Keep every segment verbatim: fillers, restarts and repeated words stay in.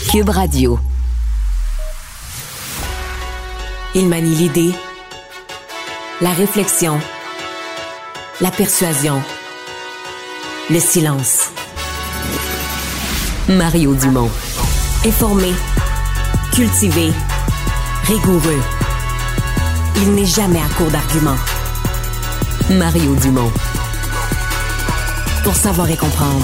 Cube Radio. Il manie l'idée, la réflexion, la persuasion, le silence. Mario Dumont. Informé, cultivé, rigoureux. Il n'est jamais à court d'arguments. Mario Dumont. Pour savoir et comprendre.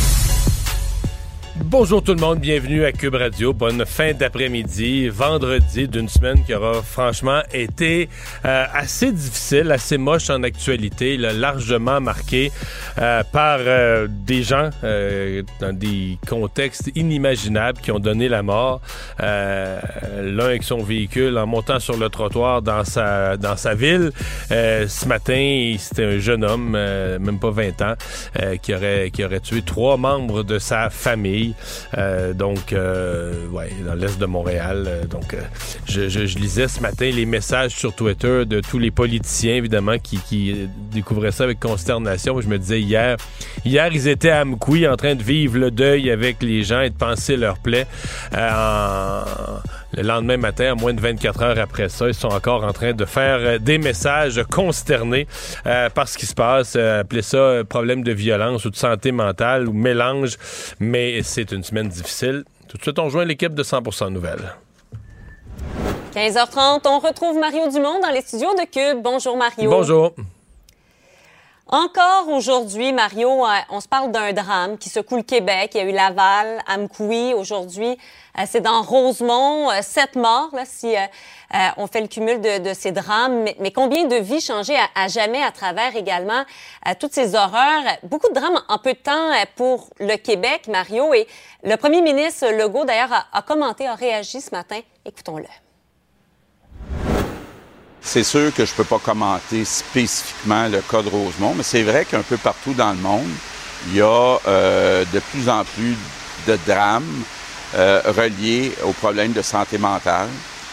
Bonjour tout le monde, bienvenue à Cube Radio. Bonne fin d'après-midi, vendredi d'une semaine qui aura franchement été euh, assez difficile, assez moche en actualité, là, largement marqué euh, par euh, des gens euh, dans des contextes inimaginables qui ont donné la mort. Euh, l'un avec son véhicule en montant sur le trottoir dans sa, dans sa ville. Euh, ce matin, c'était un jeune homme, euh, même pas vingt ans, euh, qui aurait, qui aurait tué trois membres de sa famille. Euh, donc, euh, ouais, dans l'est de Montréal. Euh, donc, euh, je, je, je lisais ce matin les messages sur Twitter de tous les politiciens, évidemment, qui, qui découvraient ça avec consternation. Je me disais, hier, hier, ils étaient à Amqui en train de vivre le deuil avec les gens et de penser leurs plaies. Euh, en... Le lendemain matin, à moins de vingt-quatre heures après ça, ils sont encore en train de faire euh, des messages consternés euh, par ce qui se passe. Euh, appelez ça euh, problème de violence ou de santé mentale ou mélange, mais c'est une semaine difficile. Tout de suite, on rejoint l'équipe de cent pour cent Nouvelles. quinze heures trente, on retrouve Mario Dumont dans les studios de Cube. Bonjour Mario. Bonjour. Encore aujourd'hui, Mario, on se parle d'un drame qui secoue le Québec. Il y a eu Laval, Amqui. Aujourd'hui, c'est dans Rosemont. Sept morts, là, si euh, on fait le cumul de, de ces drames. Mais, mais combien de vies changées à, à jamais à travers également euh, toutes ces horreurs? Beaucoup de drames en peu de temps pour le Québec, Mario. Et le premier ministre Legault, d'ailleurs, a, a commenté, a réagi ce matin. Écoutons-le. C'est sûr que je ne peux pas commenter spécifiquement le cas de Rosemont, mais c'est vrai qu'un peu partout dans le monde, il y a euh, de plus en plus de drames euh, reliés aux problèmes de santé mentale.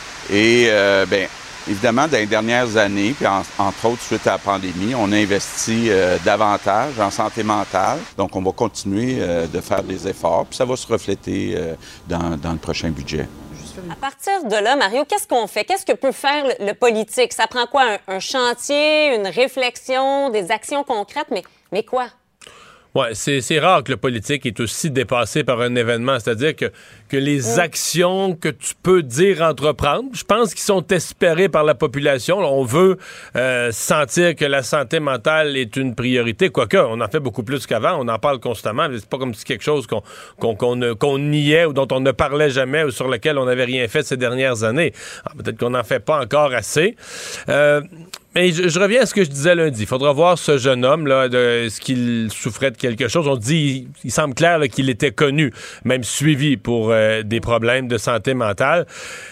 Et euh, bien, évidemment, dans les dernières années, puis en, entre autres suite à la pandémie, on a investi euh, davantage en santé mentale. Donc, on va continuer euh, de faire des efforts, puis ça va se refléter euh, dans, dans le prochain budget. À partir de là, Mario, qu'est-ce qu'on fait? Qu'est-ce que peut faire le, le politique? Ça prend quoi? Un, un chantier, une réflexion, des actions concrètes, mais, mais quoi? Oui, c'est, c'est rare que le politique est aussi dépassé par un événement. C'est-à-dire que, que les mmh. actions que tu peux dire entreprendre, je pense qu'ils sont espérés par la population. On veut euh, sentir que la santé mentale est une priorité. Quoique, on en fait beaucoup plus qu'avant. On en parle constamment. C'est pas comme si quelque chose qu'on, qu'on, qu'on, qu'on niait ou dont on ne parlait jamais ou sur lequel on n'avait rien fait ces dernières années. Alors, peut-être qu'on n'en fait pas encore assez. Euh, Mais je, je reviens à ce que je disais lundi. Il faudra voir ce jeune homme, là, de, est-ce qu'il souffrait de quelque chose. On dit, il, il semble clair là, qu'il était connu, même suivi pour euh, des problèmes de santé mentale.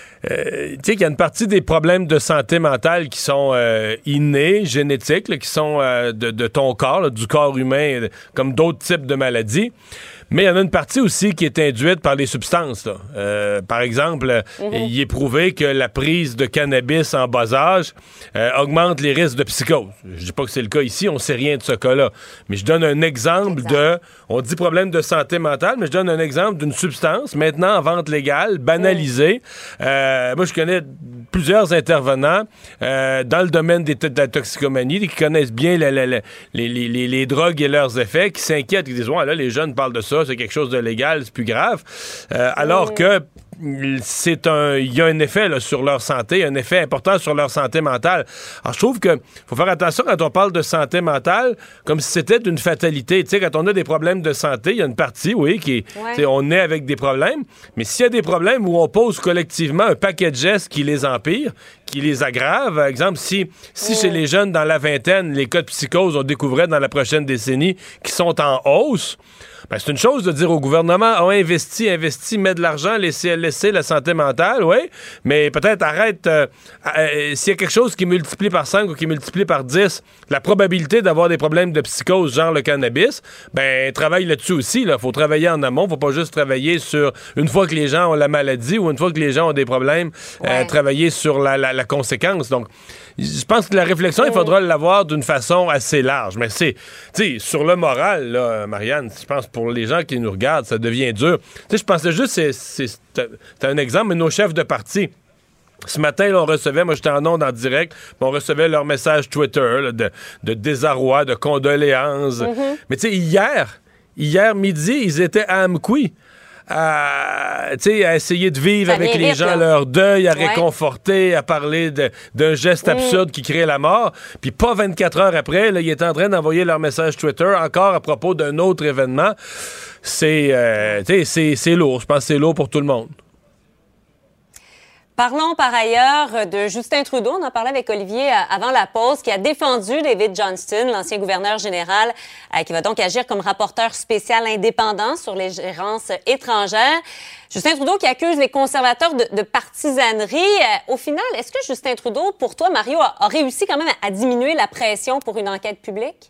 Euh, tu sais qu'il y a une partie des problèmes de santé mentale qui sont euh, innés, génétiques, là, qui sont euh, de, de ton corps, là, du corps humain, comme d'autres types de maladies. Mais il y en a une partie aussi qui est induite par les substances. Là. Euh, par exemple, mm-hmm. il est prouvé que la prise de cannabis en bas âge euh, augmente les risques de psychose. Je dis pas que c'est le cas ici, on sait rien de ce cas-là. Mais je donne un exemple exact. de... On dit problème de santé mentale, mais je donne un exemple d'une substance maintenant en vente légale, banalisée. Mm. Euh, moi, je connais plusieurs intervenants euh, dans le domaine des, de la toxicomanie qui connaissent bien la, la, la, les, les, les, les drogues et leurs effets, qui s'inquiètent, qui disent « Ouais, là, les jeunes parlent de ça, c'est quelque chose de légal, c'est plus grave. Euh, » Alors que c'est un, il y a un effet là, sur leur santé, un effet important sur leur santé mentale. Alors, je trouve que faut faire attention quand on parle de santé mentale, comme si c'était une fatalité. Tu sais, quand on a des problèmes de santé, il y a une partie, oui, qui est, ouais. on est avec des problèmes, mais s'il y a des problèmes où on pose collectivement un paquet de gestes qui les empirent, qui les aggravent, par exemple, si, si ouais. chez les jeunes dans la vingtaine, les cas de psychose, on découvrait dans la prochaine décennie, qui sont en hausse, ben, c'est une chose de dire au gouvernement, on investit, investit, met de l'argent, laissez, laissez la santé mentale, oui, mais peut-être arrête, euh, euh, s'il y a quelque chose qui multiplie par cinq ou qui multiplie par dix, la probabilité d'avoir des problèmes de psychose, genre le cannabis, ben, travaille là-dessus aussi, là. Faut travailler en amont, faut pas juste travailler sur, une fois que les gens ont la maladie ou une fois que les gens ont des problèmes, ouais. euh, travailler sur la, la, la conséquence. Donc, je pense que la réflexion, il faudra l'avoir d'une façon assez large. Mais c'est, tu sais, sur le moral, là, Marianne, je pense pour les gens qui nous regardent, ça devient dur. Tu sais, je pensais juste, c'est, c'est, c'est, c'est un exemple, mais nos chefs de parti, ce matin, là, on recevait, moi j'étais en ondes en direct, on recevait leur message Twitter là, de, de désarroi, de condoléances. Mm-hmm. Mais tu sais, hier, hier midi, ils étaient à Amqui. À, à essayer de vivre ça avec les gens là. Leur deuil, à ouais. réconforter, à parler de, d'un geste absurde mmh. qui crée la mort. Puis pas vingt-quatre heures après, là, ils étaient en train d'envoyer leur message Twitter encore à propos d'un autre événement. C'est, euh, c'est, c'est lourd. Je pense que c'est lourd pour tout le monde. Parlons par ailleurs de Justin Trudeau. On en parlait avec Olivier avant la pause, qui a défendu David Johnston, l'ancien gouverneur général, euh, qui va donc agir comme rapporteur spécial indépendant sur les gérances étrangères. Justin Trudeau qui accuse les conservateurs de, de partisanerie. Euh, au final, est-ce que Justin Trudeau, pour toi, Mario, a, a réussi quand même à diminuer la pression pour une enquête publique?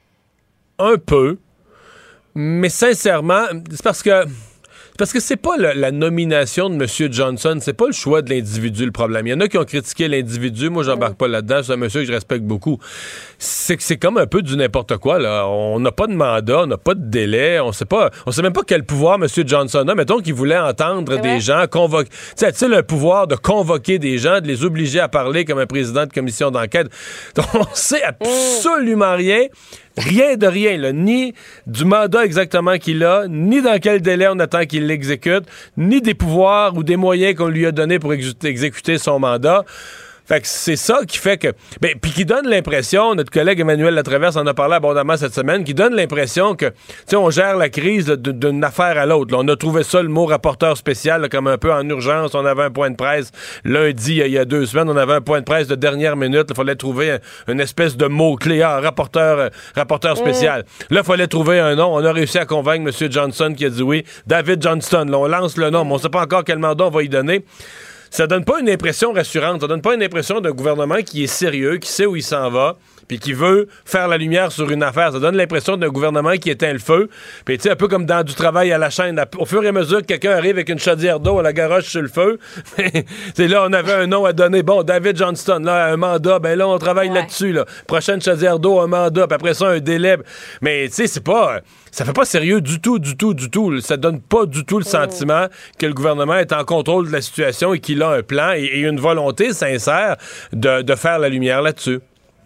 Un peu. Mais sincèrement, c'est parce que... Parce que c'est pas le, la nomination de M. Johnson, c'est pas le choix de l'individu le problème. Il y en a qui ont critiqué l'individu, moi j'embarque pas là-dedans, c'est un monsieur que je respecte beaucoup. C'est que c'est comme un peu du n'importe quoi, là. On n'a pas de mandat, on n'a pas de délai, on sait pas, on sait même pas quel pouvoir M. Johnson a. Mettons qu'il voulait entendre des gens, convoquer. Tu sais, a-t-il le pouvoir de convoquer des gens, de les obliger à parler comme un président de commission d'enquête? Donc, on sait absolument rien. Rien de rien, là, ni du mandat exactement qu'il a, ni dans quel délai on attend qu'il l'exécute, ni des pouvoirs ou des moyens qu'on lui a donnés pour ex- exécuter son mandat. Fait que c'est ça qui fait que... Ben, puis qui donne l'impression, notre collègue Emmanuel Latraverse en a parlé abondamment cette semaine, qui donne l'impression que, tu sais, on gère la crise là, d'une affaire à l'autre. Là. On a trouvé ça, le mot rapporteur spécial, là, comme un peu en urgence. On avait un point de presse lundi, il y a deux semaines, on avait un point de presse de dernière minute. Il fallait trouver un, une espèce de mot-clé, ah, rapporteur, euh, rapporteur spécial. Mmh. Là, il fallait trouver un nom. On a réussi à convaincre M. Johnson qui a dit oui. David Johnston, là, on lance le nom, mais on ne sait pas encore quel mandat on va y donner. Ça donne pas une impression rassurante. Ça donne pas une impression d'un gouvernement qui est sérieux, qui sait où il s'en va, puis qui veut faire la lumière sur une affaire. Ça donne l'impression d'un gouvernement qui éteint le feu. Puis tu sais, un peu comme dans du travail à la chaîne. Au fur et à mesure que quelqu'un arrive avec une chaudière d'eau, on la garoche sur le feu. C'est là, on avait un nom à donner. Bon, David Johnston, là, un mandat. Ben là, on travaille ouais. là-dessus. Là. Prochaine chaudière d'eau, un mandat. Puis après ça, un délai. Mais tu sais, c'est pas... Ça fait pas sérieux du tout, du tout, du tout. Ça donne pas du tout le sentiment que le gouvernement est en contrôle de la situation et qu'il a un plan et, et une volonté sincère de, de faire la lumière là-dessus.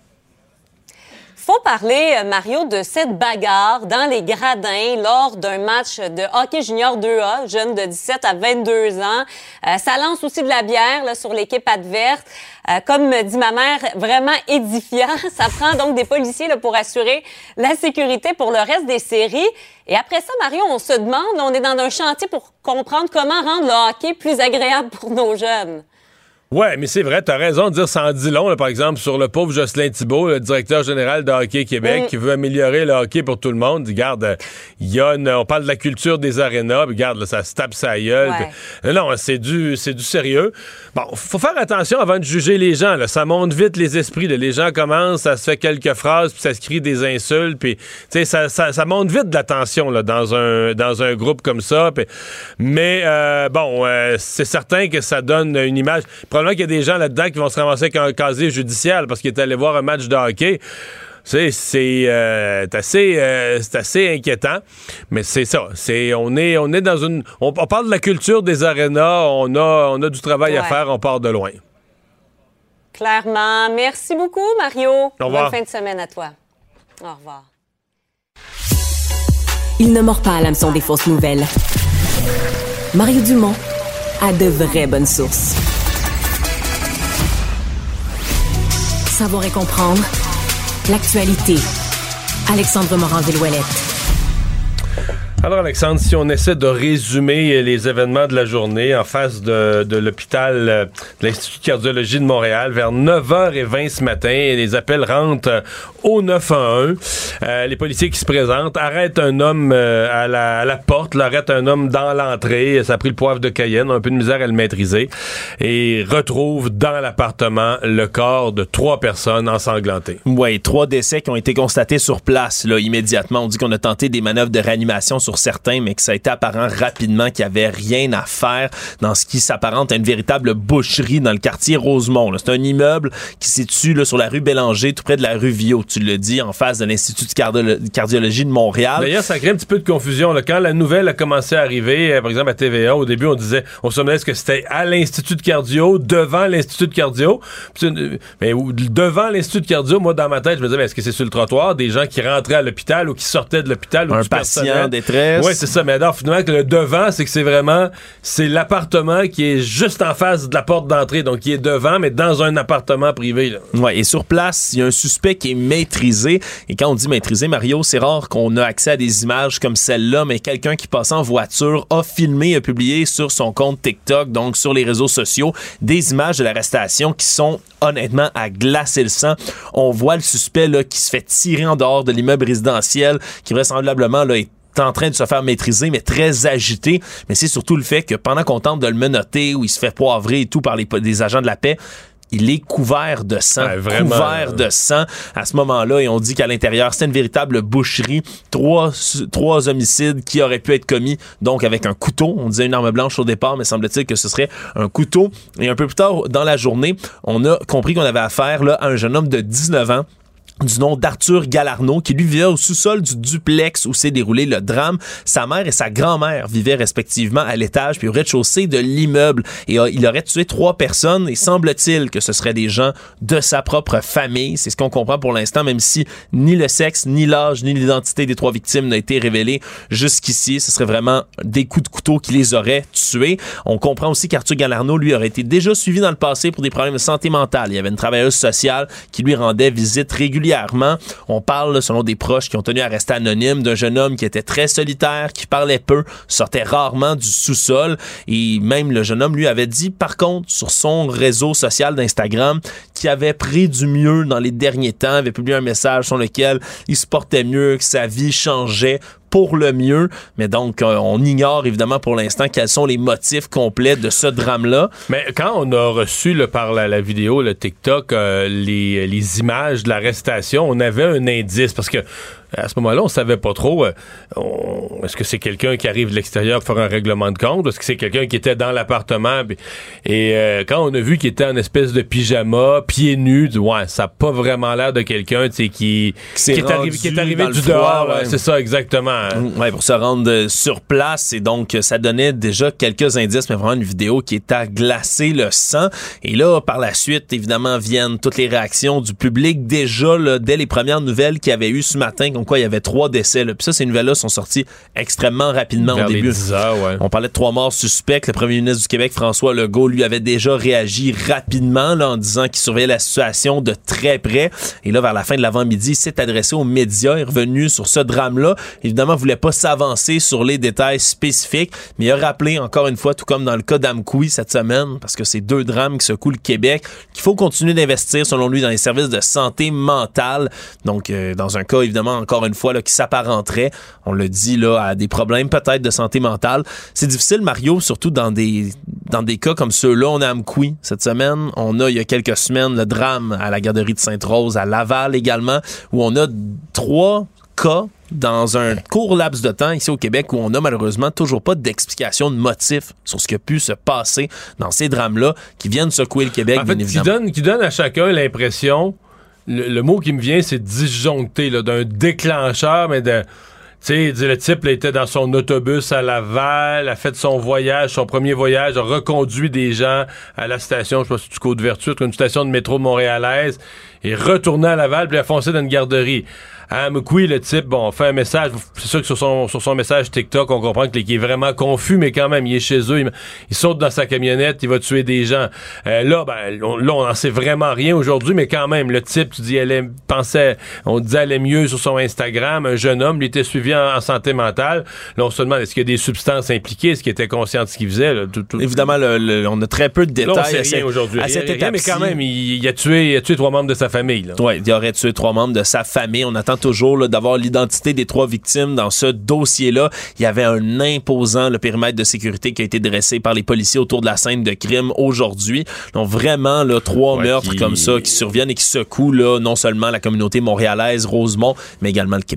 Faut parler, Mario, de cette bagarre dans les gradins lors d'un match de hockey junior deux A, jeune de dix-sept à vingt-deux ans. Euh, ça lance aussi de la bière là, sur l'équipe adverse. Euh, comme me dit ma mère, vraiment édifiant. Ça prend donc des policiers là, pour assurer la sécurité pour le reste des séries. Et après ça, Mario, on se demande, on est dans un chantier pour comprendre comment rendre le hockey plus agréable pour nos jeunes. Ouais, mais c'est vrai, t'as raison de dire ça en dit long, là, par exemple, sur le pauvre Jocelyn Thibault, le directeur général de Hockey Québec, mm. qui veut améliorer le hockey pour tout le monde. Regarde, il y a une, on parle de la culture des arénas, puis regarde, là, ça se tape sa gueule. Ouais. Puis, non, c'est du, c'est du sérieux. Bon, faut faire attention avant de juger les gens, là. Ça monte vite les esprits, là. Les gens commencent, ça se fait quelques phrases, puis ça se crie des insultes, puis, tu sais, ça, ça, ça monte vite de la tension, là, dans un, dans un groupe comme ça. Puis, mais, euh, bon, euh, c'est certain que ça donne une image. Probablement qu'il y a des gens là-dedans qui vont se ramasser avec un casier judiciaire parce qu'ils étaient allés voir un match de hockey. C'est, c'est, euh, assez, euh, c'est assez inquiétant, mais c'est ça. C'est, on, est, on est dans une... On, on parle de la culture des arénas, on a, on a du travail ouais. à faire, on part de loin. Clairement. Merci beaucoup, Mario. Au revoir. Bonne fin de semaine à toi. Au revoir. Il ne mord pas à l'hameçon des fausses nouvelles. Mario Dumont a de vraies bonnes sources. Savoir et comprendre l'actualité. Alexandre Morin-Villouellette. Alors, Alexandre, si on essaie de résumer les événements de la journée en face de, de l'hôpital de l'Institut de cardiologie de Montréal, vers neuf heures vingt ce matin, les appels rentrent au neuf un un. Euh, les policiers qui se présentent arrêtent un homme euh, à, la, à la porte, là, arrêtent un homme dans l'entrée. Ça a pris le poivre de Cayenne, un peu de misère à le maîtriser, et retrouvent dans l'appartement le corps de trois personnes ensanglantées. Oui, trois décès qui ont été constatés sur place là, immédiatement. On dit qu'on a tenté des manœuvres de réanimation sur pour certains, mais que ça a été apparent rapidement qu'il y avait rien à faire dans ce qui s'apparente à une véritable boucherie dans le quartier Rosemont. Là. C'est un immeuble qui se situe là, sur la rue Bélanger, tout près de la rue Viau, tu le dis, en face de l'Institut de cardio- cardiologie de Montréal. D'ailleurs, ça crée un petit peu de confusion. Là. Quand la nouvelle a commencé à arriver, euh, par exemple à T V A, au début, on disait, on se demandait est-ce que c'était à l'Institut de cardio, devant l'Institut de cardio. Puis, mais devant l'Institut de cardio, moi, dans ma tête, je me disais, mais est-ce que c'est sur le trottoir des gens qui rentraient à l'hôpital ou qui sortaient de l'hôpital? Ou un du patient personnel? en détresse. Oui, c'est ça. Mais alors, finalement, que le devant, c'est que c'est vraiment, c'est l'appartement qui est juste en face de la porte d'entrée. Donc, qui est devant, mais dans un appartement privé. Là. Ouais, et sur place, il y a un suspect qui est maîtrisé. Et quand on dit maîtrisé, Mario, c'est rare qu'on a accès à des images comme celle-là, mais quelqu'un qui passe en voiture a filmé, a publié sur son compte TikTok, donc sur les réseaux sociaux, des images de l'arrestation qui sont honnêtement à glacer le sang. On voit le suspect là, qui se fait tirer en dehors de l'immeuble résidentiel, qui vraisemblablement là, est en train de se faire maîtriser, mais très agité. Mais c'est surtout le fait que pendant qu'on tente de le menotter, où il se fait poivrer et tout par les, des agents de la paix, il est couvert de sang, ouais, vraiment, couvert de sang à ce moment-là, et on dit qu'à l'intérieur, c'était une véritable boucherie. Trois, trois homicides qui auraient pu être commis, donc avec un couteau. On disait une arme blanche au départ, mais semble-t-il que ce serait un couteau. Et un peu plus tard dans la journée, on a compris qu'on avait affaire là, à un jeune homme de dix-neuf ans, du nom d'Arthur Galarno, qui lui vivait au sous-sol du duplex où s'est déroulé le drame. Sa mère et sa grand-mère vivaient respectivement à l'étage puis au rez-de-chaussée de l'immeuble. Et euh, il aurait tué trois personnes et semble-t-il que ce seraient des gens de sa propre famille. C'est ce qu'on comprend pour l'instant, même si ni le sexe, ni l'âge, ni l'identité des trois victimes n'a été révélé jusqu'ici. Ce serait vraiment des coups de couteau qui les auraient tués. On comprend aussi qu'Arthur Galarno, lui, aurait été déjà suivi dans le passé pour des problèmes de santé mentale. Il y avait une travailleuse sociale qui lui rendait visite régulièrement. On parle, selon des proches qui ont tenu à rester anonymes, d'un jeune homme qui était très solitaire, qui parlait peu, sortait rarement du sous-sol. Et même le jeune homme, lui, avait dit, par contre, sur son réseau social d'Instagram, qu'il avait pris du mieux dans les derniers temps, avait publié un message sur lequel il se portait mieux, que sa vie changeait pour le mieux, mais donc euh, on ignore évidemment pour l'instant quels sont les motifs complets de ce drame-là. Mais quand on a reçu là, par la, la vidéo, le TikTok, euh, les, les images de l'arrestation, on avait un indice, parce que à ce moment-là, on savait pas trop, euh, on, est-ce que c'est quelqu'un qui arrive de l'extérieur pour faire un règlement de compte, est-ce que c'est quelqu'un qui était dans l'appartement, et euh, quand on a vu qu'il était en espèce de pyjama, pieds nus, ouais, ça n'a pas vraiment l'air de quelqu'un, tu sais, qui, qui, qui est arrivé, qui est arrivé du dehors, ouais. C'est ça, exactement. Ouais, pour se rendre sur place, et donc ça donnait déjà quelques indices, mais vraiment une vidéo qui est à glacer le sang. Et là, par la suite, évidemment, viennent toutes les réactions du public, déjà là, dès les premières nouvelles qu'il y avait eu ce matin, comme quoi il y avait trois décès. Là. Puis ça, ces nouvelles-là sont sorties extrêmement rapidement vers au début. dix heures, ouais. On parlait de trois morts suspects. Le premier ministre du Québec, François Legault, lui avait déjà réagi rapidement là, en disant qu'il surveillait la situation de très près. Et là, vers la fin de l'avant-midi, il s'est adressé aux médias, est revenu sur ce drame-là. Évidemment, il voulait pas s'avancer sur les détails spécifiques, mais il a rappelé encore une fois, tout comme dans le cas d'Amqui cette semaine, parce que c'est deux drames qui secouent le Québec, qu'il faut continuer d'investir, selon lui, dans les services de santé mentale. Donc, euh, dans un cas, évidemment, encore une fois, là, qui s'apparenterait, on le dit, là, à des problèmes peut-être de santé mentale. C'est difficile, Mario, surtout dans des dans des cas comme ceux-là. On a Amqui cette semaine. On a, il y a quelques semaines, le drame à la garderie de Sainte-Rose, à Laval également, où on a trois cas dans un court laps de temps ici au Québec où on n'a malheureusement toujours pas d'explication de motif sur ce qui a pu se passer dans ces drames-là qui viennent secouer le Québec, en fait, bien évidemment. Qui donne, qui donne à chacun l'impression, le, le mot qui me vient, c'est disjoncté, là, d'un déclencheur, mais de... Tu sais, le type là, était dans son autobus à Laval, a fait son voyage, son premier voyage, a reconduit des gens à la station, je sais pas si du Côte-Vertu, une station de métro montréalaise, et retourné à Laval, puis a foncé dans une garderie. À Amqui, le type, bon, fait un message, c'est sûr que sur son, sur son message TikTok, on comprend qu'il est vraiment confus, mais quand même, il est chez eux, il, il saute dans sa camionnette, il va tuer des gens. Euh, là, ben, on, là, on n'en sait vraiment rien aujourd'hui, mais quand même, le type, tu dis, elle pensait, on disait, allait mieux sur son Instagram, un jeune homme, il était suivi en, en santé mentale. Là, on se demande, est-ce qu'il y a des substances impliquées, est-ce qu'il était conscient de ce qu'il faisait, là, tout, tout. Évidemment, le, le, on a très peu de détails. Là, on sait rien aujourd'hui. À cette étape, mais quand même, il, il a tué, il a tué trois membres de sa famille, oui, il aurait tué trois membres de sa famille. On attend toujours là, d'avoir l'identité des trois victimes dans ce dossier-là. Il y avait un imposant le périmètre de sécurité qui a été dressé par les policiers autour de la scène de crime aujourd'hui. Donc vraiment, là, trois ouais, meurtres qui... comme ça qui surviennent et qui secouent là, non seulement la communauté montréalaise, Rosemont, mais également le Québec.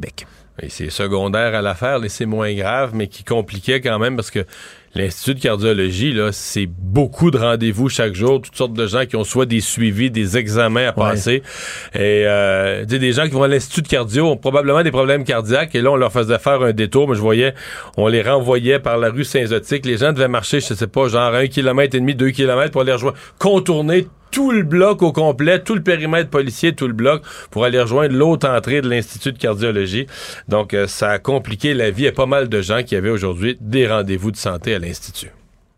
Et c'est secondaire à l'affaire, et c'est moins grave, mais qui compliquait quand même parce que l'Institut de cardiologie, là, c'est beaucoup de rendez-vous chaque jour, toutes sortes de gens qui ont soit des suivis, des examens à passer. Ouais. Et euh, des gens qui vont à l'Institut de cardio ont probablement des problèmes cardiaques, et là, on leur faisait faire un détour, mais je voyais, on les renvoyait par la rue Saint-Zotique. Les gens devaient marcher, je sais pas, genre un kilomètre et demi, deux kilomètres pour aller rejoindre, contourner tout le bloc au complet, tout le périmètre policier, tout le bloc, pour aller rejoindre l'autre entrée de l'Institut de cardiologie. Donc, euh, ça a compliqué la vie à pas mal de gens qui avaient aujourd'hui des rendez-vous de santé à l'Institut.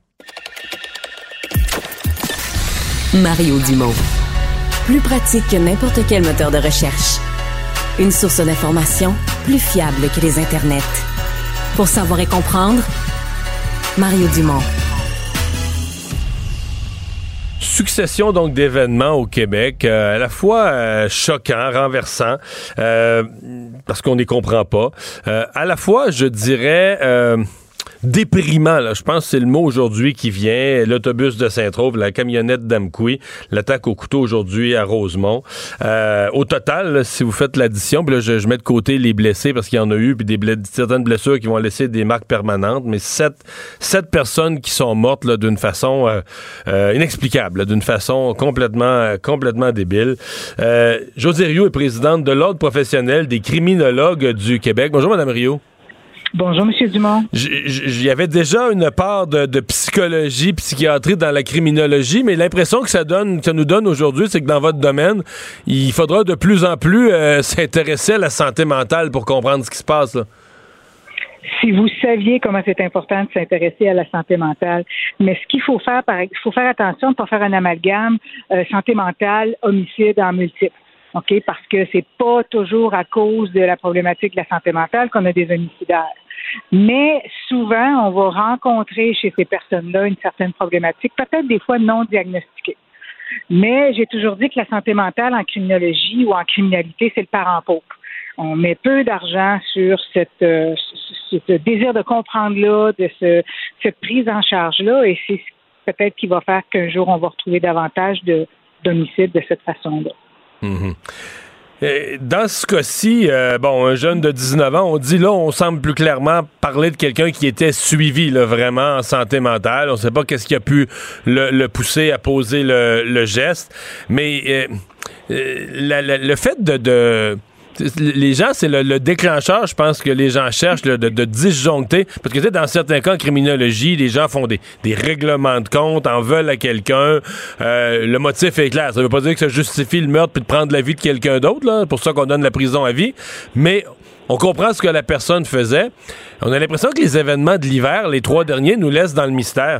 Mario Dumont. Plus pratique que n'importe quel moteur de recherche. Une source d'information plus fiable que les internets. Pour savoir et comprendre, Mario Dumont. Succession donc d'événements au Québec, euh, à la fois euh, choquants, renversants, euh, parce qu'on ne les comprend pas, euh, à la fois, je dirais, euh, déprimant, là. Je pense que c'est le mot aujourd'hui qui vient. L'autobus de Saint-Tropez, la camionnette d'Amqui, l'attaque au couteau aujourd'hui à Rosemont. Euh, au total, là, si vous faites l'addition, puis là, je, je mets de côté les blessés parce qu'il y en a eu, puis des ble- certaines blessures qui vont laisser des marques permanentes, mais sept, sept personnes qui sont mortes là, d'une façon euh, euh, inexplicable, là, d'une façon complètement, euh, complètement débile. Euh, Josée Rioux est présidente de l'Ordre professionnel des criminologues du Québec. Bonjour, Mme Rioux. Bonjour, M. Dumont. Il y avait déjà une part de, de psychologie, psychiatrie dans la criminologie, mais l'impression que ça donne, que ça nous donne aujourd'hui, c'est que dans votre domaine, il faudra de plus en plus euh, s'intéresser à la santé mentale pour comprendre ce qui se passe, là. Si vous saviez comment c'est important de s'intéresser à la santé mentale, mais ce qu'il faut faire, il faut faire attention de ne pas faire un amalgame euh, santé mentale, homicide en multiple. OK? Parce que c'est pas toujours à cause de la problématique de la santé mentale qu'on a des homicidaires. Mais souvent, on va rencontrer chez ces personnes-là une certaine problématique, peut-être des fois non diagnostiquée. Mais j'ai toujours dit que la santé mentale en criminologie ou en criminalité, c'est le parent pauvre. On met peu d'argent sur cette, euh, ce, ce désir de comprendre-là, de ce, cette prise en charge-là, et c'est peut-être qui va faire qu'un jour, on va retrouver davantage de, d'homicides de cette façon-là. Mmh. Dans ce cas-ci, euh, bon, un jeune de dix-neuf ans, on dit là, on semble plus clairement parler de quelqu'un qui était suivi là, vraiment en santé mentale. On ne sait pas qu'est-ce qui a pu le, le pousser à poser le, le geste, mais euh, euh, la, la, le fait de, de les gens, c'est le, le déclencheur, je pense, que les gens cherchent là, de, de disjoncter. Parce que tu sais, dans certains cas en criminologie, les gens font des, des règlements de compte, en veulent à quelqu'un. Euh, le motif est clair. Ça veut pas dire que ça justifie le meurtre puis de prendre la vie de quelqu'un d'autre. Là, pour ça qu'on donne la prison à vie. Mais on comprend ce que la personne faisait. On a l'impression que les événements de l'hiver, les trois derniers, nous laissent dans le mystère.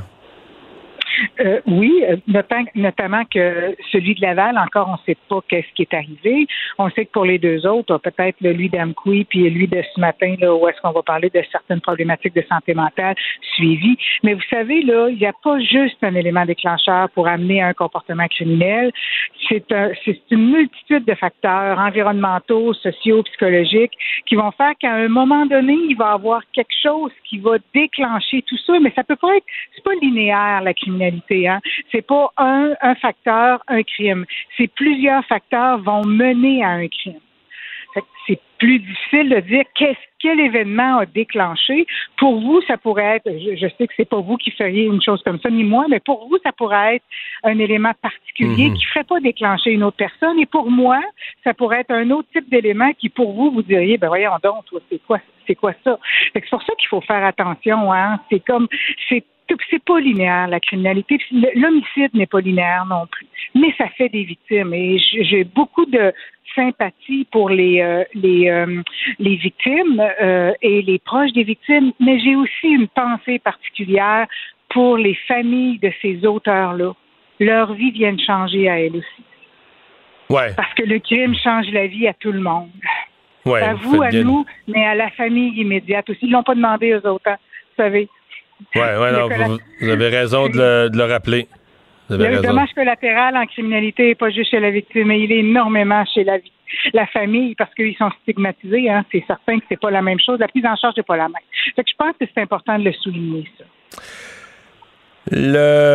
Euh, oui, notamment, notamment que celui de Laval, encore, on ne sait pas qu'est-ce qui est arrivé. On sait que pour les deux autres, peut-être lui d'Amqui puis lui de ce matin, là, où est-ce qu'on va parler de certaines problématiques de santé mentale suivies. Mais vous savez, là, il n'y a pas juste un élément déclencheur pour amener à un comportement criminel. C'est, un, c'est une multitude de facteurs environnementaux, sociaux, psychologiques qui vont faire qu'à un moment donné, il va y avoir quelque chose qui va déclencher tout ça. Mais ça peut pas être, c'est pas linéaire, la criminalité. Hein? C'est pas un, un facteur, un crime. C'est plusieurs facteurs vont mener à un crime. Fait que c'est plus difficile de dire qu'est-ce, quel événement a déclenché. Pour vous, ça pourrait être, je, je sais que c'est pas vous qui feriez une chose comme ça, ni moi, mais pour vous, ça pourrait être un élément particulier mm-hmm. qui ferait pas déclencher une autre personne. Et pour moi, ça pourrait être un autre type d'élément qui, pour vous, vous diriez, ben voyons donc, toi, c'est quoi, c'est quoi ça? Fait que c'est pour ça qu'il faut faire attention, hein. C'est comme, c'est c'est pas linéaire, la criminalité. L'homicide n'est pas linéaire non plus. Mais ça fait des victimes. Et j'ai beaucoup de sympathie pour les euh, les euh, les victimes euh, et les proches des victimes, mais j'ai aussi une pensée particulière pour les familles de ces auteurs-là. Leur vie vient de changer à elles aussi. Ouais. Parce que le crime change la vie à tout le monde. Ouais, à vous, à bien. Nous, mais à la famille immédiate aussi. Ils l'ont pas demandé aux autres, vous savez. Oui, ouais, non, vous, vous avez raison de le, de le rappeler. Vous avez le raison. dommage collatéral en criminalité n'est pas juste chez la victime, mais il est énormément chez la, la famille parce qu'ils sont stigmatisés. Hein. C'est certain que c'est pas la même chose. La prise en charge n'est pas la même. Fait que je pense que c'est important de le souligner, ça. Le...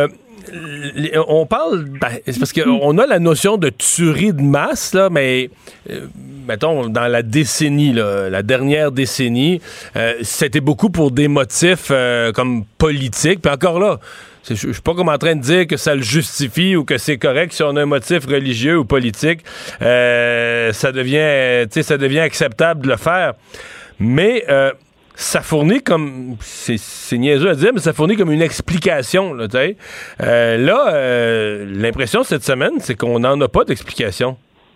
On parle, ben, c'est parce qu'on a la notion de tuerie de masse, là, mais euh, mettons, dans la décennie, là, la dernière décennie, euh, c'était beaucoup pour des motifs euh, comme politiques. Puis encore là, je suis pas comme en train de dire que ça le justifie ou que c'est correct si on a un motif religieux ou politique. Euh, ça devient, tu sais, ça devient acceptable de le faire. Mais euh, ça fournit comme, c'est, c'est niaiseux à dire, mais ça fournit comme une explication, là, tu sais. Euh, là, euh, l'impression cette semaine, c'est qu'on n'en a pas d'explication.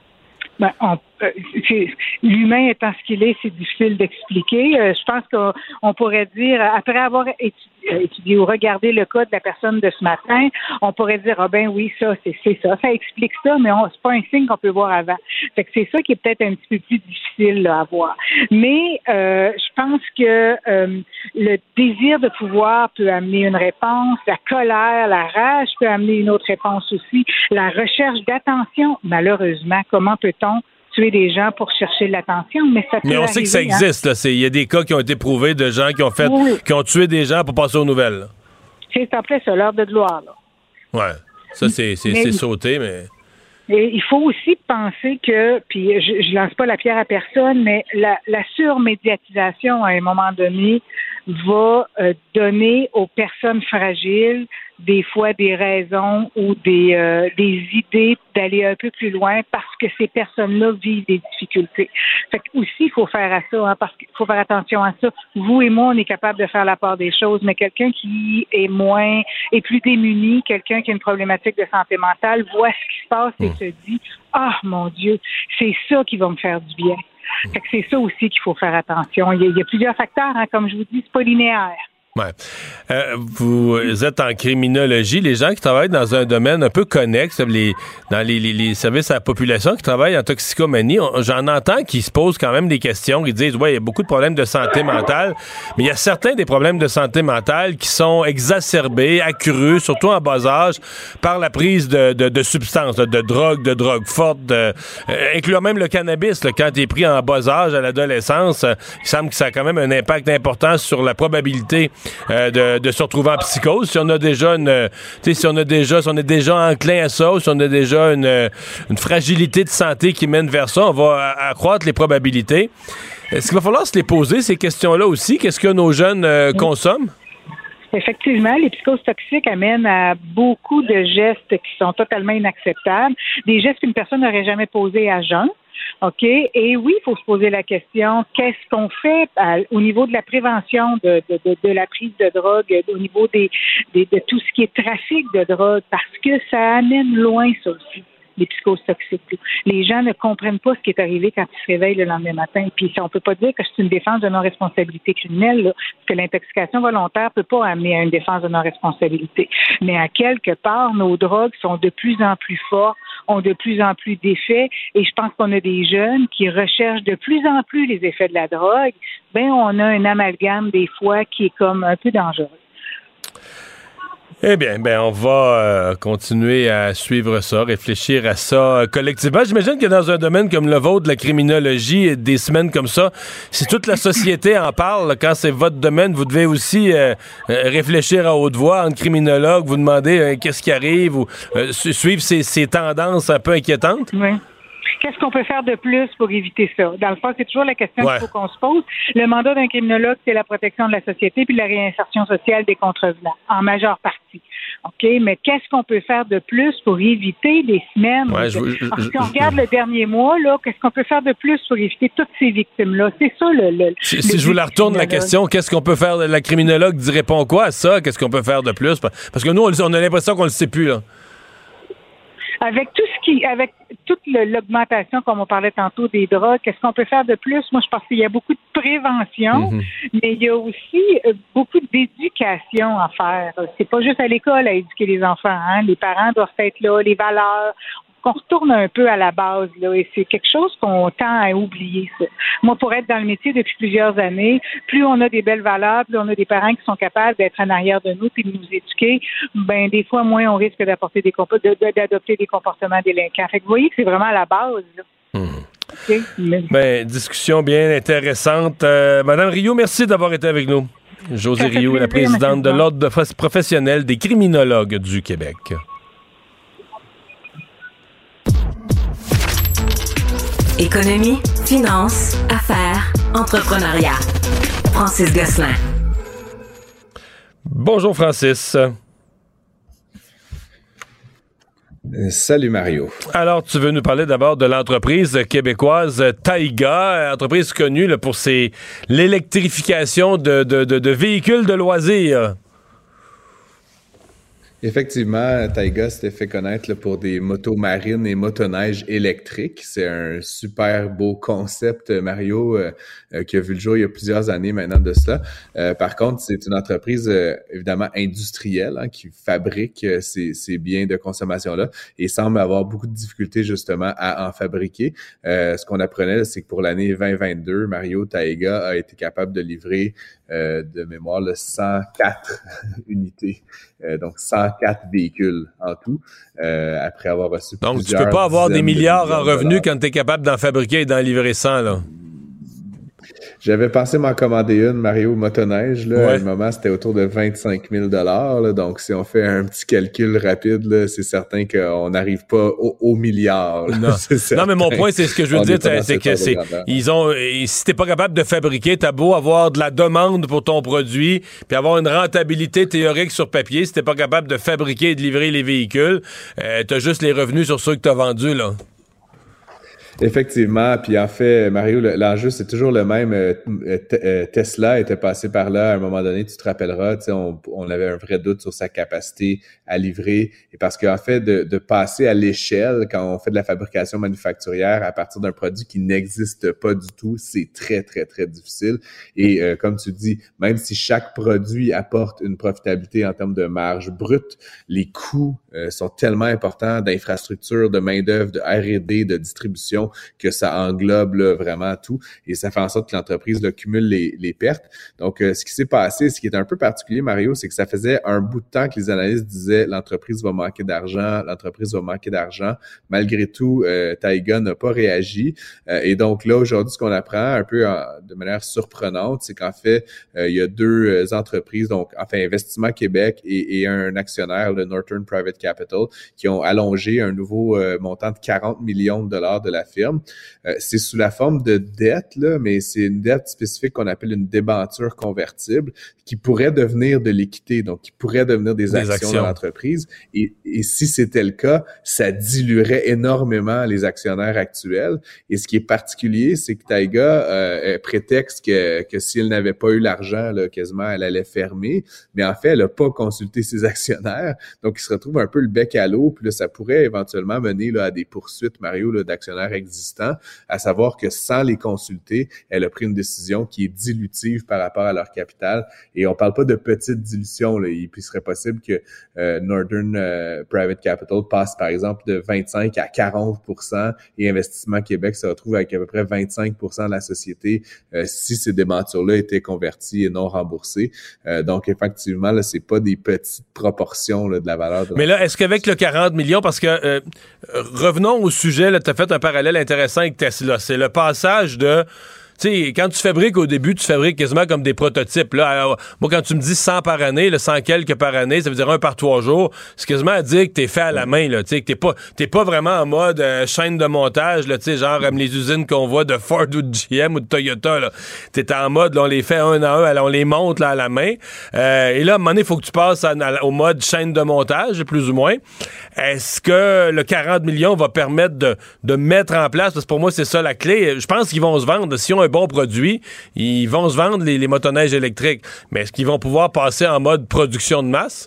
Ben, on, euh, c'est, l'humain étant ce qu'il est, c'est difficile d'expliquer. Euh, je pense qu'on on pourrait dire, après avoir étudié, étudié ou regardé le cas de la personne de ce matin, on pourrait dire, ah ben oui, ça, c'est, c'est ça, ça explique ça, mais on, c'est pas un signe qu'on peut voir avant. Fait que c'est ça qui est peut-être un petit peu plus difficile là, à voir. Mais euh, je pense que euh, le désir de pouvoir peut amener une réponse, la colère, la rage peut amener une autre réponse aussi, la recherche d'attention. Malheureusement, comment peut-on tuer des gens pour chercher de l'attention, mais ça peut Mais on arriver, sait que ça existe, hein? Il y a des cas qui ont été prouvés de gens qui ont fait, oui. qui ont tué des gens pour passer aux nouvelles. Là. C'est en plein ça, l'heure de gloire, là. Ouais. Ça, c'est, c'est, mais, c'est sauté, mais... Et il faut aussi penser que, puis je, je lance pas la pierre à personne, mais la, la surmédiatisation, à un moment donné, va euh, donner aux personnes fragiles des fois des raisons ou des, euh, des idées d'aller un peu plus loin parce que ces personnes-là vivent des difficultés. Fait que aussi, il faut faire à ça, hein, parce qu'il faut faire attention à ça. Vous et moi, on est capable de faire la part des choses, mais quelqu'un qui est moins, est plus démuni, quelqu'un qui a une problématique de santé mentale, voit ce qui se passe et se dit, ah, mon Dieu, c'est ça qui va me faire du bien. Fait que c'est ça aussi qu'il faut faire attention. Il y a, il y a plusieurs facteurs, hein, comme je vous dis, c'est pas linéaire. Ouais. Euh, vous êtes en criminologie. Les gens qui travaillent dans un domaine un peu connexe, les, dans les, les, les services à la population qui travaillent en toxicomanie, on, j'en entends qui se posent quand même des questions. Ils disent, ouais, il y a beaucoup de problèmes de santé mentale, mais il y a certains des problèmes de santé mentale qui sont exacerbés, accrus, surtout en bas âge, par la prise de, de, de substances, de, de drogue, de drogue forte, de, euh, incluant même le cannabis. Là, quand il est pris en bas âge à l'adolescence, euh, il semble que ça a quand même un impact important sur la probabilité Euh, de, de se retrouver en psychose. Si on a déjà une, tu sais, si on a déjà, si on est déjà enclin à ça, ou si on a déjà une, une fragilité de santé qui mène vers ça, on va accroître les probabilités. Est-ce qu'il va falloir se les poser, ces questions-là aussi? Qu'est-ce que nos jeunes euh, consomment? Effectivement, les psychoses toxiques amènent à beaucoup de gestes qui sont totalement inacceptables, des gestes qu'une personne n'aurait jamais posés à jeun. OK? Et oui, il faut se poser la question, qu'est-ce qu'on fait à, au niveau de la prévention de, de, de, de la prise de drogue, au niveau des, des, de tout ce qui est trafic de drogue, parce que ça amène loin, ça aussi, les psychoses toxiques. Les gens ne comprennent pas ce qui est arrivé quand ils se réveillent le lendemain matin. Puis on ne peut pas dire que c'est une défense de non-responsabilité criminelle, là, parce que l'intoxication volontaire ne peut pas amener à une défense de non-responsabilité. Mais à quelque part, nos drogues sont de plus en plus fortes, ont de plus en plus d'effets, et je pense qu'on a des jeunes qui recherchent de plus en plus les effets de la drogue. Ben, on a un amalgame des fois qui est comme un peu dangereux. Eh bien, ben, on va euh, continuer à suivre ça, réfléchir à ça euh, collectivement. J'imagine que dans un domaine comme le vôtre, la criminologie, des semaines comme ça, si toute la société en parle, là, quand c'est votre domaine, vous devez aussi euh, euh, réfléchir à haute voix, en criminologue, vous demander euh, qu'est-ce qui arrive, ou euh, suivre ces, ces tendances un peu inquiétantes. Oui. Qu'est-ce qu'on peut faire de plus pour éviter ça? Dans le fond, c'est toujours la question ouais. qu'il faut qu'on se pose. Le mandat d'un criminologue, c'est la protection de la société puis la réinsertion sociale des contrevenants, en majeure partie. OK? Mais qu'est-ce qu'on peut faire de plus pour éviter des semaines? Ouais, je, je, Alors, si on regarde le dernier mois, là, qu'est-ce qu'on peut faire de plus pour éviter toutes ces victimes-là? C'est ça le. le si le si je vous la retourne la question, qu'est-ce qu'on peut faire? La criminologue dit répond quoi à ça? Qu'est-ce qu'on peut faire de plus? Parce que nous, on a l'impression qu'on le sait plus, là. Avec tout ce qui, avec toute le, l'augmentation, comme on parlait tantôt, des drogues, qu'est-ce qu'on peut faire de plus? Moi, je pense qu'il y a beaucoup de prévention, mm-hmm. mais il y a aussi euh, beaucoup d'éducation à faire. C'est pas juste à l'école à éduquer les enfants, hein? Les parents doivent être là, les valeurs. Qu'on retourne un peu à la base, là, et c'est quelque chose qu'on tend à oublier, ça. Moi, pour être dans le métier depuis plusieurs années, plus on a des belles valeurs, plus on a des parents qui sont capables d'être en arrière de nous et de nous éduquer, ben des fois, moins on risque d'apporter des comp- de, de, d'adopter des comportements délinquants. Fait que vous voyez que c'est vraiment à la base, là. Mmh. Okay? Mais... Ben, discussion bien intéressante. Euh, Madame Rio, merci d'avoir été avec nous. Josée Rioux, la présidente de l'Ordre professionnel des criminologues du Québec. Économie, finance, affaires, entrepreneuriat. Francis Gosselin. Bonjour Francis. Euh, salut Mario. Alors, tu veux nous parler d'abord de l'entreprise québécoise Taiga, entreprise connue là, pour ses, l'électrification de, de, de, de véhicules de loisirs. Effectivement, Taiga s'était fait connaître là, pour des motos marines et motoneiges électriques. C'est un super beau concept, Mario, euh, euh, qui a vu le jour il y a plusieurs années maintenant de cela. Euh, par contre, c'est une entreprise euh, évidemment industrielle hein, qui fabrique euh, ces, ces biens de consommation-là et semble avoir beaucoup de difficultés justement à en fabriquer. Euh, ce qu'on apprenait, là, c'est que pour l'année vingt vingt-deux, Mario, Taiga a été capable de livrer euh, de mémoire là, cent quatre unités. Euh, donc cent quatre véhicules en tout, euh, après avoir reçu donc, plusieurs... Donc, tu peux pas avoir des milliards en revenus dollars. quand tu es capable d'en fabriquer et d'en livrer cent, là. J'avais pensé m'en commander une, Mario, motoneige. Là, ouais. À un moment, c'était autour de vingt-cinq mille dollars. Là, donc, si on fait un petit calcul rapide, là, c'est certain qu'on n'arrive pas au, au milliard. Là, non. non, mais mon point, c'est ce que je veux on dire, c'est, c'est que c'est, ils ont, si t'es pas capable de fabriquer, t'as beau avoir de la demande pour ton produit, puis avoir une rentabilité théorique sur papier, si t'es pas capable de fabriquer et de livrer les véhicules, euh, t'as juste les revenus sur ceux que t'as vendus, là. Effectivement, puis en fait, Mario, l'enjeu, c'est toujours le même. Euh, t- Tesla était passé par là à un moment donné, tu te rappelleras, tu sais, on, on avait un vrai doute sur sa capacité à livrer. Et parce qu'en fait, de, de passer à l'échelle, quand on fait de la fabrication manufacturière à partir d'un produit qui n'existe pas du tout, c'est très, très, très difficile. Et euh, comme tu dis, même si chaque produit apporte une profitabilité en termes de marge brute, les coûts euh, sont tellement importants d'infrastructure, de main-d'œuvre, de R et D, de distribution, que ça englobe là, vraiment tout et ça fait en sorte que l'entreprise là, cumule les, les pertes. Donc, euh, ce qui s'est passé, ce qui est un peu particulier, Mario, c'est que ça faisait un bout de temps que les analystes disaient l'entreprise va manquer d'argent, l'entreprise va manquer d'argent. Malgré tout, euh, Taiga n'a pas réagi. Euh, et donc là, aujourd'hui, ce qu'on apprend un peu en, de manière surprenante, c'est qu'en fait, euh, il y a deux euh, entreprises, donc enfin Investissement Québec et, et un actionnaire, le Northern Private Capital, qui ont allongé un nouveau euh, montant de quarante millions de dollars de la firme. Euh, c'est sous la forme de dette, là, mais c'est une dette spécifique qu'on appelle une débenture convertible qui pourrait devenir de l'équité, donc qui pourrait devenir des, des actions, actions de l'entreprise. Et, et si c'était le cas, ça diluerait énormément les actionnaires actuels. Et ce qui est particulier, c'est que Taiga euh, prétexte que, que si elle n'avait pas eu l'argent, là, quasiment, elle allait fermer. Mais en fait, elle n'a pas consulté ses actionnaires. Donc, il se retrouve un peu le bec à l'eau. Puis là, ça pourrait éventuellement mener là, à des poursuites, Mario, là, d'actionnaires existants, à savoir que sans les consulter, elle a pris une décision qui est dilutive par rapport à leur capital. Et on parle pas de petite dilution, là. Il serait possible que euh, Northern euh, Private Capital passe, par exemple, de vingt-cinq à quarante pour cent et Investissement Québec se retrouve avec à peu près vingt-cinq pour cent de la société euh, si ces débentures-là étaient converties et non remboursées. Euh, donc, effectivement, là, c'est pas des petites proportions là, de la valeur de Mais là, est-ce qu'avec le quarante millions, parce que euh, revenons au sujet, tu as fait un parallèle intéressant avec Tesla, c'est le passage de... Tu sais, quand tu fabriques au début, tu fabriques quasiment comme des prototypes. Là, alors, moi, quand tu me dis cent par année, là, cent quelques par année, ça veut dire un par trois jours. C'est quasiment à dire que t'es fait à la main, là. Tu sais, que t'es pas, t'es pas vraiment en mode euh, chaîne de montage, là. Tu sais, genre comme les usines qu'on voit de Ford ou de G M ou de Toyota, là. T'es en mode, là, on les fait un à un, alors on les monte là à la main. Euh, et là, à un moment donné, il faut que tu passes à, à, au mode chaîne de montage, plus ou moins. Est-ce que le quarante millions va permettre de, de mettre en place, parce que pour moi, c'est ça la clé. Je pense qu'ils vont se vendre. Si on a un bon produit, ils vont se vendre les, les motoneiges électriques. Mais est-ce qu'ils vont pouvoir passer en mode production de masse?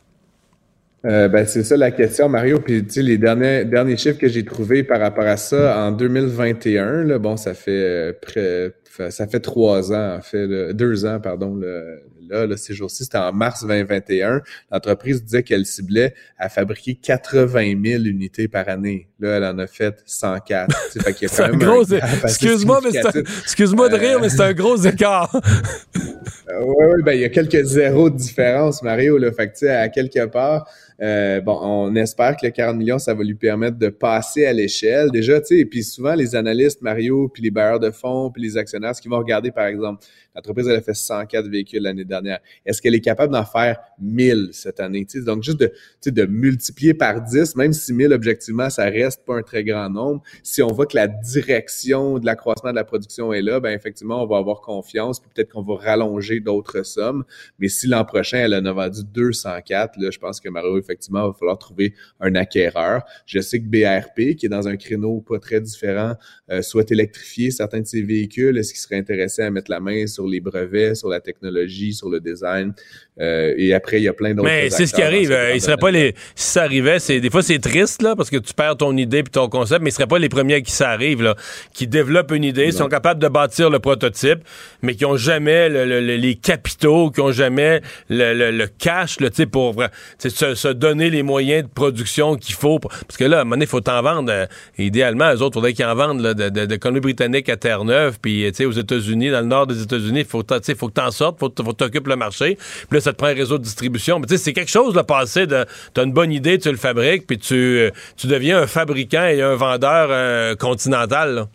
Euh, ben c'est ça la question, Mario. Puis tu sais, les derniers derniers chiffres que j'ai trouvés par rapport à ça en deux mille vingt et un, là, bon, ça fait euh, près, ça fait trois ans, en fait, là, deux ans, pardon. Le, là, là, ces jours-ci, c'était en mars vingt vingt et un. L'entreprise disait qu'elle ciblait à fabriquer quatre-vingt mille unités par année. Là, elle en a fait cent quatre. Fait qu'il y a quand même gros, un excuse-moi, mais c'est un, excuse-moi de rire, euh... mais c'est un gros écart. Oui, oui, ben il y a quelques zéros de différence, Mario. Là, fait que tu sais, à quelque part. Euh, bon, on espère que le quarante millions, ça va lui permettre de passer à l'échelle. Déjà, tu sais, et puis souvent, les analystes, Mario, puis les bailleurs de fonds, puis les actionnaires, ce qu'ils vont regarder, par exemple, L'entreprise, elle a fait cent quatre véhicules l'année dernière. Est-ce qu'elle est capable d'en faire mille cette année? T'sais, donc, juste de, de multiplier par dix, même si mille, objectivement, ça reste pas un très grand nombre. Si on voit que la direction de l'accroissement de la production est là, ben effectivement, on va avoir confiance, puis peut-être qu'on va rallonger d'autres sommes. Mais si l'an prochain, elle en a vendu deux cent quatre, là, je pense que Mario, effectivement, il va falloir trouver un acquéreur. Je sais que B R P, qui est dans un créneau pas très différent, euh, souhaite électrifier certains de ses véhicules. Est-ce qu'il serait intéressé à mettre la main sur les brevets, sur la technologie, sur le design? Euh, et après, il y a plein d'autres Mais c'est ce qui arrive. Euh, il serait pas les... Si ça arrivait, c'est des fois, c'est triste, là, parce que tu perds ton idée puis ton concept, mais ils seraient pas les premiers à qui ça arrive, là, qui développent une idée, non. sont capables de bâtir le prototype, mais qui ont jamais le, le, le, les capitaux, qui ont jamais le, le, le cash, là, tu sais, pour se, se donner les moyens de production qu'il faut. Pour... Parce que là, à un moment donné, il faut t'en vendre. Euh, idéalement, eux autres, il faudrait qu'ils en vendent, là, de, de, de Colombie-Britannique à Terre-Neuve, puis, tu sais, aux États-Unis, dans le nord des États-Unis, il faut, tu sais, faut que t'en sortes, faut que t'occupes le marché. Puis là, ça te prend un réseau de distribution. Mais tu sais, c'est quelque chose, le passé de, t'as une bonne idée, tu le fabriques, puis tu, tu deviens un fabricant et un vendeur euh, continental, là.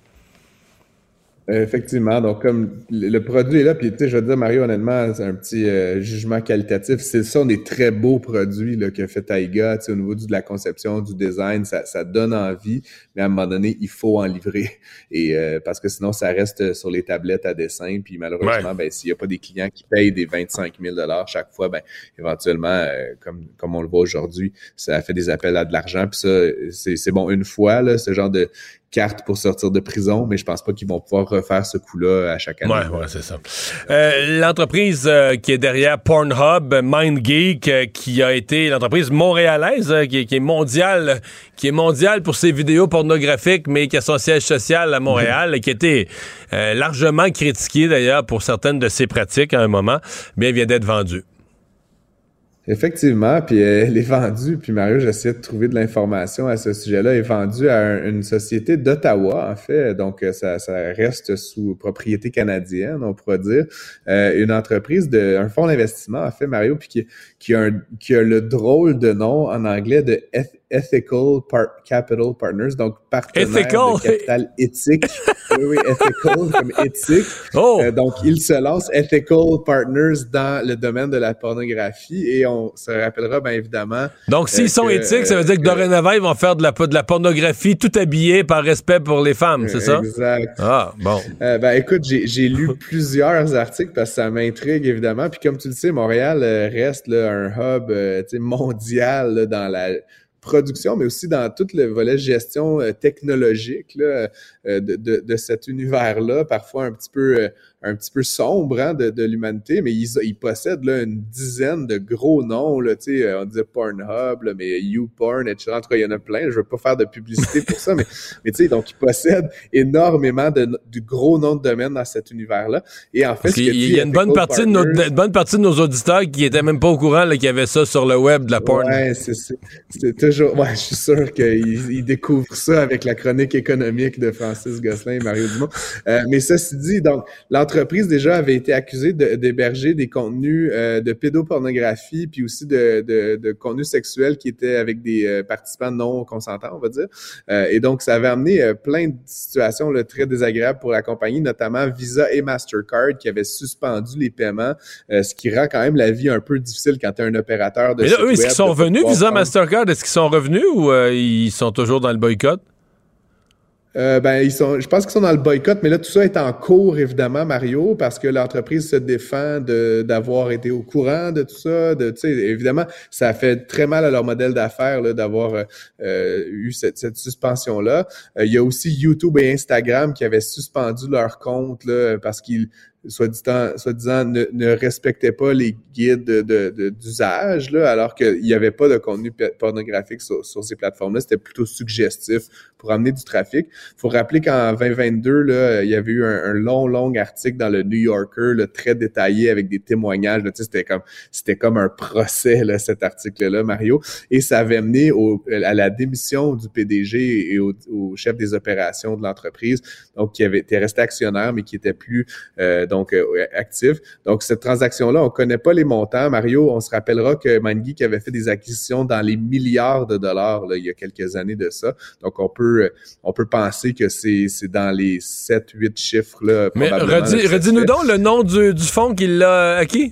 Effectivement, donc comme le produit est là, puis tu sais, je veux dire, Mario, honnêtement, c'est un petit euh, jugement qualitatif. C'est ça, des très beaux produits là, que fait Taiga, tu sais, au niveau du, de la conception, du design, ça, ça donne envie, mais à un moment donné, il faut en livrer. Et euh, parce que sinon, ça reste sur les tablettes à dessin, puis malheureusement, ouais. ben s'il n'y a pas des clients qui payent des vingt-cinq mille dollars chaque fois, ben éventuellement, euh, comme comme on le voit aujourd'hui, ça fait des appels à de l'argent, puis ça, c'est, c'est bon une fois, là, ce genre de carte pour sortir de prison, mais je pense pas qu'ils vont pouvoir refaire ce coup-là à chaque année. Ouais, ouais, c'est ça. Euh, l'entreprise euh, qui est derrière Pornhub, MindGeek, euh, qui a été l'entreprise montréalaise, euh, qui, qui est mondiale, qui est mondiale pour ses vidéos pornographiques, mais qui a son siège social à Montréal, mmh. et qui a été euh, largement critiquée d'ailleurs pour certaines de ses pratiques à un moment, bien vient d'être vendue. Effectivement, puis euh, elle est vendue, puis Mario, j'essaie de trouver de l'information à ce sujet-là, elle est vendue à un, une société d'Ottawa, en fait, donc ça, ça reste sous propriété canadienne, on pourrait dire, euh, une entreprise, de, un fonds d'investissement, en fait, Mario, puis qui, qui, a un, qui a le drôle de nom en anglais de Eth- Ethical Par- Capital Partners, donc partenaire Ethical. de capital éthique. Oui, oui, ethical comme éthique. Oh. Euh, donc, il se lance Ethical Partners dans le domaine de la pornographie et on se rappellera bien évidemment. Donc, s'ils euh, sont que, éthiques, ça veut dire que, que dorénavant, ils vont faire de la, de la pornographie tout habillée par respect pour les femmes, c'est ça? Exact. Ah, bon. Euh, ben, écoute, j'ai, j'ai lu plusieurs articles parce que ça m'intrigue évidemment. Puis, comme tu le sais, Montréal euh, reste là, un hub euh, mondial là, dans la production, mais aussi dans tout le volet gestion euh, technologique là, euh, de, de, de cet univers-là, parfois un petit peu euh, un petit peu sombre hein, de, de l'humanité, mais ils, ils possèdent là, une dizaine de gros noms, là, tu sais, on disait Pornhub, là, mais YouPorn, et cetera. En tout cas, il y en a plein, je veux pas faire de publicité pour ça, mais, mais tu sais, donc ils possèdent énormément de, de gros noms de domaines dans cet univers-là. Et en fait, il y a une bonne partie partners, de nos, une bonne partie de nos auditeurs qui étaient même pas au courant là, qu'il y avait ça sur le web de la porn. Ouais, c'est, c'est, c'est toujours, ouais, je suis sûr qu'ils ils découvrent ça avec la chronique économique de Francis Gosselin et Mario Dumont. Euh, mais ceci dit, donc, l'entreprise L'entreprise déjà avait été accusée de, d'héberger des contenus euh, de pédopornographie puis aussi de, de, de contenus sexuels qui étaient avec des euh, participants non consentants, on va dire. Euh, et donc, ça avait amené euh, plein de situations là, très désagréables pour la compagnie, notamment Visa et Mastercard qui avaient suspendu les paiements, euh, ce qui rend quand même la vie un peu difficile quand tu es un opérateur de Mais là, eux, est-ce web, qu'ils sont revenus, Visa, prendre... Mastercard, est-ce qu'ils sont revenus ou euh, ils sont toujours dans le boycott? Euh, ben ils sont, je pense qu'ils sont dans le boycott, mais là tout ça est en cours évidemment, Mario, parce que l'entreprise se défend de d'avoir été au courant de tout ça. De, tu sais, évidemment, ça fait très mal à leur modèle d'affaires là, d'avoir euh, eu cette, cette suspension là. Euh, il y a aussi YouTube et Instagram qui avaient suspendu leur compte là parce qu'ils soit disant, soit disant ne, ne respectait pas les guides de, de, de, d'usage, là, alors qu'il n'y avait pas de contenu pornographique sur, sur ces plateformes-là. C'était plutôt suggestif pour amener du trafic. Il faut rappeler qu'en vingt vingt-deux, là, il y avait eu un, un long, long article dans le New Yorker, là, très détaillé avec des témoignages. Là, tu sais, c'était comme c'était comme un procès, là, cet article-là, Mario. Et ça avait mené au, à la démission du P D G et au, au chef des opérations de l'entreprise, donc qui avait été resté actionnaire, mais qui était plus euh, donc donc euh, actifs. Donc, cette transaction-là, on connaît pas les montants. Mario, on se rappellera que MindGeek avait fait des acquisitions dans les milliards de dollars là, il y a quelques années de ça. Donc, on peut on peut penser que c'est, c'est dans les sept huit chiffres. Là, Mais redis, redis-nous donc le nom du, du fonds qui l'a acquis.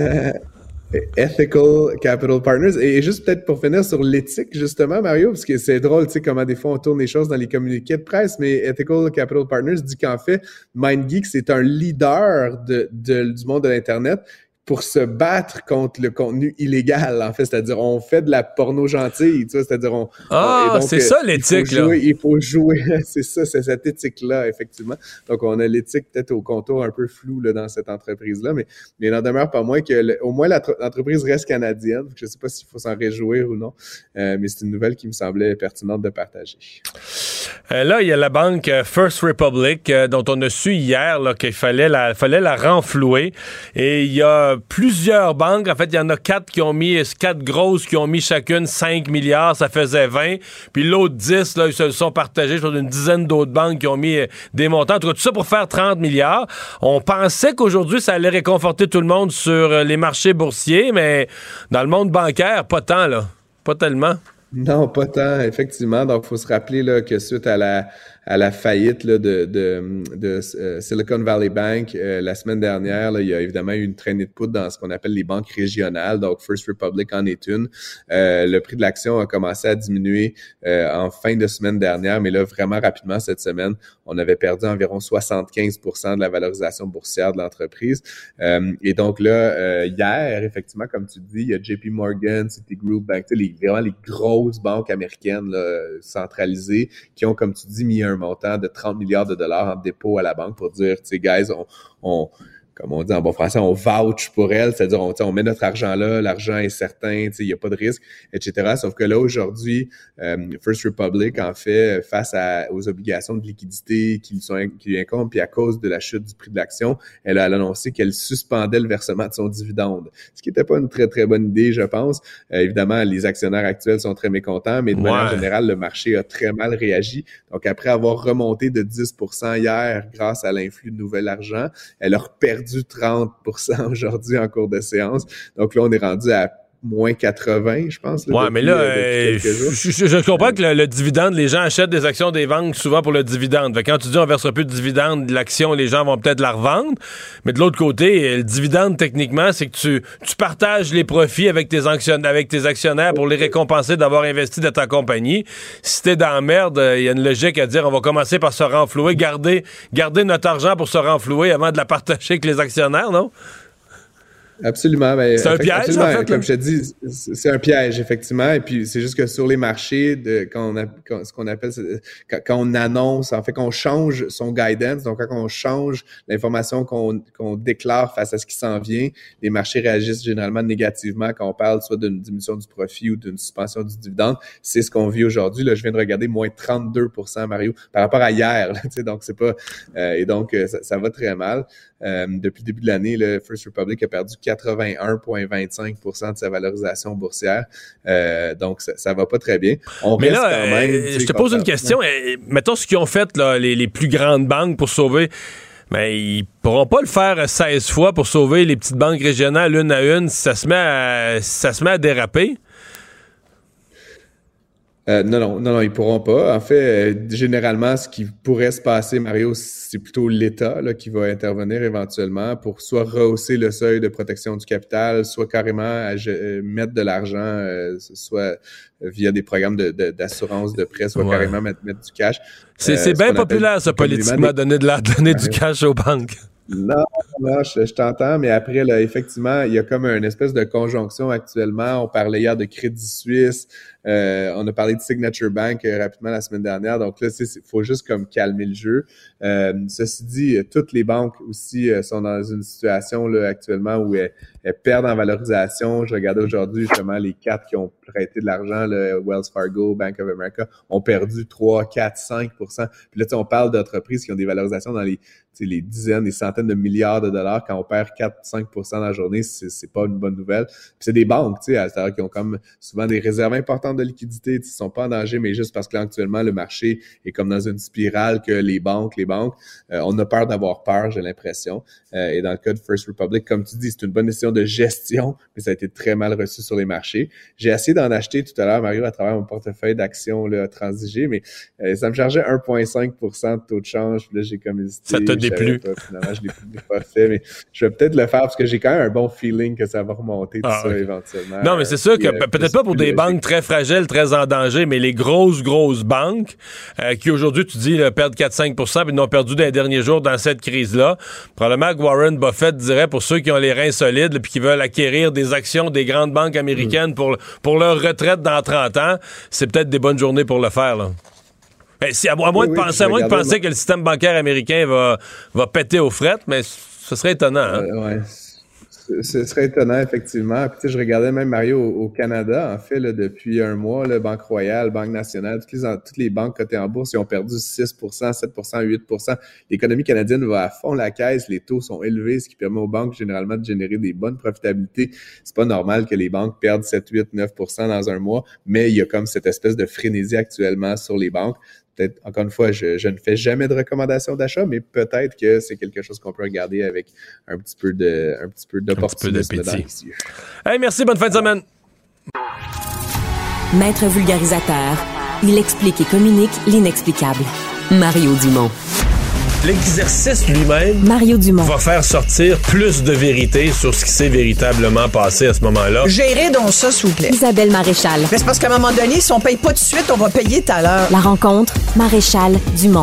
Ethical Capital Partners. Et juste peut-être pour finir sur l'éthique, justement, Mario, parce que c'est drôle, tu sais, comment des fois on tourne les choses dans les communiqués de presse, mais Ethical Capital Partners dit qu'en fait, MindGeek, c'est un leader de, de, du monde de l'Internet pour se battre contre le contenu illégal, en fait. C'est-à-dire, on fait de la porno gentille, tu vois, c'est-à-dire, on... Ah, on, donc, c'est ça, l'éthique, il faut jouer, là. Il faut jouer, c'est ça, c'est cette éthique-là, effectivement. Donc, on a l'éthique peut-être au contour un peu flou, là, dans cette entreprise-là, mais, mais il n'en demeure pas moins que, le, au moins, la, l'entreprise reste canadienne. Je ne sais pas s'il faut s'en réjouir ou non, euh, mais c'est une nouvelle qui me semblait pertinente de partager. Euh, là, il y a la banque First Republic, euh, dont on a su hier, là, qu'il fallait la, fallait la renflouer. Et il y a plusieurs banques. En fait, il y en a quatre qui ont mis, quatre grosses qui ont mis chacune cinq milliards. Ça faisait vingt. Puis l'autre dix, là, ils se sont partagés sur une dizaine d'autres banques qui ont mis des montants. En tout cas, tout ça pour faire trente milliards. On pensait qu'aujourd'hui, ça allait réconforter tout le monde sur les marchés boursiers, mais dans le monde bancaire, pas tant, là. Pas tellement. Non, pas tant, effectivement. Donc, il faut se rappeler là, que suite à la à la faillite là, de, de, de uh, Silicon Valley Bank euh, la semaine dernière, là, il y a évidemment eu une traînée de poudre dans ce qu'on appelle les banques régionales. Donc, First Republic en est une. Euh, le prix de l'action a commencé à diminuer euh, en fin de semaine dernière, mais là, vraiment rapidement, cette semaine, on avait perdu environ soixante-quinze pour cent de la valorisation boursière de l'entreprise. Euh, et donc là, euh, hier, effectivement, comme tu dis, il y a J P Morgan, Citigroup, Bank, les, vraiment les grosses banques américaines là, centralisées qui ont, comme tu dis, mis un montant de trente milliards de dollars en dépôt à la banque pour dire, tu sais, guys, on, on, comme on dit en bon français, on vouch pour elle, c'est-à-dire on, on met notre argent là, l'argent est certain, il n'y a pas de risque, et cetera. Sauf que là, aujourd'hui, euh, First Republic, en fait, face à, aux obligations de liquidité qui lui, sont, qui lui incombent, puis à cause de la chute du prix de l'action, elle a, elle a annoncé qu'elle suspendait le versement de son dividende, ce qui n'était pas une très, très bonne idée, je pense. Euh, évidemment, les actionnaires actuels sont très mécontents, mais de ouais. manière générale, le marché a très mal réagi. Donc, après avoir remonté de dix pour cent hier grâce à l'influx de nouvel argent, elle a perdu trente pour cent aujourd'hui en cours de séance. Donc là, on est rendu à moins quatre-vingts, je pense. Là, ouais, depuis, mais là, euh, je, je, je comprends euh, que le, le dividende, les gens achètent des actions des banques souvent pour le dividende. Fait que quand tu dis on versera plus de dividende, l'action, les gens vont peut-être la revendre. Mais de l'autre côté, le dividende, techniquement, c'est que tu, tu partages les profits avec tes, actionnaires, avec tes actionnaires pour les récompenser d'avoir investi dans ta compagnie. Si t'es dans la merde, il y a une logique à dire on va commencer par se renflouer, garder, garder notre argent pour se renflouer avant de la partager avec les actionnaires, non? Absolument. Ben, c'est un piège, en fait. Comme je te dis, c'est un piège, effectivement. Et puis, c'est juste que sur les marchés, de, quand on a, quand, ce qu'on appelle, quand, quand on annonce, en fait, qu'on change son guidance, donc quand on change l'information qu'on, qu'on déclare face à ce qui s'en vient, les marchés réagissent généralement négativement quand on parle soit d'une diminution du profit ou d'une suspension du dividende. C'est ce qu'on vit aujourd'hui. Là, je viens de regarder moins trente-deux pour cent, Mario, par rapport à hier. Là, donc, c'est pas... Euh, et donc, ça, ça va très mal. Euh, depuis le début de l'année, le First Republic a perdu quatre-vingt-un virgule vingt-cinq pour cent de sa valorisation boursière. Euh, donc, ça, ça va pas très bien. On Mais reste là, quand même... Euh, je te pose une question. Ouais. Mettons ce qu'ils ont fait, là, les, les plus grandes banques pour sauver... Mais ils pourront pas le faire seize fois pour sauver les petites banques régionales une à une si ça se met à, si ça se met à déraper. Euh, non, non, non, non, ils pourront pas. En fait, euh, généralement, ce qui pourrait se passer, Mario, c'est plutôt l'État là, qui va intervenir éventuellement pour soit rehausser le seuil de protection du capital, soit carrément à, euh, mettre de l'argent, euh, soit via des programmes de, de, d'assurance de prêt, soit ouais. carrément mettre, mettre du cash. C'est, euh, c'est bien populaire, ça, politiquement, des... donner, de la, donner du cash aux banques. Non, non, je, je t'entends, mais après, là, effectivement, il y a comme une espèce de conjonction actuellement. On parlait hier de Crédit Suisse, euh, on a parlé de Signature Bank euh, rapidement la semaine dernière. Donc là, il faut juste comme calmer le jeu. Euh, ceci dit, toutes les banques aussi euh, sont dans une situation là actuellement où elles, elles perdent en valorisation. Je regardais aujourd'hui justement les quatre qui ont prêté de l'argent, le Wells Fargo, Bank of America, ont perdu trois, quatre, cinq pour cent. Puis là, tu sais, on parle d'entreprises qui ont des valorisations dans les, tu sais, les dizaines, les centaines de milliards de dollars. Quand on perd quatre, cinq pour cent dans la journée, c'est, c'est pas une bonne nouvelle. Puis c'est des banques, tu sais, c'est-à-dire qui ont comme souvent des réserves importantes de liquidité, ils sont pas en danger, mais juste parce que là, actuellement, le marché est comme dans une spirale que les banques, les banques, euh, on a peur d'avoir peur, j'ai l'impression. Euh, et dans le cas de First Republic, comme tu dis, c'est une bonne décision de gestion, mais ça a été très mal reçu sur les marchés. J'ai essayé d'en acheter tout à l'heure, Mario, à travers mon portefeuille d'actions là, transigé, mais euh, ça me chargeait un virgule cinq pour cent de taux de change, puis là, j'ai comme hésité. Ça te déplu. Pas, finalement, je l'ai pas fait, mais je vais peut-être le faire parce que j'ai quand même un bon feeling que ça va remonter tout ah, ça oui. éventuellement. Non, mais c'est sûr que euh, peut-être pas pour des banques très fragiles, très en danger, mais les grosses, grosses banques euh, qui aujourd'hui, tu dis, là, perdent quatre à cinq pour cent puis n'ont perdu dans les derniers jours dans cette crise-là. Probablement que Warren Buffett dirait pour ceux qui ont les reins solides puis qui veulent acquérir des actions des grandes banques américaines mmh. pour, pour leur retraite dans trente ans, c'est peut-être des bonnes journées pour le faire, là. Ben, si, à, à moins oui, de oui, penser, à moins de penser moi. que le système bancaire américain va, va péter aux frettes, mais ce serait étonnant. Hein? Euh, ouais. Ce serait étonnant, effectivement. Puis, tu sais, je regardais même, Mario, au, au Canada, en fait, là, depuis un mois, là, Banque Royale, Banque Nationale, toutes les, toutes les banques cotées en bourse, ils ont perdu six pour cent, sept pour cent, huit pour cent. L'économie canadienne va à fond la caisse, les taux sont élevés, ce qui permet aux banques, généralement, de générer des bonnes profitabilités. C'est pas normal que les banques perdent sept, huit, neuf pour cent dans un mois, mais il y a comme cette espèce de frénésie actuellement sur les banques. Peut-être, encore une fois, je, je ne fais jamais de recommandations d'achat, mais peut-être que c'est quelque chose qu'on peut regarder avec un petit peu de, un petit peu d'opportunisme dans les yeux. Hey, merci, bonne fin de semaine. Maître vulgarisateur, il explique et communique l'inexplicable. Mario Dumont. L'exercice lui-même Mario Dumont. va faire sortir plus de vérité sur ce qui s'est véritablement passé à ce moment-là. Gérez donc ça, s'il vous plaît. Isabelle Maréchal. Mais c'est parce qu'à un moment donné, si on paye pas tout de suite, on va payer tout à l'heure. La rencontre, Maréchal Dumont.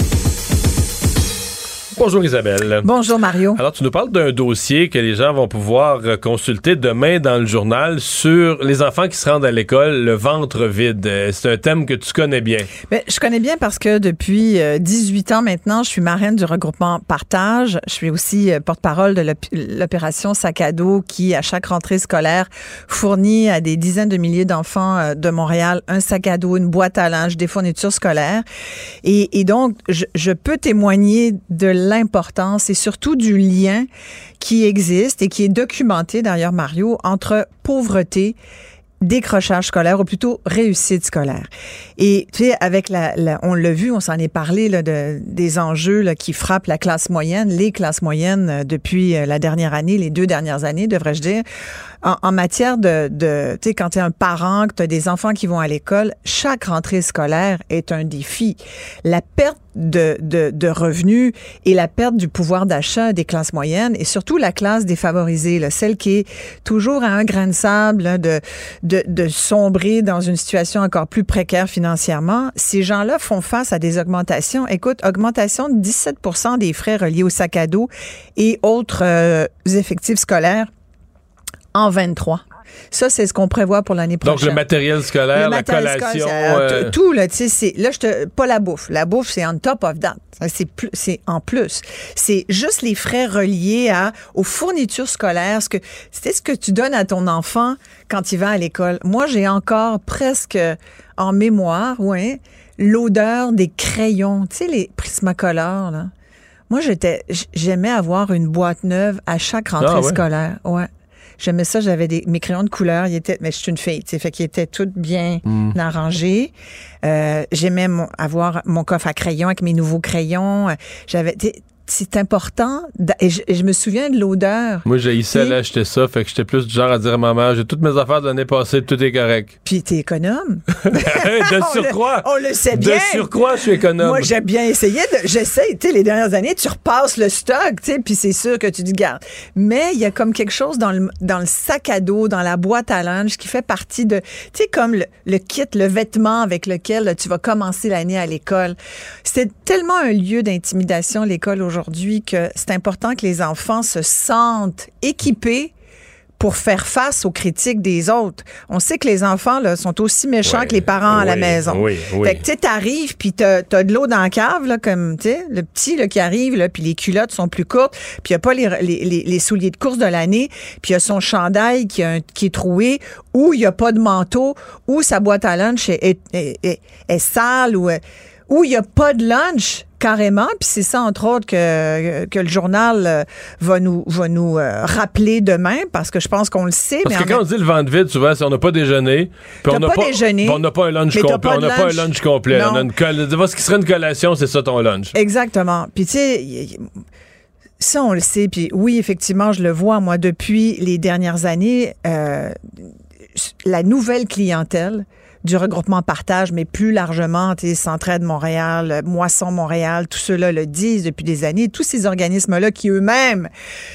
Bonjour Isabelle. Bonjour Mario. Alors tu nous parles d'un dossier que les gens vont pouvoir consulter demain dans le journal sur les enfants qui se rendent à l'école le ventre vide. C'est un thème que tu connais bien. Bien, je connais bien parce que depuis dix-huit ans maintenant, je suis marraine du regroupement Partage. Je suis aussi porte-parole de l'op- l'opération Sac à dos qui, à chaque rentrée scolaire, fournit à des dizaines de milliers d'enfants de Montréal un sac à dos, une boîte à linge, des fournitures scolaires. Et, et donc, je, je peux témoigner de l'importance et surtout du lien qui existe et qui est documenté d'ailleurs, Mario, entre pauvreté, décrochage scolaire ou plutôt réussite scolaire. Et tu sais, avec la, la on l'a vu, on s'en est parlé là, de, des enjeux là, qui frappent la classe moyenne, les classes moyennes euh, depuis la dernière année, les deux dernières années, devrais-je dire. En, en matière de, de tu sais, quand tu es un parent, que tu as des enfants qui vont à l'école, chaque rentrée scolaire est un défi. La perte de, de, de revenus et la perte du pouvoir d'achat des classes moyennes et surtout la classe défavorisée, là, celle qui est toujours à un grain de sable là, de, de, de sombrer dans une situation encore plus précaire financièrement. Ces gens-là font face à des augmentations. Écoute, augmentation de dix-sept pour cent des frais reliés au sac à dos et autres euh, effectifs scolaires en vingt-trois. Ça, c'est ce qu'on prévoit pour l'année prochaine. Donc, le matériel scolaire, le la matériel collation... Scolaire, euh... Tout, là, tu sais, c'est... Là, je te... Pas la bouffe. La bouffe, c'est on top of that. C'est, plus, c'est en plus. C'est juste les frais reliés à, aux fournitures scolaires. Ce que, c'est ce que tu donnes à ton enfant quand il va à l'école. Moi, j'ai encore presque en mémoire, ouais, l'odeur des crayons. Tu sais, les Prismacolor, là. Moi, j'étais, j'aimais avoir une boîte neuve à chaque rentrée ah, ouais. scolaire. Ouais. J'aimais ça, j'avais des, mes crayons de couleur, ils étaient, mais je suis une fille, tu sais, fait qu'ils étaient tous bien mm. arrangés. Euh, j'aimais mon, avoir mon coffre à crayons avec mes nouveaux crayons. J'avais, c'est important. Et je, et je me souviens de l'odeur. Moi, j'ai essayé d'aller acheter ça, fait que j'étais plus du genre à dire à ma mère, j'ai toutes mes affaires de l'année passée, tout est correct. Puis t'es économe. De surcroît. On le, on le sait bien. De surcroît, je suis économe. Moi, j'ai bien essayé. De, j'essaie, tu sais, les dernières années, tu repasses le stock, tu sais, puis c'est sûr que tu te gardes. Mais il y a comme quelque chose dans le, dans le sac à dos, dans la boîte à linge qui fait partie de, tu sais, comme le, le kit, le vêtement avec lequel là, tu vas commencer l'année à l'école. C'est tellement un lieu d'intimidation, l'école aujourd'hui, que c'est important que les enfants se sentent équipés pour faire face aux critiques des autres. On sait que les enfants là, sont aussi méchants ouais, que les parents oui, à la maison. Oui, oui. Fait que tu sais, t'arrives, puis t'as, t'as de l'eau dans la cave, là, comme, tu sais, le petit là, qui arrive, là, puis les culottes sont plus courtes, puis il n'y a pas les, les, les, les souliers de course de l'année, puis il y a son chandail qui, a un, qui est troué, ou il n'y a pas de manteau, ou sa boîte à lunch est, est, est, est, est sale, ou il n'y a pas de lunch. Carrément, puis c'est ça, entre autres, que, que le journal euh, va nous, va nous euh, rappeler demain, parce que je pense qu'on le sait. Parce mais que quand on dit le ventre vide, souvent, c'est on n'a pas déjeuné, puis on n'a pas, déjeuné, on n'a pas un lunch complet. On n'a pas un lunch complet. On a une coll- ce qui serait une collation, c'est ça ton lunch. Exactement. Puis tu sais, ça, on le sait, puis oui, effectivement, je le vois, moi, depuis les dernières années, euh, la nouvelle clientèle du regroupement Partage, mais plus largement, tu sais, Centraide Montréal, Moisson Montréal, tout ceux-là le disent depuis des années. Tous ces organismes-là qui eux-mêmes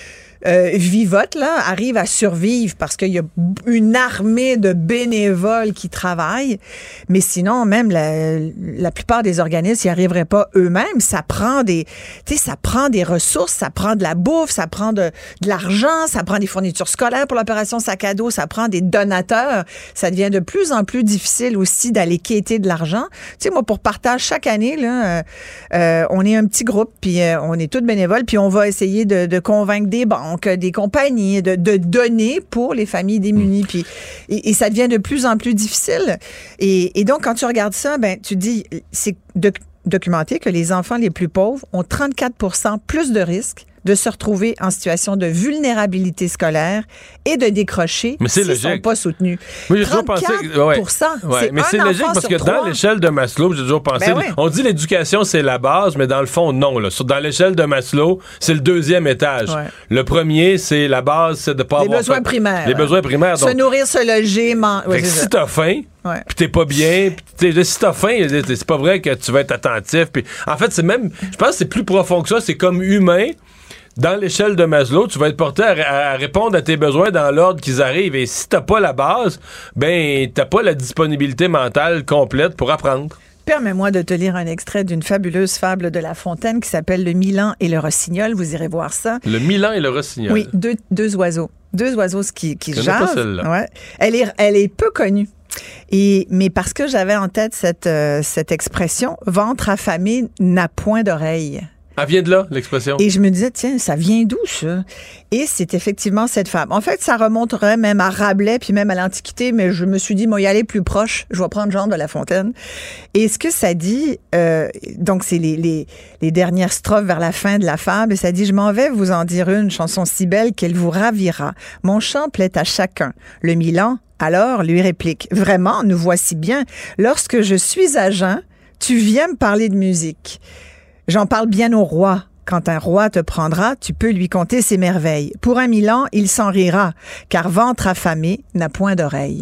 euh, vivotent, là, arrivent à survivre parce qu'il y a une armée de bénévoles qui travaillent. Mais sinon, même la, la plupart des organismes n'y arriveraient pas eux-mêmes. Ça prend des, tu sais, ça prend des ressources, ça prend de la bouffe, ça prend de, de l'argent, ça prend des fournitures scolaires pour l'opération sac à dos, ça prend des donateurs. Ça devient de plus en plus difficile aussi d'aller quêter de l'argent. Tu sais, moi, pour Partage, chaque année, là, euh, euh, on est un petit groupe, puis euh, on est tous bénévoles, puis on va essayer de, de convaincre des banques, des compagnies, de, de donner pour les familles démunies. Puis, et, et ça devient de plus en plus difficile. Et, et donc, quand tu regardes ça, ben, tu dis, c'est de, documenté que les enfants les plus pauvres ont trente-quatre pour cent plus de risques de se retrouver en situation de vulnérabilité scolaire et de décrocher s'ils ne sont pas soutenus. Oui, j'ai toujours pensé... Ouais, ouais, c'est mais c'est logique parce que trois. Dans l'échelle de Maslow, j'ai toujours pensé... Ben oui. On dit l'éducation, c'est la base, mais dans le fond, non. Là. Dans l'échelle de Maslow, c'est le deuxième étage. Ouais. Le premier, c'est la base, c'est de pas les avoir... besoins fait... primaires. Les besoins primaires. Se donc... nourrir, se loger, man... Fait que si t'as faim... Ouais. Puis t'es pas bien, pis si t'as faim, c'est pas vrai que tu vas être attentif. Puis en fait, c'est même, je pense que c'est plus profond que ça. C'est comme humain. Dans l'échelle de Maslow, tu vas être porté à, à répondre à tes besoins dans l'ordre qu'ils arrivent. Et si t'as pas la base, ben t'as pas la disponibilité mentale complète pour apprendre. Permets-moi de te lire un extrait d'une fabuleuse fable de La Fontaine qui s'appelle Le Milan et le Rossignol. Vous irez voir ça. Le Milan et le Rossignol. Oui, deux, deux oiseaux. Deux oiseaux qui, qui Je jasent. connais pas celle-là. Ouais. Elle est, elle est peu connue. Et, mais parce que j'avais en tête cette, euh, cette expression, ventre affamé n'a point d'oreille. Elle vient de là, l'expression. Et je me disais, tiens, ça vient d'où, ça? Et c'est effectivement cette femme. En fait, ça remonterait même à Rabelais, puis même à l'Antiquité, mais je me suis dit, moi, y aller plus proche, je vais prendre Jean de La Fontaine. Et ce que ça dit, euh, donc c'est les, les, les dernières strophes vers la fin de la fable, ça dit, je m'en vais vous en dire une chanson si belle qu'elle vous ravira. Mon chant plaît à chacun. Le Milan, alors, lui réplique, vraiment, nous voici bien. Lorsque je suis à jeun, tu viens me parler de musique. J'en parle bien au roi. Quand un roi te prendra, tu peux lui conter ses merveilles. Pour un Milan, il s'en rira, car ventre affamé n'a point d'oreille.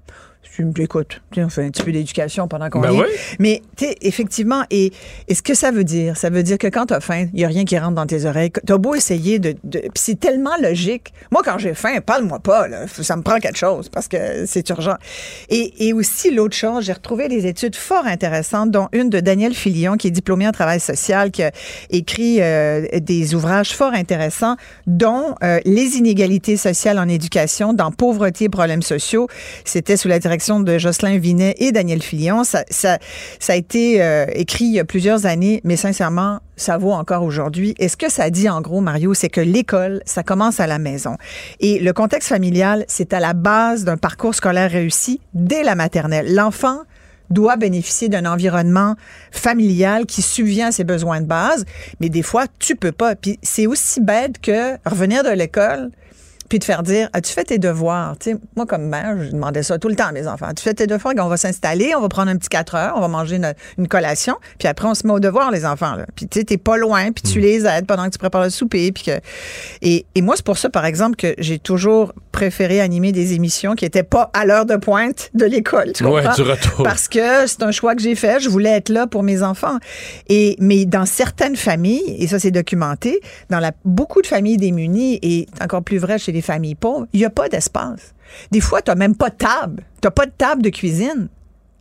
Tu m'écoutes. On fait un petit peu d'éducation pendant qu'on ben lit. Oui. Mais, tu sais, effectivement, et, et ce que ça veut dire, ça veut dire que quand t'as faim, il n'y a rien qui rentre dans tes oreilles. T'as beau essayer de... de puis c'est tellement logique. Moi, quand j'ai faim, parle-moi pas, là. Ça me prend quelque chose parce que c'est urgent. Et, et aussi, l'autre chose, j'ai retrouvé des études fort intéressantes, dont une de Daniel Filion, qui est diplômé en travail social, qui a écrit euh, des ouvrages fort intéressants, dont euh, Les inégalités sociales en éducation, dans Pauvreté et problèmes sociaux. C'était sous la direction de Jocelyn Vinet et Daniel Filion. Ça, ça, ça a été euh, écrit il y a plusieurs années, mais sincèrement, ça vaut encore aujourd'hui. Et ce que ça dit, en gros, Mario, c'est que l'école, ça commence à la maison. Et le contexte familial, c'est à la base d'un parcours scolaire réussi dès la maternelle. L'enfant doit bénéficier d'un environnement familial qui subvient à ses besoins de base, mais des fois, tu peux pas. Puis c'est aussi bête que revenir de l'école puis de faire dire, as-tu fait tes devoirs? Tu sais, moi, comme mère, je demandais ça tout le temps à mes enfants. As-tu fait tes devoirs? On va s'installer, on va prendre un petit quatre heures, on va manger une, une collation, puis après, on se met aux devoirs, les enfants. Là. Puis tu sais, t'es pas loin, puis tu les aides pendant que tu prépares le souper. Puis que... et, et moi, c'est pour ça, par exemple, que j'ai toujours préféré animer des émissions qui étaient pas à l'heure de pointe de l'école. Tu comprends? Ouais, du retour. Parce que c'est un choix que j'ai fait. Je voulais être là pour mes enfants. Et, mais dans certaines familles, et ça, c'est documenté, dans la, beaucoup de familles démunies, et encore plus vrai chez les familles pauvres, il n'y a pas d'espace. Des fois, tu n'as même pas de table. Tu n'as pas de table de cuisine.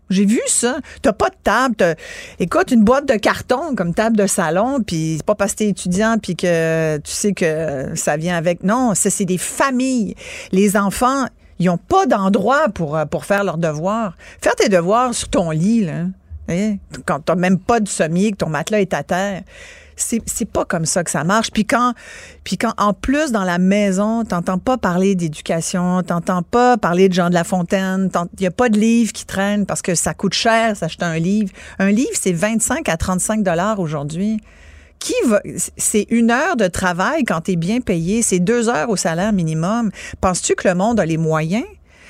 J'ai vu ça. T'as pas de table. T'as... Écoute, une boîte de carton comme table de salon, puis c'est pas parce que t'es étudiant puis que tu sais que ça vient avec. Non, ça, c'est des familles. Les enfants, ils ont pas d'endroit pour, pour faire leurs devoirs. Faire tes devoirs sur ton lit, là, hein? Quand t'as même pas de sommier, que ton matelas est à terre. C'est, c'est pas comme ça que ça marche. Puis quand, puis quand, en plus, dans la maison, t'entends pas parler d'éducation, t'entends pas parler de Jean de La Fontaine, il y a pas de livres qui traînent parce que ça coûte cher s'acheter un livre. Un livre, c'est vingt-cinq à trente-cinq dollars aujourd'hui. Qui va, c'est une heure de travail quand t'es bien payé, c'est deux heures au salaire minimum. Penses-tu que le monde a les moyens?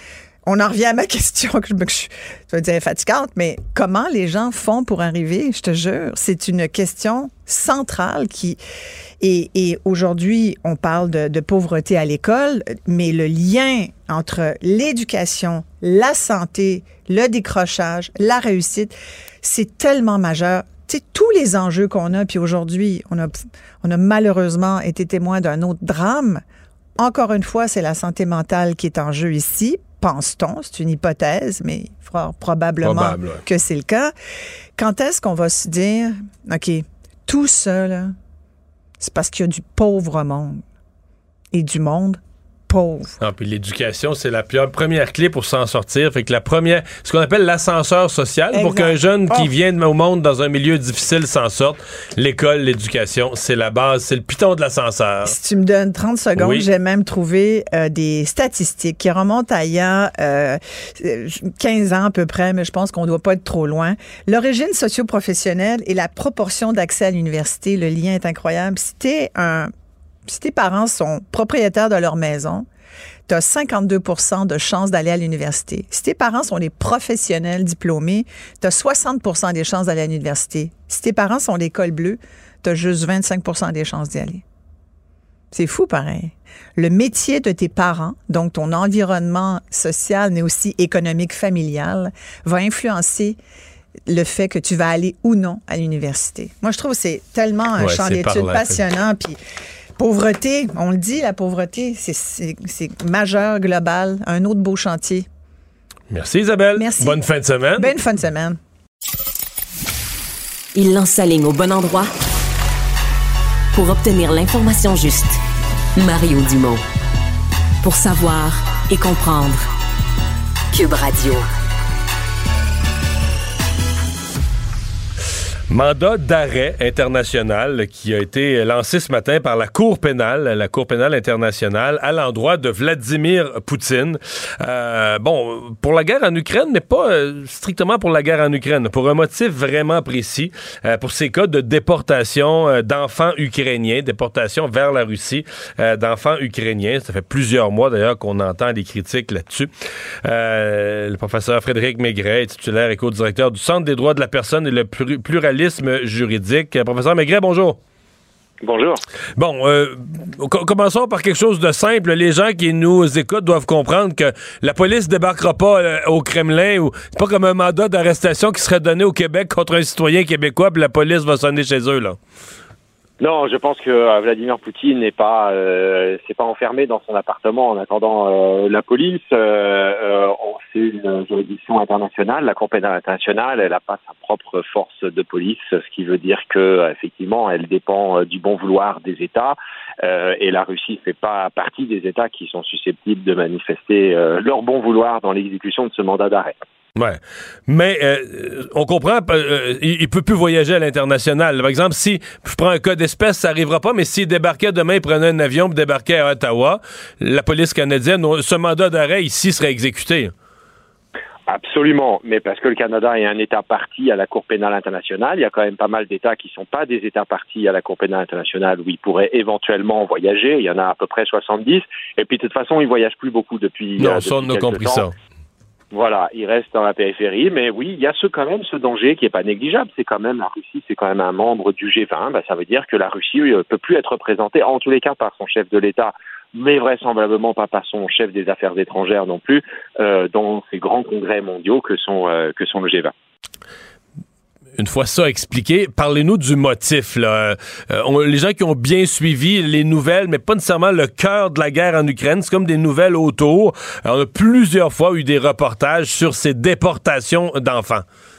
On en revient à ma question, que je, que je, je vais dire fatigante, mais comment les gens font pour arriver? Je te jure, c'est une question centrale qui... Et, et aujourd'hui, on parle de, de pauvreté à l'école, mais le lien entre l'éducation, la santé, le décrochage, la réussite, c'est tellement majeur. Tu sais, tous les enjeux qu'on a, puis aujourd'hui, on a, on a malheureusement été témoin d'un autre drame. Encore une fois, c'est la santé mentale qui est en jeu ici. Pense-t-on, c'est une hypothèse, mais il faudra probablement Probable, ouais. que c'est le cas. Quand est-ce qu'on va se dire, OK, tout ça, là, c'est parce qu'il y a du pauvre monde et du monde pauvre. Ah, puis l'éducation, c'est la première clé pour s'en sortir. Fait que la première, ce qu'on appelle l'ascenseur social, exact. Pour qu'un jeune oh. qui vient au monde dans un milieu difficile s'en sorte, l'école, l'éducation, c'est la base, c'est le piton de l'ascenseur. Si tu me donnes trente secondes, oui. j'ai même trouvé euh, des statistiques qui remontent à il y a euh, quinze ans à peu près, mais je pense qu'on ne doit pas être trop loin. L'origine socio-professionnelle et la proportion d'accès à l'université, le lien est incroyable. Si t'es un Si tes parents sont propriétaires de leur maison, tu as cinquante-deux pour cent de chances d'aller à l'université. Si tes parents sont des professionnels diplômés, tu as soixante pour cent des chances d'aller à l'université. Si tes parents sont des cols bleus, tu as juste vingt-cinq pour cent des chances d'y aller. C'est fou, pareil. Le métier de tes parents, donc ton environnement social, mais aussi économique, familial, va influencer le fait que tu vas aller ou non à l'université. Moi, je trouve que c'est tellement un ouais, champ d'études passionnant, puis pauvreté, on le dit, la pauvreté, c'est, c'est, c'est majeur, global. Un autre beau chantier. Merci Isabelle. Merci. Bonne fin de semaine. Bonne fin de semaine. Il lance sa ligne au bon endroit pour obtenir l'information juste. Mario Dumont. Pour savoir et comprendre. Cube Radio. Mandat d'arrêt international qui a été lancé ce matin par la Cour pénale, la Cour pénale internationale, à l'endroit de Vladimir Poutine. Euh, bon, pour la guerre en Ukraine, mais pas euh, strictement pour la guerre en Ukraine, pour un motif vraiment précis, euh, pour ces cas de déportation euh, d'enfants ukrainiens, déportation vers la Russie euh, d'enfants ukrainiens. Ça fait plusieurs mois d'ailleurs qu'on entend des critiques là-dessus. Euh, le professeur Frédéric Maigret est titulaire et co-directeur du Centre des droits de la personne et le pluralisme juridique. Professeur Maigret, bonjour. Bonjour. Bon, euh, commençons par quelque chose de simple. Les gens qui nous écoutent doivent comprendre que la police débarquera pas euh, au Kremlin, ou c'est pas comme un mandat d'arrestation qui serait donné au Québec contre un citoyen québécois, puis la police va sonner chez eux, là. Non, je pense que euh, Vladimir Poutine n'est pas, euh, c'est pas enfermé dans son appartement en attendant euh, la police. Euh, euh, c'est une juridiction internationale, la Cour pénale internationale. Elle n'a pas sa propre force de police, ce qui veut dire que effectivement, elle dépend euh, du bon vouloir des États. Euh, et la Russie fait pas partie des États qui sont susceptibles de manifester euh, leur bon vouloir dans l'exécution de ce mandat d'arrêt. Ouais, mais euh, on comprend, euh, il, il peut plus voyager à l'international. Par exemple, si je prends un cas d'espèce, ça arrivera pas, mais s'il débarquait demain, il prenait un avion et débarquait à Ottawa, la police canadienne, ce mandat d'arrêt ici serait exécuté. Absolument, mais parce que le Canada est un État partie à la Cour pénale internationale, il y a quand même pas mal d'États qui ne sont pas des États partis à la Cour pénale internationale où ils pourraient éventuellement voyager. Il y en a à peu près soixante-dix, et puis de toute façon, ils ne voyagent plus beaucoup depuis Non, euh, ça, on a compris temps. ça. Voilà, il reste dans la périphérie, mais oui, il y a ce, quand même ce danger qui est pas négligeable. C'est quand même la Russie, c'est quand même un membre du G vingt. Ben, ça veut dire que la Russie ne peut plus être représentée, en tous les cas, par son chef de l'État, mais vraisemblablement pas par son chef des affaires étrangères non plus, euh, dans ces grands congrès mondiaux que sont, euh, que sont le G vingt. Une fois ça expliqué, parlez-nous du motif. Là. Euh, on, les gens qui ont bien suivi les nouvelles, mais pas nécessairement le cœur de la guerre en Ukraine, c'est comme des nouvelles autour. Alors, on a plusieurs fois eu des reportages sur ces déportations d'enfants.